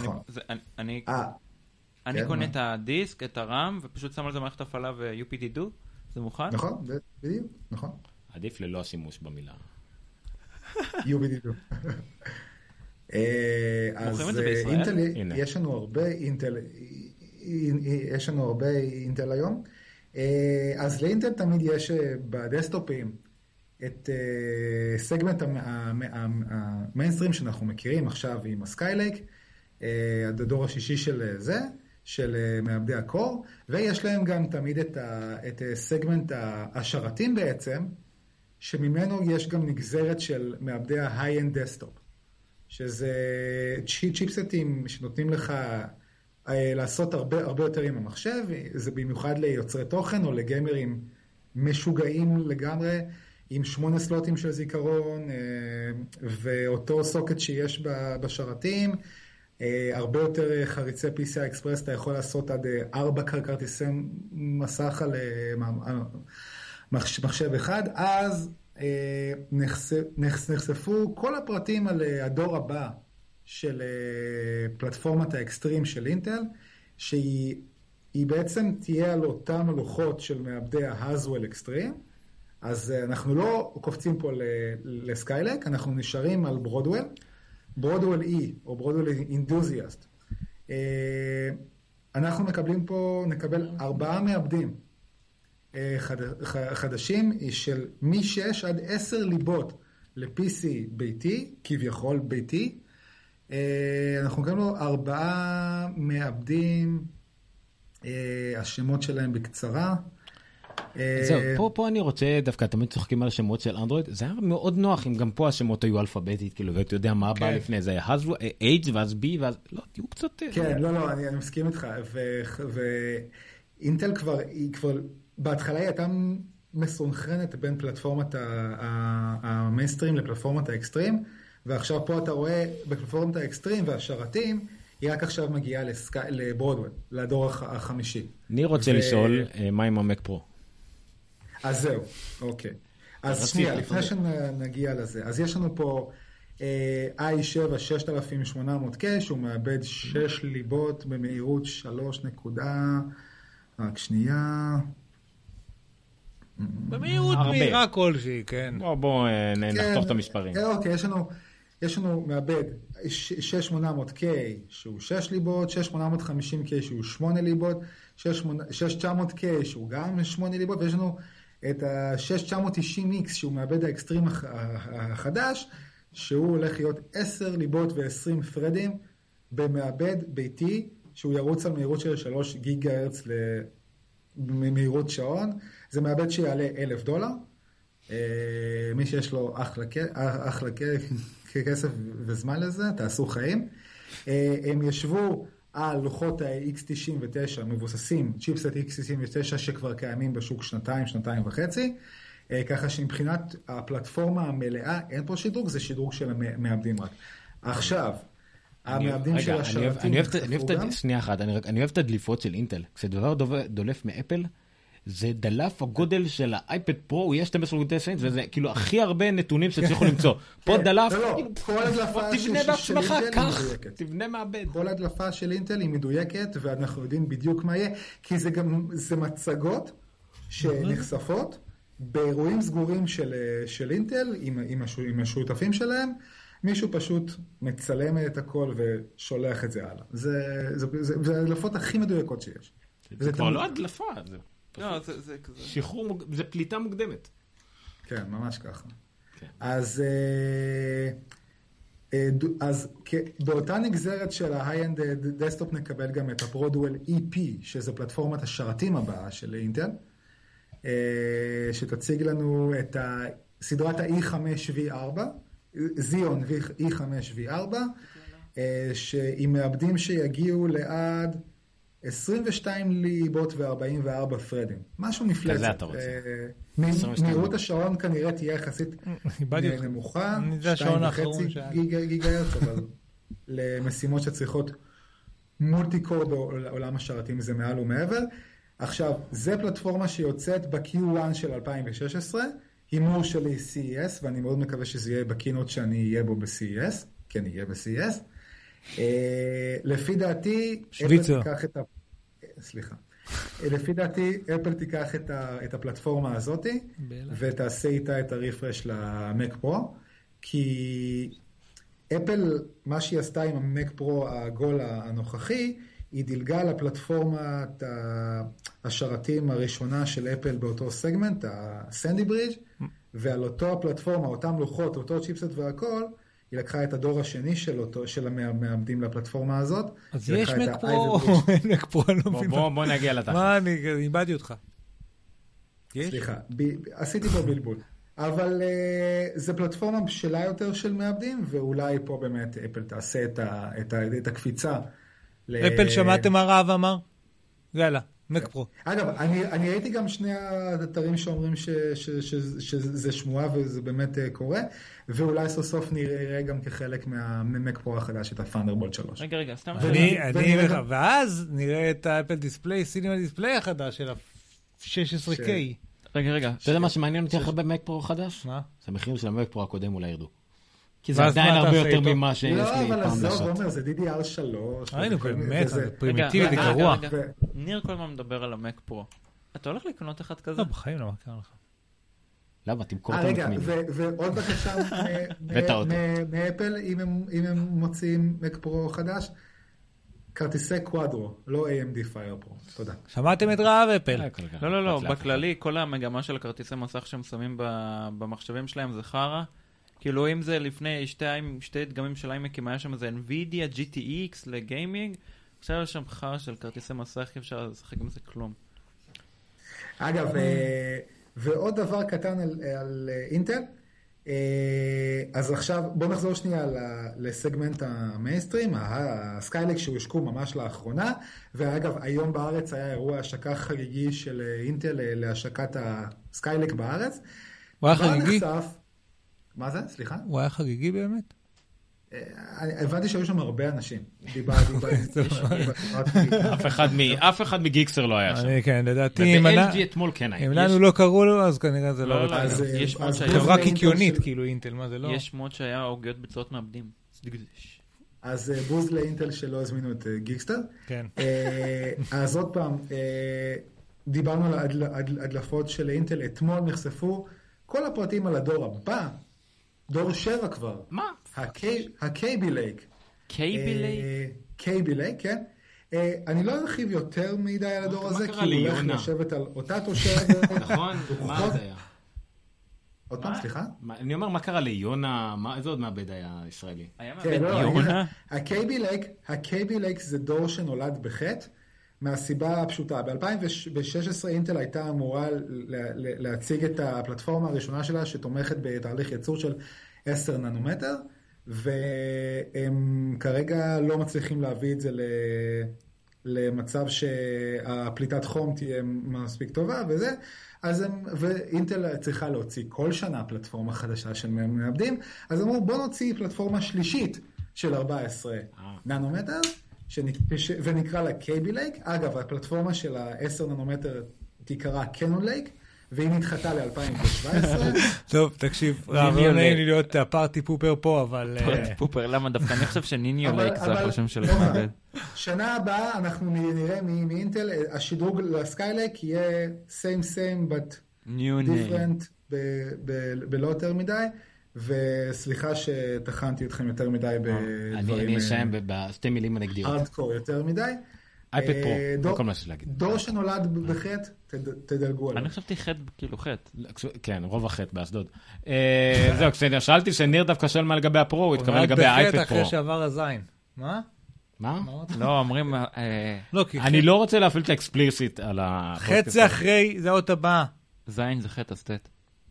אני קונה את הדיסק, את הרם, ופשוט שם על זה מערכת הפעלה ו-UPD-2, זה מוכן? נכון, בדיוק, נכון. עדיף ללא השימוש במילה. UPD-2. אז אינטל, יש לנו הרבה אינטל היום. אז לאינטל תמיד יש בדסטופים את סגמנט המיינסטרים שאנחנו מכירים עכשיו עם הסקיילייק, הדור השישי של זה, של מעבדי הקור, ויש להם גם תמיד את סגמנט השרתים בעצם, שממנו יש גם נגזרת של מעבדי ה-high-end desktop. שזה צ'יפסטים שנותנים לך לעשות הרבה יותר עם המחשב, זה במיוחד ליוצרי תוכן או לגיימרים משוגעים לגמרי, עם 8 סלוטים של זיכרון, ואותו סוקט שיש בשרתים, הרבה יותר חריצי PCI Express, אתה יכול לעשות עד 4 כרטיסי מסך על מחשב אחד, אז נחשפו כל הפרטים על הדור הבא של פלטפורמת האקסטרים של אינטל, שהיא בעצם תהיה על אותם לוחות של מעבדי ההזוול אקסטרים, אז אנחנו לא קופצים פה לסקיילק, אנחנו נשארים על ברודוול E או ברודוול אינדוזיאסט. אנחנו נקבל 4 מעבדים חדשים של מ-6 עד 10 ליבות ל-PC ביתי, כביכול ביתי. אנחנו נקבל לו 4 מעבדים, השמות שלהם בקצרה. זהו, פה אני רוצה, דווקא תמיד צוחקים על השמות של אנדרואיד, זה היה מאוד נוח אם גם פה השמות היו אלפביתית, כאילו, ואתה יודע מה בא לפני זה, H ואז B ואז, לא, תהיו קצת... כן, לא, אני מסכים איתך, ואינטל כבר, בהתחלה היא הייתה מסונכרנת בין פלטפורמת המיינסטרים לפלטפורמת האקסטרים, ועכשיו פה אתה רואה בפלטפורמת האקסטרים והשרתים, היא רק עכשיו מגיעה לברודוול, לדור החמישי. אני רוצה לשאול, מה עם המק פרו? אז זהו, אוקיי. אז שנייה, לפני שנגיע לזה, אז יש לנו פה i7 6800K, שהוא מאבד 6 ליבות במהירות 3 נקודה, רק שנייה. במהירות מהירה כלשהי, כן. בואו נחתוך את המספרים. אוקיי, יש לנו מאבד 6800K שהוא 6 ליבות, 6850K שהוא 8 ליבות, 6900K שהוא גם 8 ליבות, ויש לנו את ה-6990X שהוא מאבד האקסטרים החדש, שהוא הולך להיות 10 ליבות ו-20 פרדים במאבד ביתי, שהוא ירוץ על מהירות של 3 גיגה הרץ למהירות שעון. זה מאבד שיעלה $1,000. מי שיש לו אחלה כסף וזמן לזה, תעשו חיים. הם ישבו על לוחות ה-X99 מבוססים, צ'יפסט X99 שכבר קיימים בשוק 2.5 שנתיים, ככה שמבחינת הפלטפורמה המלאה, אין פה שדרוג, זה שדרוג של המעבדים רק. עכשיו, המעבדים של השרתים... שנייה אחת, אני אוהב את הדליפות של אינטל. כשדבר דולף מאפל, זה דלף הגודל של האייפד פרו, הוא יהיה 12.9 אינץ', וזה כאילו הכי הרבה נתונים שצריכו למצוא. פה דלף, כל הדלפה תבנה של בעצמך, אינטל היא כך, מדויקת. תבנה מעבד. כל הדלפה של אינטל היא מדויקת, ואנחנו יודעים בדיוק מה יהיה, כי זה מצגות שנחשפות באירועים סגורים של אינטל, עם השותפים שלהם, מישהו פשוט מצלם את הכל ושולח את זה הלאה. זה הדלפות הכי מדויקות שיש. זה כבר לא הדלפה, זה כזה. שחרור, זה פליטה מוקדמת. כן, ממש ככה. כן. אז באותה נגזרת של ה-high-end desktop נקבל גם את הפרודואל EP, שזה פלטפורמת השרתים הבאה של אינטל, שתציג לנו את סדרת ה-E5V4, זיון E5V4, עם מעבדים שיגיעו לעד 22 ליבות ו-44 פרדים. משהו מפלצת. כזה אתה רוצה. מהירות השעון כנראה תהיה יחסית נמוכה, 2.5 גיגה-הרץ, אבל למשימות שצריכות מולטי-קור בעולם השרתים זה מעל ומעבר. עכשיו, זה פלטפורמה שיוצאת ב-Q1 של 2016, הימור שלי CES, ואני מאוד מקווה שזה יהיה בקינות שאני אהיה בו ב-CES, כן, יהיה ב-CES. לפי דעתי, שוויצר. לפי דעתי, אפל תיקח את הפלטפורמה הזאת, ותעשה איתה את הרפרש למק פרו, כי אפל, מה שהיא עשתה עם המק פרו הגול הנוכחי, היא דילגה לפלטפורמת השרתים הראשונה של אפל באותו סגמנט, הסנדי ברידג', ועל אותו הפלטפורמה, אותם לוחות, אותו צ'יפסט והכל, היא לקחה את הדור השני של המעבדים לפלטפורמה הזאת. אז יש מק פרו, אין מק פרו, אני לא מבין. בוא נגיע לתחת. מה, אני איבדתי אותך. סליחה, עשיתי פה בלבול. אבל זה פלטפורמה בשלה יותר של מעבדים, ואולי פה באמת אפל תעשה את הקפיצה. אפל שמעתם מה רעב אמר? יאללה, מק פרו. אגב, אני ראיתי גם שני האתרים שאומרים שזה שמועה וזה באמת קורה, ואולי סוף סוף נראה גם כחלק מהמק פרו החדש את ה-Thunderbolt 3. רגע, סתם ואז נראה את האפל דיספליי, סינימה דיספליי החדש של ה-16K. רגע. אתה יודע מה שמעניין אותי אחרי במק פרו חדש? מה? זה המחירים של המק פרו הקודם אולי ירדו. כי זה עדיין הרבה יותר ממה שיש לי פעם לא, אבל לעשות. עזוב, אומר, זה DDR3. ראינו, באמת, זה פרימיטיבי, זה גרוע. ניר כל הזמן מדבר על המק פרו. אתה הולך לקנות אחד כזה? לא, בחיים לא, מה קרה לך? למה? תמכור את רגע, המקמינים. ועוד בקשה מאפל, אם הם מוציאים מק פרו חדש, כרטיסי קוואדרו, לא AMD Fire Pro. תודה. שמעתם את רעב אפל? לא, בכללי, כל המגמה של הכרטיסי מסך שהם שמים במחשבים שלהם זה חרה. כאילו אם זה לפני שתי דגמים של איימקים, היה שם איזה NVIDIA, GTX לגיימינג, עכשיו יש שם חרה של כרטיסי מסך, אי אפשר לשחק עם זה כלום. אגב, ועוד דבר קטן על אינטל, אז עכשיו בואו נחזור שנייה לסגמנט המיינסטרים, הסקיילק שהושקו ממש לאחרונה, ואגב היום בארץ היה אירוע השקה חגיגי של אינטל להשקת הסקיילק בארץ. הוא היה חגיגי? מה זה? סליחה? הוא היה חגיגי באמת? הבנתי שהיו שם הרבה אנשים. אף אחד מגיקסר לא היה שם. כן, לדעתי, וב-LG אתמול כן היה. אם לנו לא קראו לו, אז כנראה זה לא רצה. יש מוד חברה קיקיונית, כאילו אינטל, מה זה לא? יש מוד שהיה עוגיות בצורות מעבדים. אז בוז לאינטל שלא הזמינו את גיקסטר. כן. אז עוד פעם, דיברנו על הדלפות של אינטל, אתמול נחשפו כל הפרטים על הדור הבא, דור 7 כבר. מה? הקייבי לייק. קייבי לייק? קייבי לייק, כן. אני לא ארחיב יותר מדי על הדור הזה, כי הוא הולך לשבת על אותה תושבת. נכון, מה זה היה? עוד פעם, סליחה? אני אומר, מה קרה ליונה? איזה עוד מעבד היה ישראלי? היה מעבד יונה? הקייבי לייק זה דור שנולד בחטא, מהסיבה הפשוטה. ב-2016 אינטל הייתה אמורה להציג את הפלטפורמה הראשונה שלה שתומכת בתהליך ייצור של 10 ננומטר, והם כרגע לא מצליחים להביא את זה למצב שהפליטת חום תהיה מספיק טובה וזה, ואינטל צריכה להוציא כל שנה פלטפורמה חדשה של מעבדים, אז אמרו בוא נוציא פלטפורמה שלישית של 14 ננומטר, ונקרא לה קייבי לייק. אגב, הפלטפורמה של ה-10 ננומטר תיקרא קנון לייק, והיא נדחתה ל-2017. טוב, תקשיב, לא נעים לי להיות הפארטי פופר פה, אבל... פופר, למה דווקא? אני חושב שניניו לייק זה החושם של מעבד. שנה הבאה אנחנו נראה מאינטל, השדרוג לסקיילייק יהיה same but different בלא יותר מדי, וסליחה שתכנתי אתכם יותר מדי בדברים... אני אסיים בשתי מילים הנגדיות. הארדקור יותר מדי. אייפד פרו, לא כל מה שיש להגיד. דור שנולד בחטא, תדלגו עליו. אני חשבתי חטא כאילו חטא. כן, רוב החטא באשדוד. זהו, כששאלתי שניר דווקא שואל מה לגבי הפרו, הוא התכוון לגבי האייפד פרו. בחטא אחרי שעבר הזין. מה? מה? לא, אומרים... אני לא רוצה להפעיל את האקספליסיט על ה... חטא זה אחרי, זה עוד הבאה. זין זה חטא אסטט.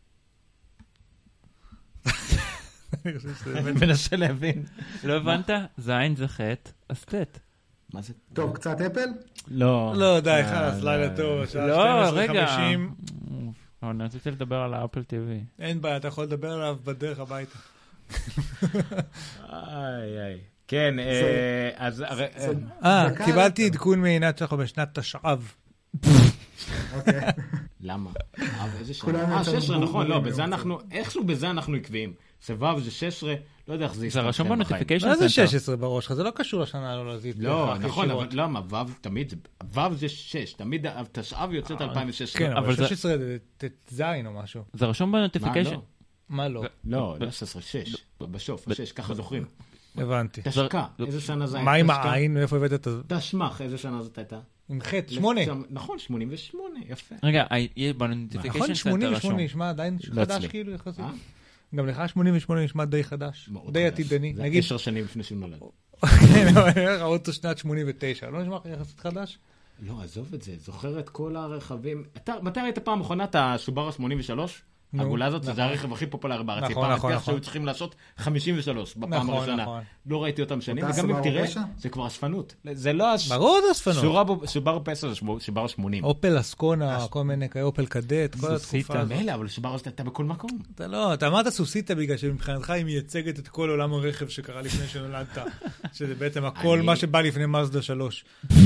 מנסה להבין. לא הבנת? זין זה חטא אסטט. מה זה? טוב, קצת אפל? לא. לא, די, חלס, לילה טוב. לא, רגע. אני רציתי לדבר על האפל TV. אין בעיה, אתה יכול לדבר עליו בדרך הביתה. כן, אז... קיבלתי עדכון מעינת שלך בשנת תשעב. אוקיי. למה? איזה שנה? 16, נכון, לא, בזה אנחנו, איכשהו בזה אנחנו עקביים. סבב זה 16, לא יודע איך זה יסתכל. זה רשום בנוטיפיקיישן מה סנטר. זה 16 בראש? זה לא קשור לשנה הלועזית. לא, נכון, אבל למה? וו זה 6, תמיד תשעב יוצאת 2016. כן, אבל 16 זה זין או משהו. זה רשום בנוטיפיקיישן. מה לא? לא, לא 16, 6, בשוף, 6, ככה זוכרים. הבנתי. תשקע, איזה שנה זה היה? מה עם העין? איפה הבאת את זה? תשמח, איזה שנה זאת הייתה? עם חטא, 8. נכון, 88, יפה. רגע, בנוטיפיקיישן נכון, סנטר 88 נשמע עדיין חדש כאילו יחסית. גם לך 88 נשמע די חדש, די עתידני. זה 10 שנים לפני שהוא נולד. כן, ראו אותו שנת 89, לא נשמע יחסית חדש? לא, עזוב את זה, זוכר את כל הרכבים. מתי ראית פעם אחרונה את הסובארו 83? הגולה הזאת, זה הרכב הכי פופולרי בארץ. פעם שהיו צריכים לעשות 53 בפעם הראשונה. לא ראיתי אותם שנים, וגם אם תראה, זה כבר אספנות. זה לא... ברור זה אספנות. סובארו פסה זה סובארו 80. אופל אסקונה, כל מיני כאלה, אופל קדט, כל התקופה הזאת. מילא, אבל סובארו הזאת הייתה בכל מקום. אתה לא, אתה אמרת סוסיטה בגלל שמבחינתך היא מייצגת את כל עולם הרכב שקרה לפני שנולדת. שזה בעצם הכל מה שבא לפני מזדה 3.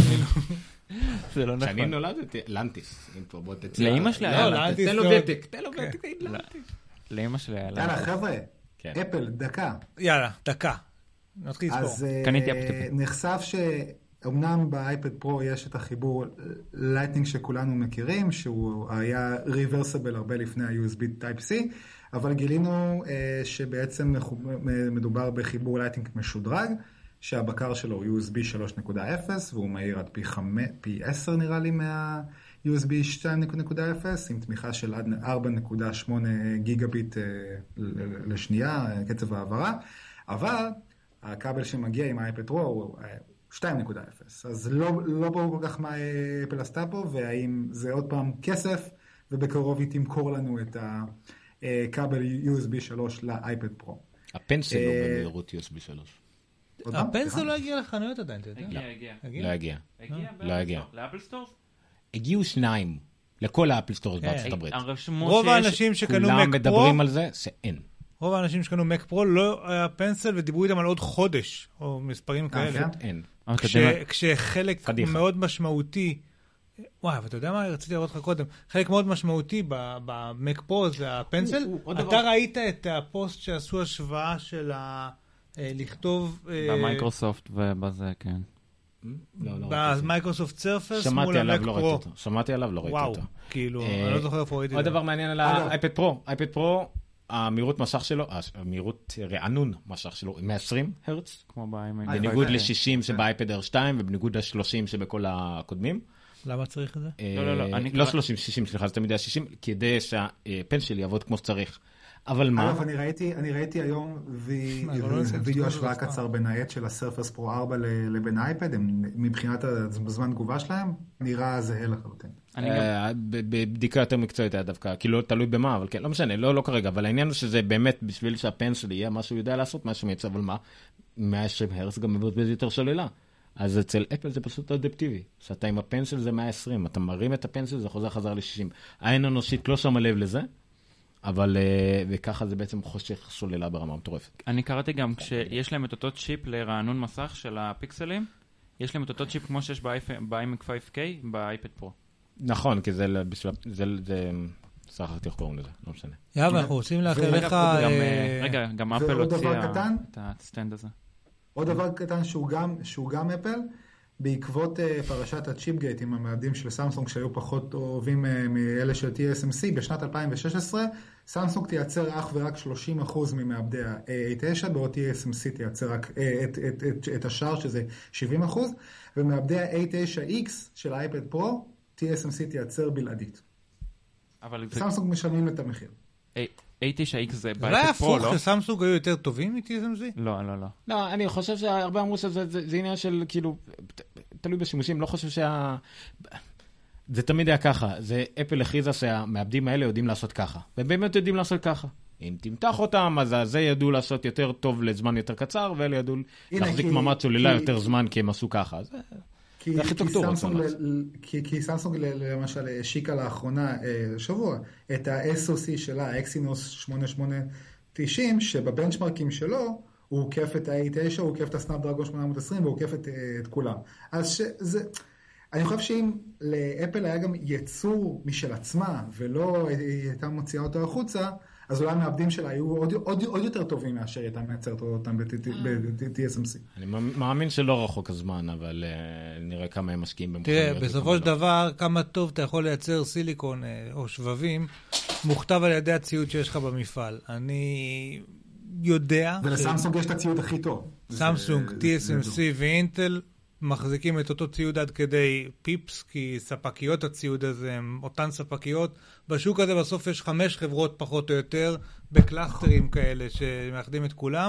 זה לא נכון. כשאני נולדתי, לנטיס. לאמא שלי היה תן לו ותק, תן לו ותק, לאמא שלי היה יאללה, חבר'ה, אפל, דקה. יאללה, דקה. נתחיל לספור. אז נחשף שאומנם באייפד פרו יש את החיבור לייטנינג שכולנו מכירים, שהוא היה ריברסבל הרבה לפני ה-USB Type-C, אבל גילינו שבעצם מדובר בחיבור לייטנינג משודרג, שהבקר שלו הוא USB 3.0, והוא מהיר עד פי 10 נראה לי מה-USB 2.0, עם תמיכה של עד 4.8 גיגביט לשנייה, קצב העברה, אבל הכבל שמגיע עם האייפד פרו הוא 2.0, אז לא ברור כל כך מה אפל עשתה פה, והאם זה עוד פעם כסף, ובקרוב היא תמכור לנו את הכבל USB 3 לאייפד פרו. הפנסל לא במהירות USB 3. הפנסל לא הגיע לחנויות עדיין, אתה יודע? לא הגיע. לא הגיע. לאפל סטורס? הגיעו 2 לכל האפל סטורס בארצות הברית. רוב האנשים שקנו כולם מק פרו, מדברים על זה, שאין. רוב האנשים שקנו מק פרו לא היה פנסל ודיברו איתם על עוד חודש, או מספרים כאלה. אין. כשחלק מאוד משמעותי, וואי, אבל אתה יודע מה? רציתי לראות לך קודם. חלק מאוד משמעותי במק פרו זה הפנסל. אתה ראית את הפוסט שעשו השוואה של לכתוב... במייקרוסופט ובזה, כן. במייקרוסופט סרפס מול המק פרו. שמעתי עליו, לא ראיתי אותו. וואו, כאילו, אני לא זוכר איפה ראיתי את עוד זה. דבר מעניין על האייפד פרו. האייפד פרו, המהירות משך שלו, המהירות רענון משך שלו, 120 הרץ. כמו באיימן. בניגוד ל-60 שבאייפד R2, ובניגוד ל-30 שבכל הקודמים. למה צריך את זה? לא 30, 60, סליחה, זה תמיד היה 60, כדי שהפן שלי יעבוד כמו שצריך. אבל מה? אגב, אני ראיתי היום וידאו השוואה קצר בין העט של הסרפס פרו 4 לבין האייפד, מבחינת הזמן תגובה שלהם, נראה זהה לחלוטין. בבדיקה יותר מקצועית היה דווקא, כאילו תלוי במה, אבל כן, לא משנה, לא כרגע, אבל העניין הוא שזה באמת בשביל שהפן שלי יהיה מה שהוא יודע לעשות, מה שהוא מייצא, אבל מה? 120 הרץ גם מבוזבז יותר שוללה. אז אצל אפל זה פשוט אדפטיבי. שאתה עם הפנסל זה 120, אתה מרים את הפנסל, זה חוזר ל-60. העין אנושית לא שמה לב לזה, אבל וככה זה בעצם חושך שוללה ברמה מטורפת. אני קראתי גם כשיש להם את אותו צ'יפ לרענון מסך של הפיקסלים, יש להם את אותו צ'יפ כמו שיש ב-iMac 5K באייפד פרו. נכון, כי זה שכחתי איך קוראים לזה, לא משנה. יאללה, אנחנו רוצים לאחל לך... רגע, גם אפל הוציאה את הסטנד הזה. עוד דבר קטן שהוא גם אפל, בעקבות פרשת הצ'יפגייט עם המעבדים של סמסונג שהיו פחות טובים מאלה של TSMC, בשנת 2016, סמסונג תייצר אך ורק 30% ממעבדי ה-A9, בעוד TSMC תייצר רק את השאר שזה 70%, ומעבדי ה-A9X של האייפד פרו, TSMC תייצר בלעדית. סמסונג משלמים את המחיר. A9X זה באייפד פרו, לא? זה הפוך שסמסונג היו יותר טובים מ-TSMC? לא. לא, אני חושב שהרבה אמרו שזה עניין של, כאילו, תלוי בשימושים, לא חושב זה תמיד היה ככה. זה אפל הכריזה שהמעבדים האלה יודעים לעשות ככה. ובאמת יודעים לעשות ככה. אם תמתח אותם, אז זה ידעו לעשות יותר טוב לזמן יותר קצר, ואלה ידעו להחזיק ממש צוללה יותר זמן, כי הם עשו ככה. כי סמסונג למשל השיקה לאחרונה שבוע את ה-SoC שלה, האקסינוס 8890, שבבנצ'מרקים שלו הוא עוקף את ה-A9, הוא עוקף את הסנאפדרגון 820 והוא עוקף את כולם. אז אני חושב שאם לאפל היה גם יצור משל עצמה ולא הייתה מוציאה אותו החוצה, אז אולי המעבדים שלה היו עוד יותר טובים מאשר הייתה מייצרת אותם ב-TSMC. אני מאמין שלא רחוק הזמן, אבל נראה כמה הם משקיעים במכוניות. תראה, בסופו של דבר, כמה טוב אתה יכול לייצר סיליקון או שבבים, מוכתב על ידי הציוד שיש לך במפעל. אני יודע... ולסמסונג יש את הציוד הכי טוב. סמסונג, TSMC ואינטל מחזיקים את אותו ציוד עד כדי פיפס, כי ספקיות הציוד הזה הם אותן ספקיות. בשוק הזה בסוף יש 5 חברות פחות או יותר, בקלאסטרים כאלה שמאחדים את כולם.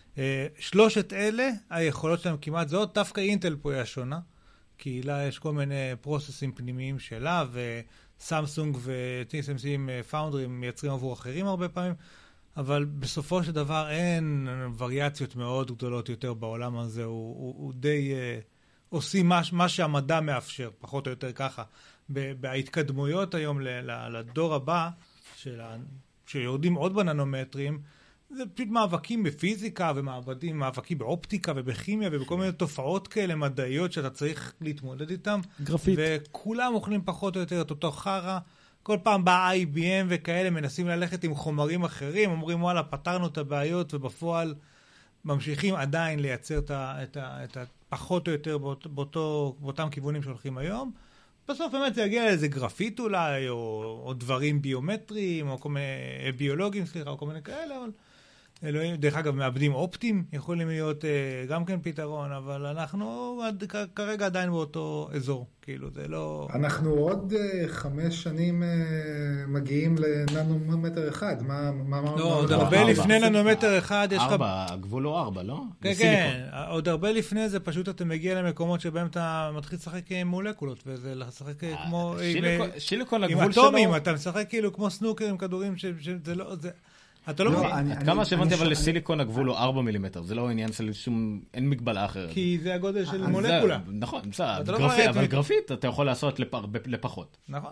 3 אלה, היכולות שלהם כמעט זאת, דווקא אינטל פה היא השונה, כי לה יש כל מיני פרוססים פנימיים שלה, וסמסונג ו-TSMC עם פאונדרים מייצרים עבור אחרים הרבה פעמים, אבל בסופו של דבר אין וריאציות מאוד גדולות יותר בעולם הזה, הוא די עושים מה שהמדע מאפשר, פחות או יותר ככה. בהתקדמויות היום לדור הבא, שיורדים עוד בננומטרים, זה פשוט מאבקים בפיזיקה ומאבקים באופטיקה ובכימיה ובכל מיני תופעות כאלה מדעיות שאתה צריך להתמודד איתם. גרפית. וכולם אוכלים פחות או יותר את אותו חרה. כל פעם בא IBM וכאלה מנסים ללכת עם חומרים אחרים, אומרים וואלה פתרנו את הבעיות ובפועל ממשיכים עדיין לייצר את פחות או יותר באותם כיוונים שהולכים היום. בסוף באמת זה יגיע לאיזה גרפית אולי, או דברים ביומטריים, או כל מיני ביולוגיים, סליחה, או כל מיני כאלה, אבל אלוהים, דרך אגב, מעבדים אופטיים יכולים להיות גם כן פתרון, אבל אנחנו כרגע עדיין באותו אזור, כאילו זה לא... אנחנו עוד 5 שנים מגיעים לננומטר אחד, לא, עוד הרבה לפני ננומטר אחד יש לך... 4, הגבול הוא 4, לא? כן, כן, עוד הרבה לפני זה פשוט אתה מגיע למקומות שבהם אתה מתחיל לשחק עם מולקולות, וזה לשחק כמו... שיליקון עם הגבול שלו... אטומים, אתה משחק כאילו כמו סנוקר עם כדורים שזה לא... אתה לא מבין. עד כמה שהבנתי, אבל לסיליקון הגבול הוא 4 מילימטר, זה לא עניין של שום, אין מגבלה אחרת. כי זה הגודל של מולקולה. נכון, אבל גרפית אתה יכול לעשות לפחות. נכון.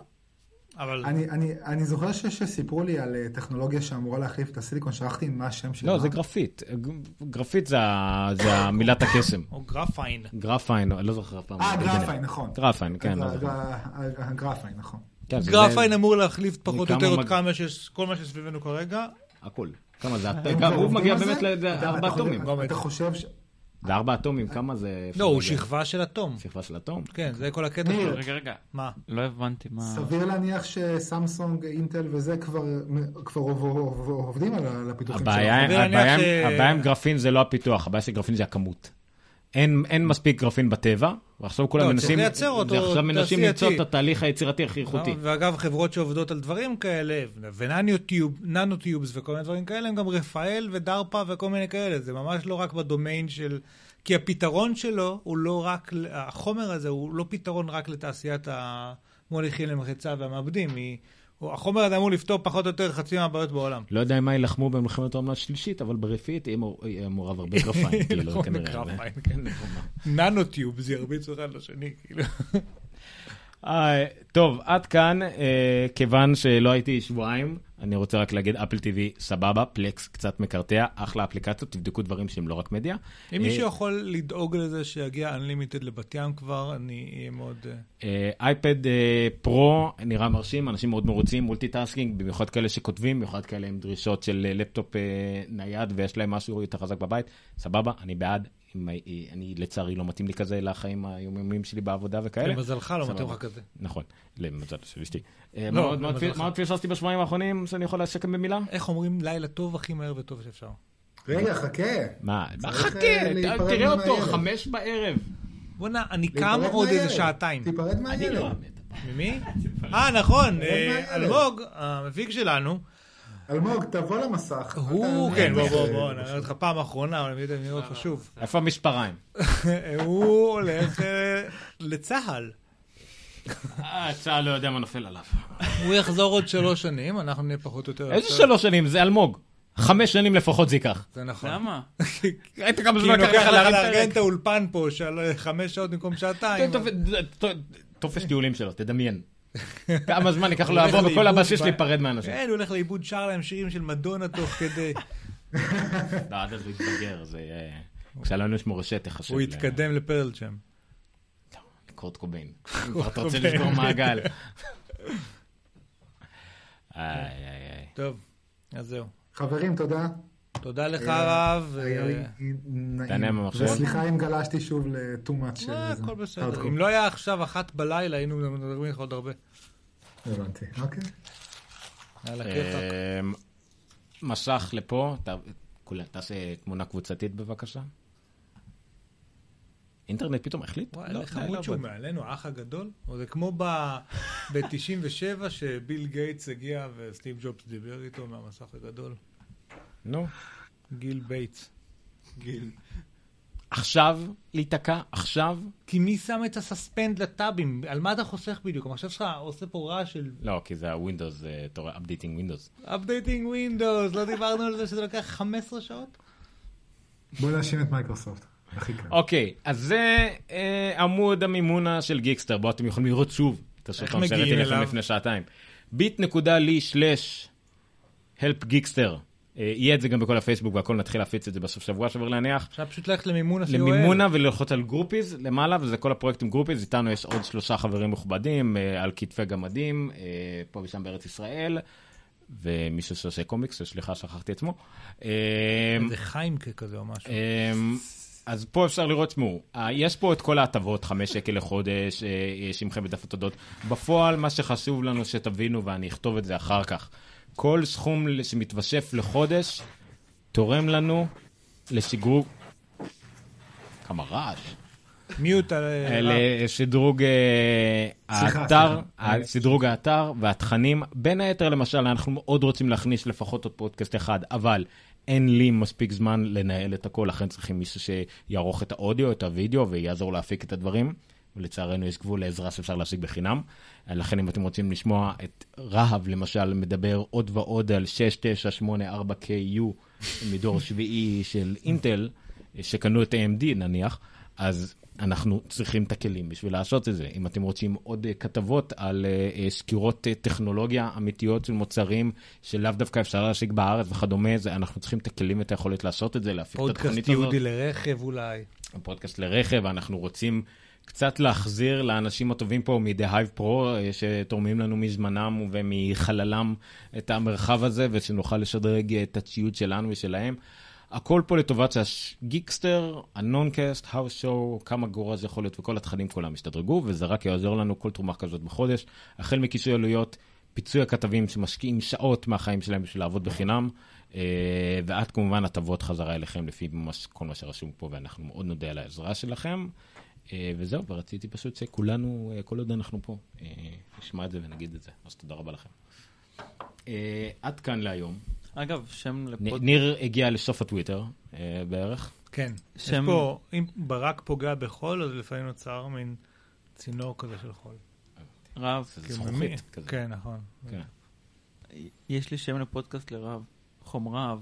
אני זוכר שסיפרו לי על טכנולוגיה שאמורה להחליף את הסיליקון, שכחתי מה השם שלה. לא, זה גרפית. גרפית זה מילת הקסם. או גרפיין. גרפיין, לא זוכר פעם. גרפיין, נכון. גרפיין, כן. גרפיין, נכון. גרפיין אמור להחליף פחות או יותר כל מה שסביבנו כרגע. הכל. כמה זה? הוא מגיע באמת ל4 אטומים. אתה חושב זה 4 אטומים, כמה זה... לא, הוא שכבה של אטום. שכבה של אטום? כן, זה כל הקטע. רגע. מה? לא הבנתי מה... סביר להניח שסמסונג, אינטל וזה כבר עובדים על הפיתוחים שלהם. הבעיה עם גרפין זה לא הפיתוח, הבעיה של גרפין זה הכמות. אין מספיק גרפין בטבע, ועכשיו כולם מנסים... עכשיו מנסים למצוא את התהליך היצירתי הכי איכותי. ואגב, חברות שעובדות על דברים כאלה, וננו-טיובס וכל מיני דברים כאלה, הם גם רפאל ודרפה וכל מיני כאלה. זה ממש לא רק בדומיין של... כי הפתרון שלו הוא לא רק... החומר הזה הוא לא פתרון רק לתעשיית המוליכים למחצה והמעבדים. החומר הזה אמור לפתור פחות או יותר חצי מהבעיות בעולם. לא יודע מה ילחמו במלחמת העולם השלישית, אבל ברפית יהיה מעורב הרבה גרפיין. ננו-טיוב, זה ירביצו אחד לשני. טוב, עד כאן, כיוון שלא הייתי שבועיים, אני רוצה רק להגיד, אפל TV סבבה, פלקס קצת מקרטע, אחלה אפליקציות, תבדקו דברים שהם לא רק מדיה. אם מישהו יכול לדאוג לזה שיגיע Unlimited לבת ים כבר, אני אהיה מאוד... אייפד פרו נראה מרשים, אנשים מאוד מרוצים, מולטיטאסקינג, במיוחד כאלה שכותבים, במיוחד כאלה עם דרישות של לפטופ נייד, ויש להם משהו יותר חזק בבית, סבבה, אני בעד. אני לצערי לא מתאים לי כזה לחיים היומיומיים שלי בעבודה וכאלה. למזלך לא מתאים לך כזה. נכון, למזל של אשתי. מה עוד פרססתי בשבועיים האחרונים שאני יכול להשקם במילה? איך אומרים לילה טוב הכי מהר וטוב שאפשר? רגע, חכה. מה? חכה, תראה אותו, 5 בערב. בוא נע, אני קם עוד איזה שעתיים. תיפרד מהילד. ממי? נכון, אלמוג, המפיק שלנו. אלמוג, תבוא למסך. הוא, כן, בוא, נראה אותך פעם האחרונה, אבל אני נראה אותך שוב. איפה המספריים? הוא הולך לצהל. צהל לא יודע מה נופל עליו. הוא יחזור עוד 3 שנים, אנחנו נהיה פחות או יותר... איזה 3 שנים? זה אלמוג. 5 שנים לפחות זה ייקח. זה נכון. למה? ראית כמה כי זמן נוקח ככה לך להרים לארגן פרק. את האולפן פה של 5 שעות במקום 2 תופש טיולים שלו, תדמיין. כמה זמן ייקח לו לעבור בכל הבסיס להיפרד מהאנשים. כן, הוא הולך לאיבוד, שר להם שירים של מדונה תוך כדי. לא, עד אז הוא יתבגר, זה... כשלנו יש מורשת תחשב. הוא יתקדם לפרל שם. קורט קוביין. אתה רוצה לסגור מעגל. טוב, אז זהו. חברים, תודה. תודה לך רב. היה לי תענה נעים. במחשב. וסליחה אם גלשתי שוב ל-too much של זה. הכל בסדר. אם לא היה עכשיו 1 בלילה, היינו מדברים לך עוד הרבה. הבנתי, אוקיי. יאללה, כיפק. מסך לפה, תעשה תמונה קבוצתית בבקשה. אינטרנט פתאום החליט? וואי, איך חמוד שהוא מעלינו, האח הגדול? או זה כמו ב-97 שביל גייטס הגיע וסטיב ג'ובס דיבר איתו מהמסך הגדול. נו. גיל בייטס. גיל. עכשיו להיתקע? עכשיו? כי מי שם את הסספנד לטאבים? על מה אתה חוסך בדיוק? המחשב שלך עושה פה רעש של... לא, כי זה הווינדוס, אתה רואה, updating windows. updating windows, לא דיברנו על זה שזה לקח 15 שעות? בוא להאשים את מייקרוסופט. הכי קל. אוקיי, אז זה עמוד המימונה של גיקסטר, בו אתם יכולים לראות שוב את הסרטון שהראיתי לכם לפני שעתיים. bit.ly/help גיקסטר. יהיה את זה גם בכל הפייסבוק והכל, נתחיל להפיץ את זה בסוף שבוע שבר להניח. עכשיו פשוט ללכת למימונה למימונה וללחוץ על גרופיז למעלה, וזה כל הפרויקטים גרופיז. איתנו יש עוד 3 חברים מכובדים על כתפי גמדים, פה ושם בארץ ישראל, ומישהו שעושה קומיקס, סליחה, שכחתי עצמו. זה חיימקה כזה או משהו. אז פה אפשר לראות, שמו, יש פה את כל ההטבות, 5 שקל לחודש, יש עמכם בדף התודות. בפועל, מה שחשוב לנו שתבינו, ואני אכתוב את זה אחר כך, כל סכום שמתווסף לחודש, תורם לנו לשדרוג... כמה רעש. מיוט על... לשדרוג האתר, שדרוג האתר והתכנים. בין היתר, למשל, אנחנו מאוד רוצים להכניס לפחות עוד פודקאסט אחד, אבל אין לי מספיק זמן לנהל את הכל, לכן צריכים מישהו שיערוך את האודיו, את הוידאו, ויעזור להפיק את הדברים. ולצערנו יש גבול לעזרה שאפשר להשיג בחינם. לכן אם אתם רוצים לשמוע את רהב, למשל, מדבר עוד ועוד על 6984KU מדור שביעי של אינטל, שקנו את AMD נניח, אז אנחנו צריכים את הכלים בשביל לעשות את זה. אם אתם רוצים עוד כתבות על סקירות טכנולוגיה אמיתיות של מוצרים שלאו דווקא אפשר להשיג בארץ וכדומה, אנחנו צריכים את הכלים ואת היכולת לעשות את זה, להפיק את התוכנית הזאת. פודקאסט יהודי לרכב אולי. פודקאסט לרכב, אנחנו רוצים קצת להחזיר לאנשים הטובים פה מ-The Hive Pro, שתורמים לנו מזמנם ומחללם את המרחב הזה, ושנוכל לשדרג את הציוד שלנו ושלהם. הכל פה לטובת שהגיקסטר, הנונקאסט, האוס שואו, כמה גרוע זה יכול להיות, וכל התכנים כולם השתדרגו, וזה רק יעזור לנו כל תרומה כזאת בחודש. החל מכיסוי עלויות, פיצוי הכתבים שמשקיעים שעות מהחיים שלהם בשביל לעבוד בחינם, ועד כמובן הטבות חזרה אליכם לפי כל מה שרשום פה, ואנחנו מאוד נודה על העזרה שלכם. וזהו, ורציתי פשוט שכולנו, כל עוד אנחנו פה, נשמע את זה ונגיד את זה. אז תודה רבה לכם. עד כאן להיום. אגב, שם ניר הגיע לסוף הטוויטר בערך. כן. יש פה, אם ברק פוגע בחול, אז לפעמים נוצר מין צינור כזה של חול. רב. זה זכוכית כזה. כן, נכון. יש לי שם לפודקאסט לרב. חומרב.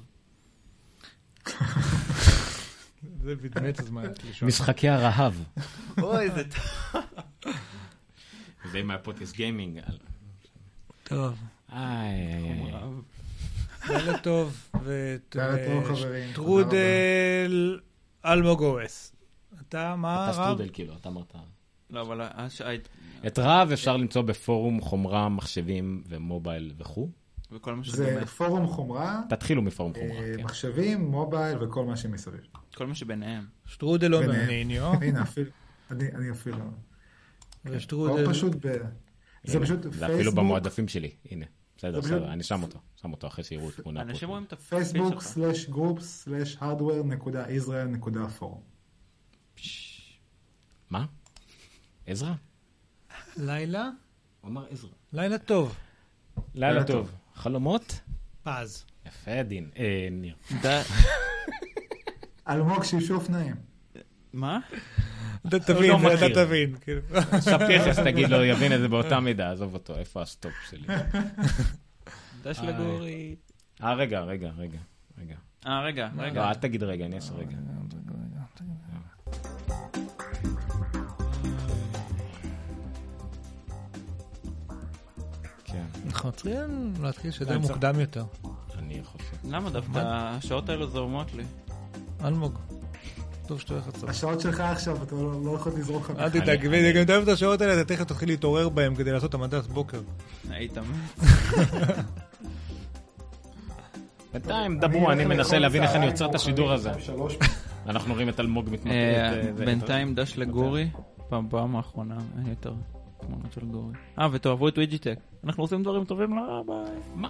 זה באמת הזמן לשאול. משחקי הרהב. אוי, זה טוב. זה עם הפודקאסט גיימינג. טוב. לילה טוב. לילה טוב, חברים. טרודל אלמוג אורס. אתה מה אתה רב? סטרודל כאילו, אתה אמרת. לא, אבל את רב אפשר למצוא בפורום חומרה, מחשבים ומובייל וכו'. וכל מה זה שדומה. פורום חומרה, תתחילו מפורום חומרה. כן. מחשבים, מובייל וכל מה שמסביב. כל מה שביניהם. שטרודל אומר ביניהם. ניניו. הנה, אפילו, אני אפילו. ושטרודל... או פשוט זה הנה, פשוט זה אפילו פייסבוק, במועדפים שלי. הנה, בסדר, זה פשוט- בסדר, אני שם אותו אחרי שיראו תמונה. אנשים פה. רואים את הפייס פייסבוק שלך. /groups/hardware.israel.forum. מה? עזרא? לילה? הוא אמר עזרא. לילה טוב. לילה טוב. חלומות? פז. יפה, דין. ניר. אלמוג שישוף נעים. מה? אתה לא תבין, מכיר. אתה תבין. כאילו. שפיחס תגיד לו, יבין את זה באותה מידה, עזוב אותו, איפה הסטופ שלי? דש לגורי. רגע. רגע. לא, אל תגיד רגע, אני אעשה רגע. כן, אנחנו צריכים להתחיל לשדר מוקדם יותר. אני חושב. למה דווקא השעות האלו זורמות לי? אלמוג. טוב שאתה הולך לצבא. השעות שלך עכשיו, אתה לא יכול לזרוק לך. אל תדאג, ואני גם אוהב את השעות האלה, אתה תכף תתחיל להתעורר בהם כדי לעשות המדס בוקר. היית מת. בינתיים, דברו, אני מנסה להבין איך אני יוצר את השידור הזה. אנחנו רואים את אלמוג מתמקד. בינתיים דש לגורי. פעם האחרונה, אין יותר תמונות של גורי. ותאהבו את ויג'יטק. אנחנו עושים דברים טובים ביי. מה?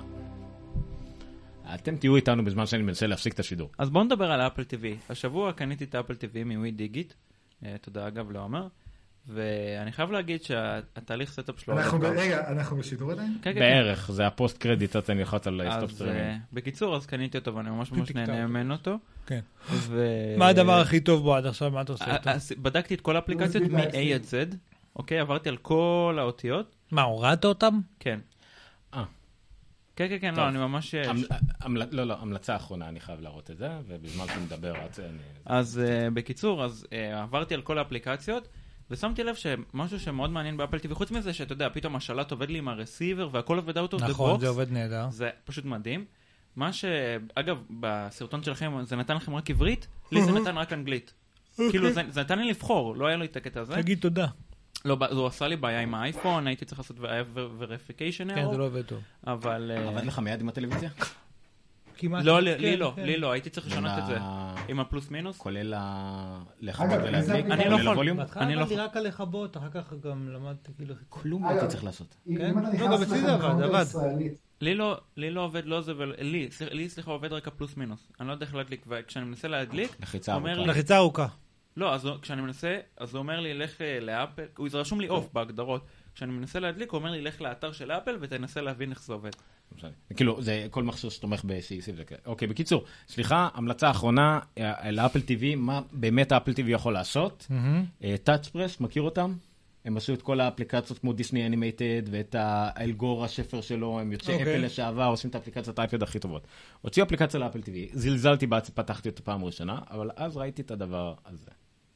אתם תהיו איתנו בזמן שאני מנסה להפסיק את השידור. אז בואו נדבר על אפל TV. השבוע קניתי את אפל TV מווי דיגיט. תודה אגב לעומר. ואני חייב להגיד שהתהליך סטאפ שלו... רגע, אנחנו בשידור עדיין? כן. בערך, זה הפוסט קרדיט, אתה נלחץ על סטופ אז סטרימינג. בקיצור, אז קניתי אותו ואני ממש נהנה ממנו אותו. כן. ו- מה הדבר הכי טוב בו עד עכשיו? מה אתה עושה איתו? אז בדקתי את כל האפליקציות מ-A עד Z. אוקיי, עברתי על כל האותיות. מה, הורדת אותם? כן. אה. כן, לא, אני ממש... לא, המלצה האחרונה, אני חייב להראות את זה, ובזמן שאתה מדבר, אז בקיצור, אז עברתי על כל האפליקציות, ושמתי לב שמשהו שמאוד מעניין באפל TV, חוץ מזה שאתה יודע, פתאום השלט עובד לי עם הרסיבר, והכל עובד out of the נכון, box. זה עובד נהדר. זה פשוט מדהים. מה אגב, בסרטון שלכם זה נתן לכם רק עברית, לי זה נתן רק אנגלית. כאילו, זה נתן לי לבחור, לא היה לו את הקטע הזה. תגיד תודה. לא, הוא עשה לי בעיה עם האייפון, הייתי צריך לעשות verification. כן, זה לא עובד טוב. אבל... עבד לך מיד עם הטלוויזיה? כמעט. לא, כן. לי לא, הייתי צריך לשנות את זה. עם הפלוס מינוס. כולל לכבות אגב, ולהדליק? אני לא כולל יכול. הווליום? בהתחלה אני לא עבדתי רק על לכבות, אחר כך גם למדתי כאילו... כלום הייתי צריך לעשות. כן? אם אתה לא, גם נכנס אצלי זה עבד, זה לחנות עבד. הישראלית, לי לא עובד לא זה, לי סליחה עובד רק הפלוס מינוס. אני לא יודע איך להדליק, וכשאני מנסה להדליק, לחיצה הוא אומר ארוכה. לי, לחיצה ארוכה. לא, אז כשאני מנסה, אז הוא אומר לי, לך לאפל, זה רשום לי אוף בהגדרות. כשאני מנסה להדליק, הוא אומר לי, לך לאתר של אפל ותנסה להבין איך זה עובד. כאילו, זה כל מכשיר שתומך ב-CEC. אוקיי, בקיצור, סליחה, המלצה האחרונה לאפל TV, מה באמת האפל TV יכול לעשות? טאצ'פרס, מכיר אותם? הם עשו את כל האפליקציות כמו דיסני אנימייטד ואת האלגור השפר שלו, הם יוצאי אפל לשעבר, עושים את האפליקציות האייפד הכי טובות. הוציאו אפליקציה לאפל TV, זלזלתי בה, פתחתי אותה פעם ראשונה, אבל אז ראיתי את הדבר הזה.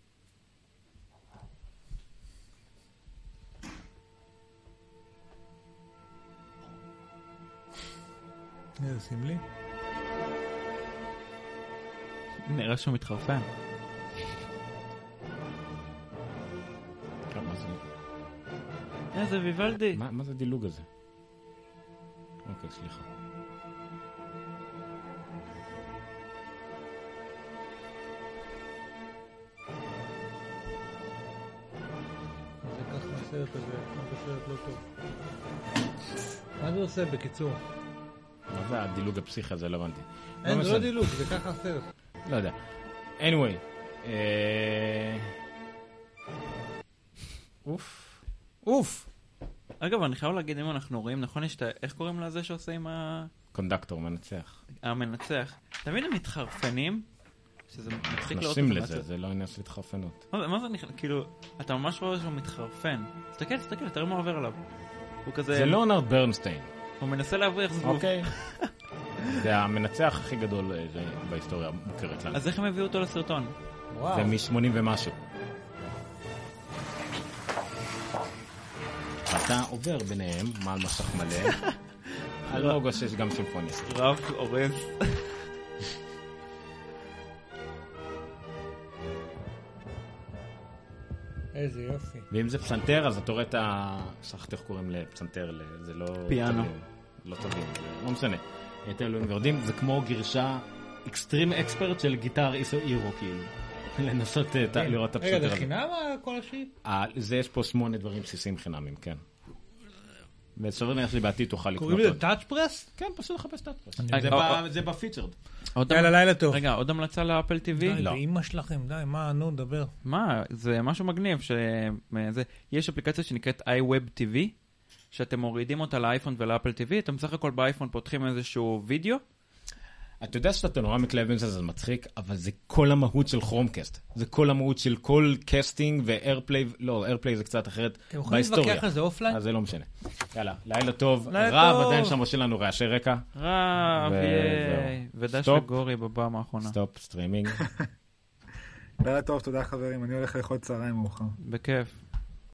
איזה סמלי. נראה שהוא מתחרפן. מה זה? איזה ויוולדי. מה זה הדילוג הזה? אוקיי, סליחה. זה ככה הסרט הזה, זה סרט לא טוב. מה זה עושה בקיצור? מה זה הדילוג הפסיכי הזה? לא הבנתי. אין, זה לא דילוג, זה ככה הסרט. לא יודע. anyway. אוף. אגב, אני חייב להגיד, אם אנחנו רואים, נכון, איך קוראים לזה שעושה עם קונדקטור, מנצח. המנצח? תמיד הם מתחרפנים, שזה מצחיק לראות נכנסים לזה, זה לא עניין של התחרפנות. מה זה נכנס? כאילו, אתה ממש רואה שהוא מתחרפן. תסתכל, תראה מה עובר עליו. הוא כזה... זה ליאונרד ברנסטיין. הוא מנסה להבריח זבוב. אוקיי. זה המנצח הכי גדול בהיסטוריה מוכרת לנו. אז איך הם הביאו אותו לסרטון? זה מ-80 ומשהו. אתה עובר ביניהם, מעל מסך מלא, על אוגוסט יש גם סימפוניה. רף אורס. איזה יופי. ואם זה פסנתר, אז אתה רואה את שכחתי איך קוראים לפסנתר, זה לא... פיאנו. לא טובים, לא משנה. את אלוהים ויורדים, זה כמו גרשה אקסטרים אקספרט של גיטר איסו אירו, כאילו. לנסות לראות את הפסנתר הזה. רגע, זה חינם כל השיט? זה יש פה 8 דברים בסיסיים חינמים, כן. וסובר נראה שלי בעתיד תוכל לקנות קוראים לזה עוד. טאץ' פרס? כן, פשוט לחפש טאץ' פרס. זה בפיצ'רד. יאללה, לילה טוב. רגע, עוד המלצה לאפל TV? די, לא. באמא שלכם, די, מה, נו, דבר. מה? זה משהו מגניב. יש אפליקציה שנקראת iWeb TV, שאתם מורידים אותה לאייפון ולאפל TV, אתם בסך הכל באייפון פותחים איזשהו וידאו. אתה יודע שאתה נורא מתלהב עם זה, זה מצחיק, אבל זה כל המהות של כרומקאסט. זה כל המהות של כל קסטינג ואיירפליי, לא, איירפליי זה קצת אחרת אתם יכולים להתווכח על זה אופליין? אז זה לא משנה. יאללה, לילה טוב. לילה רב טוב. עדיין שם עושה לנו רעשי רקע. רב, ייי. ודש סטופ. לגורי בפעם האחרונה. סטופ, סטרימינג. לילה טוב, תודה חברים, אני הולך לאכול צהריים מאוחר. בכיף.